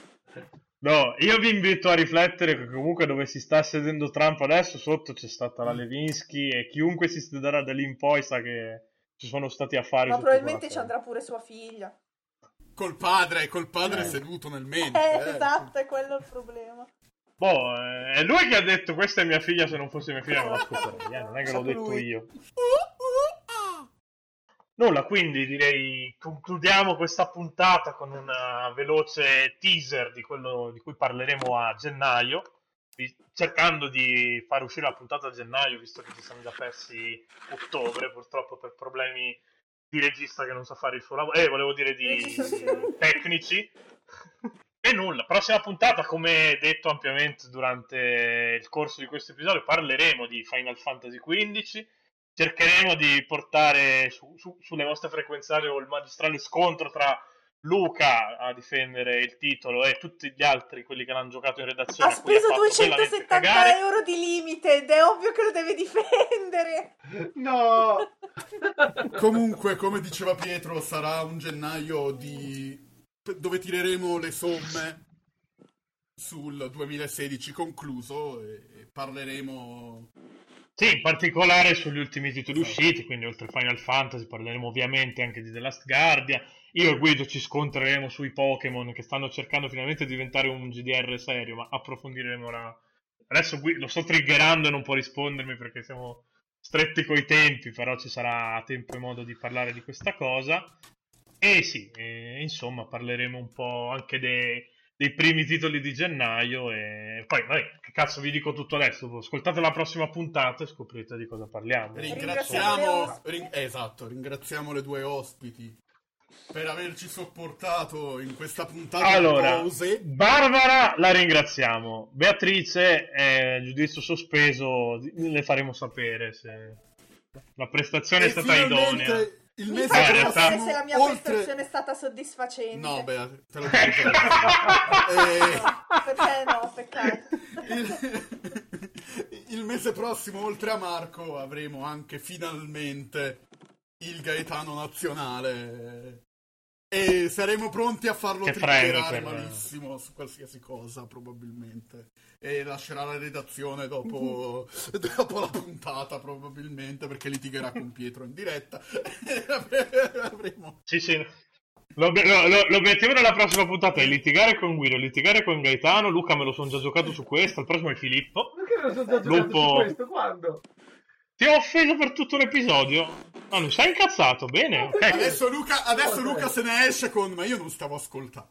No, io vi invito a riflettere che comunque dove si sta sedendo Trump adesso, sotto c'è stata la Levinsky e chiunque si sederà da lì in poi sa che ci sono stati affari. Ma sotto probabilmente ci quella andrà pure sua figlia. Col padre, col padre Eh. seduto nel mente. Eh, eh. esatto, è quello il problema. Boh, eh, è lui che ha detto questa è mia figlia, se non fosse mia figlia non la scoprirei, eh, non è che l'ho Proprio detto lui. io. Nulla, quindi direi concludiamo questa puntata con una veloce teaser di quello di cui parleremo a gennaio, vi- cercando di far uscire la puntata a gennaio, visto che ci siamo già persi ottobre, purtroppo per problemi di regista che non sa fare il suo lavoro, eh, volevo dire di Registrazione. tecnici. E nulla, prossima puntata, come detto ampiamente durante il corso di questo episodio, parleremo di Final Fantasy quindici. Cercheremo di portare su, su- sulle vostre frequenze radio il magistrale scontro tra Luca a difendere il titolo e tutti gli altri, quelli che l'hanno giocato in redazione. Ha a cui ha speso fatto bellamente duecentosettanta cagare. euro di limited, è ovvio che lo deve difendere. No! Comunque, come diceva Pietro, sarà un gennaio di... dove tireremo le somme sul duemilasedici concluso e parleremo... Sì, in particolare sugli ultimi titoli usciti, quindi oltre a Final Fantasy parleremo ovviamente anche di The Last Guardian. Io e Guido ci scontreremo sui Pokémon che stanno cercando finalmente di diventare un G D R serio, ma approfondiremo la... Adesso Gui- lo sto triggerando e non può rispondermi perché siamo stretti coi tempi, però ci sarà tempo e modo di parlare di questa cosa. E sì, e, insomma, parleremo un po' anche dei, dei primi titoli di gennaio e poi, vabbè, che cazzo vi dico tutto adesso? Ascoltate la prossima puntata e scoprite di cosa parliamo. Ringraziamo, rin- esatto, ringraziamo le due ospiti per averci sopportato in questa puntata Allora, di pause. Barbara la ringraziamo, Beatrice è giudizio sospeso, le faremo sapere se la prestazione E è stata finalmente idonea. il Mi mese fa in sapere prossimo, se la mia oltre... prestazione è stata soddisfacente. No, beh, te lo dico. eh, Perché no, peccato. il... il mese prossimo, oltre a Marco, avremo anche finalmente il Gaetano nazionale. E saremo pronti a farlo Che triggerare freme per- malissimo su qualsiasi cosa, probabilmente. E lascerà la redazione dopo, dopo la puntata, probabilmente, perché litigherà con Pietro in diretta. E avremo... Sì, sì. L'ob- lo- lo- l'obiettivo della prossima puntata è litigare con Guido, litigare con Gaetano. Luca me lo sono già giocato su questo, il prossimo è Filippo. Perché non sono già giocato Lupo- su questo? Quando? Ti ho offeso per tutto l'episodio? No, non sei incazzato, bene, ok. Adesso Luca, adesso Luca se ne esce con ma io non stavo ascoltando.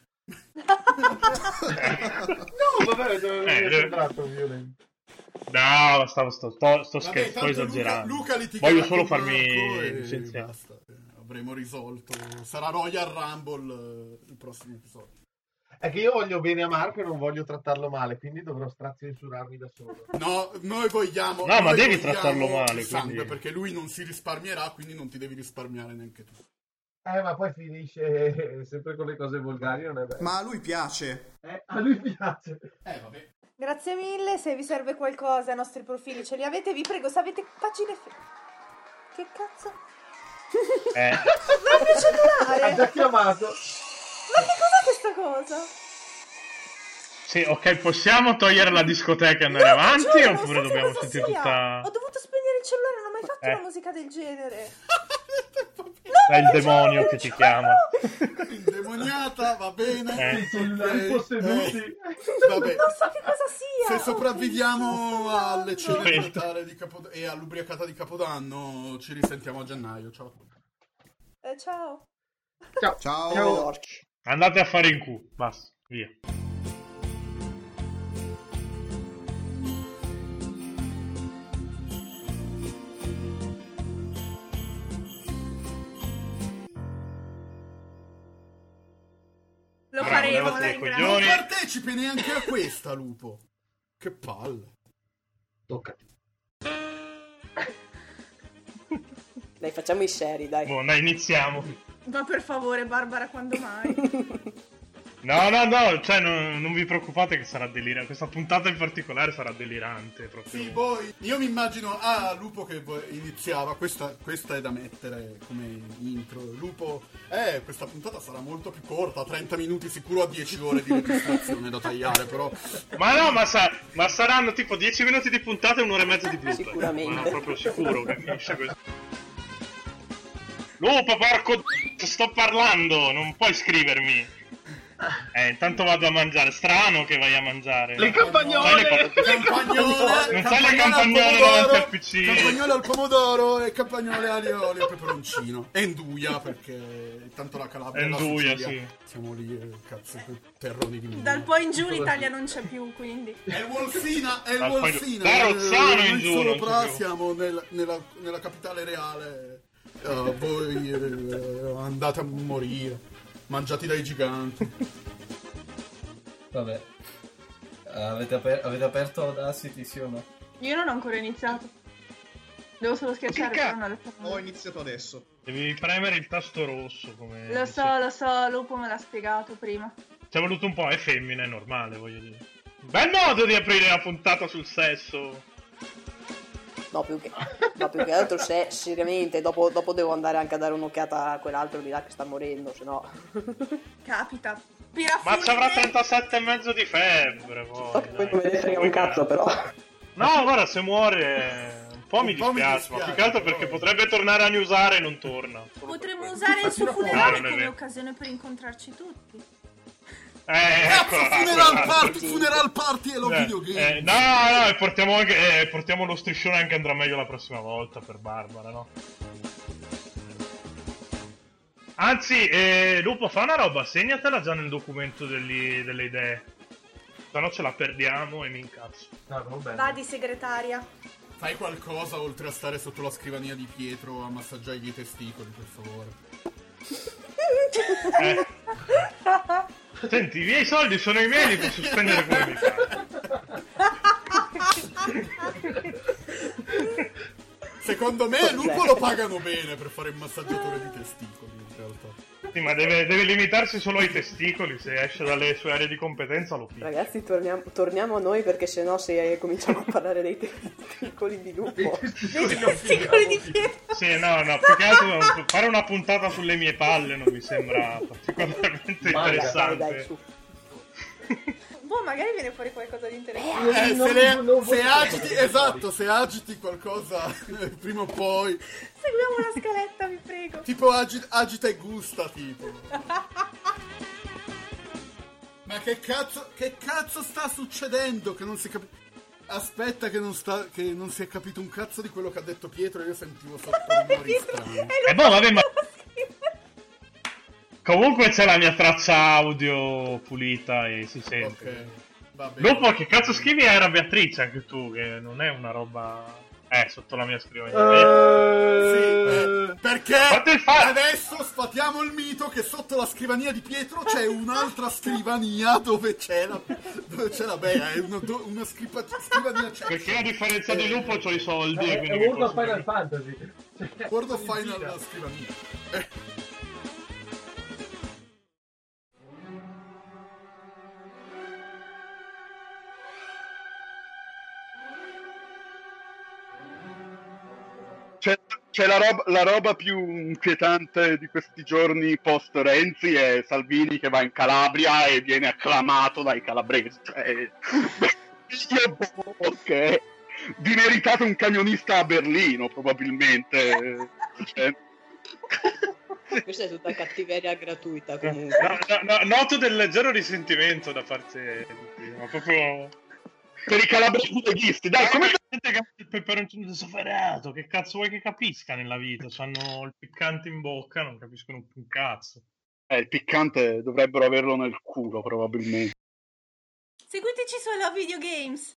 No, vabbè, non Eh, è eh. sembrato violento. No, sto, sto, sto, sto Vabbè, scherzando, sto tanto esagerando. Luca, Luca litigherà Voglio solo con farmi Marco e licenziare. basta. Eh, Avremo risolto. Sarà Royal Rumble eh, il prossimo episodio. È che io voglio bene a Marco e non voglio trattarlo male, quindi dovrò stracensurarmi da solo. No, noi vogliamo. No, ma noi devi vogliamo trattarlo male, il sangue, quindi- perché lui non si risparmierà, quindi non ti devi risparmiare neanche tu. Eh, ma poi finisce sempre con le cose volgari, non è vero. Ma a lui piace. Eh, a lui piace. Eh, vabbè. Grazie mille, se vi serve qualcosa ai nostri profili ce li avete, vi prego, se avete pagine... fe- Che cazzo? Eh. Ma il mio cellulare! Ha già chiamato. Ma che cos'è questa cosa? Sì, ok, possiamo togliere la discoteca e andare No, avanti giuro, non oppure so che dobbiamo cosa sentire sia. tutta... Ho dovuto spegnere il cellulare, non ho mai fatto Eh. una musica del genere. È il demonio che ti chiama. Indemoniata, va bene. Eh. I cellulari Eh, posseduti. eh, vabbè. Non so che cosa sia. Se sopravviviamo alle cene di Questo. Natale di Capod- e all'ubriacata di Capodanno, ci risentiamo a gennaio. Ciao a tutti. Eh, ciao. Ciao. Ciao. Ciao. Andate a fare in cu, basta, via. Lo Bravo, faremo, levati la dai ringrazio. Non coglioni. partecipi neanche a questa, Lupo. Che palle. Tocca. Dai, facciamo i seri, dai. Boh, dai, iniziamo. Ma per favore, Barbara, quando mai? No, no, no, cioè non, non vi preoccupate che sarà delirante. Questa puntata in particolare sarà delirante. Proprio. Sì, poi io mi immagino ah Lupo che vo- iniziava, questa, questa è da mettere come intro. Lupo, eh, questa puntata sarà molto più corta, trenta minuti sicuro a dieci ore di registrazione da tagliare, però. Ma no, ma, sa- ma saranno tipo dieci minuti di puntata e un'ora e mezza di blooper. Sicuramente. Ma proprio sicuro che finisce così. Lupo, porco d- sto parlando, non puoi scrivermi. Eh, intanto vado a mangiare. Strano che vai a mangiare. Le campagnole! Sai le co- Campagnole, Non sai le campagnole al campagnole pomodoro, davanti al P C. campagnole al pomodoro e campagnole aglio, olio e peperoncino. E Nduja, perché tanto la Calabria e la Nduja, Sicilia sì. siamo lì, eh, cazzo, quei terroni di Dal poi in giù l'Italia non c'è più, quindi. È il Wolfina, è il Dal poi- Wolfina. da Rozzano eh, in noi giù, non sopra c'è più. siamo nel- nella, nella capitale reale. Eh, voi eh, andate a morire, mangiati dai giganti. Vabbè. Avete, aper- avete aperto Audacity, sì o no? Io non ho ancora iniziato. Devo solo schiacciare, Che però ca- non ho detto Ho nulla. iniziato adesso. Devi premere il tasto rosso. Come Lo so, lo so, Lupo me l'ha spiegato prima. Ci è voluto un po', è femmina, è normale, voglio dire. Bel modo di aprire la puntata sul sesso. No, più che, no, più che altro se seriamente dopo, dopo devo andare anche a dare un'occhiata a quell'altro di là che sta morendo, se no. Capita. Ma Pirafine. ci avrà trentasette e mezzo di febbre, poi. Poi dai. non me ne frega un cazzo, però. No, guarda, se muore un po' mi Un po' mi dispiace, ma dispiace, più che altro però. perché potrebbe tornare a newsare e non torna. Solo per Potremmo quello. usare il suo No, funerale non è come vero. occasione per incontrarci tutti. Eh, Cazzo, eccola, funeral eccola. party, funeral party e lo Eh, videogame. eh, no, no, e portiamo, anche, eh, portiamo lo striscione anche andrà meglio la prossima volta per Barbara, no? Anzi, eh, Lupo, fa una roba, segnatela già nel documento degli- delle idee. Se no ce la perdiamo e mi incazzo. No, va bene. Vadi, segretaria. Fai qualcosa oltre a stare sotto la scrivania di Pietro a massaggiargli i testicoli, per favore. Eh. Senti, i miei soldi sono i miei, li posso spendere come mi pare. Secondo me Lupo lo pagano bene per fare il massaggiatore di testicoli, in realtà. Sì, ma deve, deve limitarsi solo ai testicoli, se esce dalle sue aree di competenza lo picchia. Ragazzi, torniamo, torniamo a noi perché sennò se cominciamo a parlare dei testicoli di Lupo. Dei testicoli di Pietro. Sì, no, no, più che altro fare una puntata sulle mie palle non mi sembra particolarmente Dai, interessante. dai, su. Boh, magari viene fuori qualcosa di interessante. Eh, se, le- se agiti, esatto, se agiti qualcosa prima o poi. Seguiamo la scaletta, vi prego. Tipo agi- agita e gusta, tipo. Ma che cazzo, che cazzo sta succedendo? Che non si capi... Aspetta che non, sta, che non si è capito un cazzo di quello che ha detto Pietro e io sentivo sotto rumori strani. E boh, vabbè, ma... Comunque c'è la mia traccia audio pulita e si sente. Ok, va bene. Dopo che cazzo scrivi era Beatrice anche tu, che non è una roba... Eh, sotto la mia scrivania. Eh, sì, eh, perché Fate il fa- adesso sfatiamo il mito che sotto la scrivania di Pietro c'è un'altra scrivania dove c'è la, dove c'è la Bea, è una, do- una scripa- scrivania c'è. Perché a differenza di Lupo c'ho i soldi. È, quindi è mi World of posso- Final Fantasy. World of Final la scrivania. Eh. C'è, c'è la, roba, la roba più inquietante di questi giorni post Renzi è Salvini che va in Calabria e viene acclamato dai calabresi. Cioè, io, ok, di meritato un camionista a Berlino probabilmente. Cioè, Questa è tutta cattiveria gratuita No, comunque. no, no, noto del leggero risentimento da parte di ma proprio per i calabresi leghisti, dai, come gente che ha il peperoncino sofferrato, che cazzo vuoi che capisca nella vita? C'hanno il piccante in bocca, non capiscono più un cazzo. Eh, il piccante dovrebbero averlo nel culo probabilmente. Seguiteci su I Love Video Games.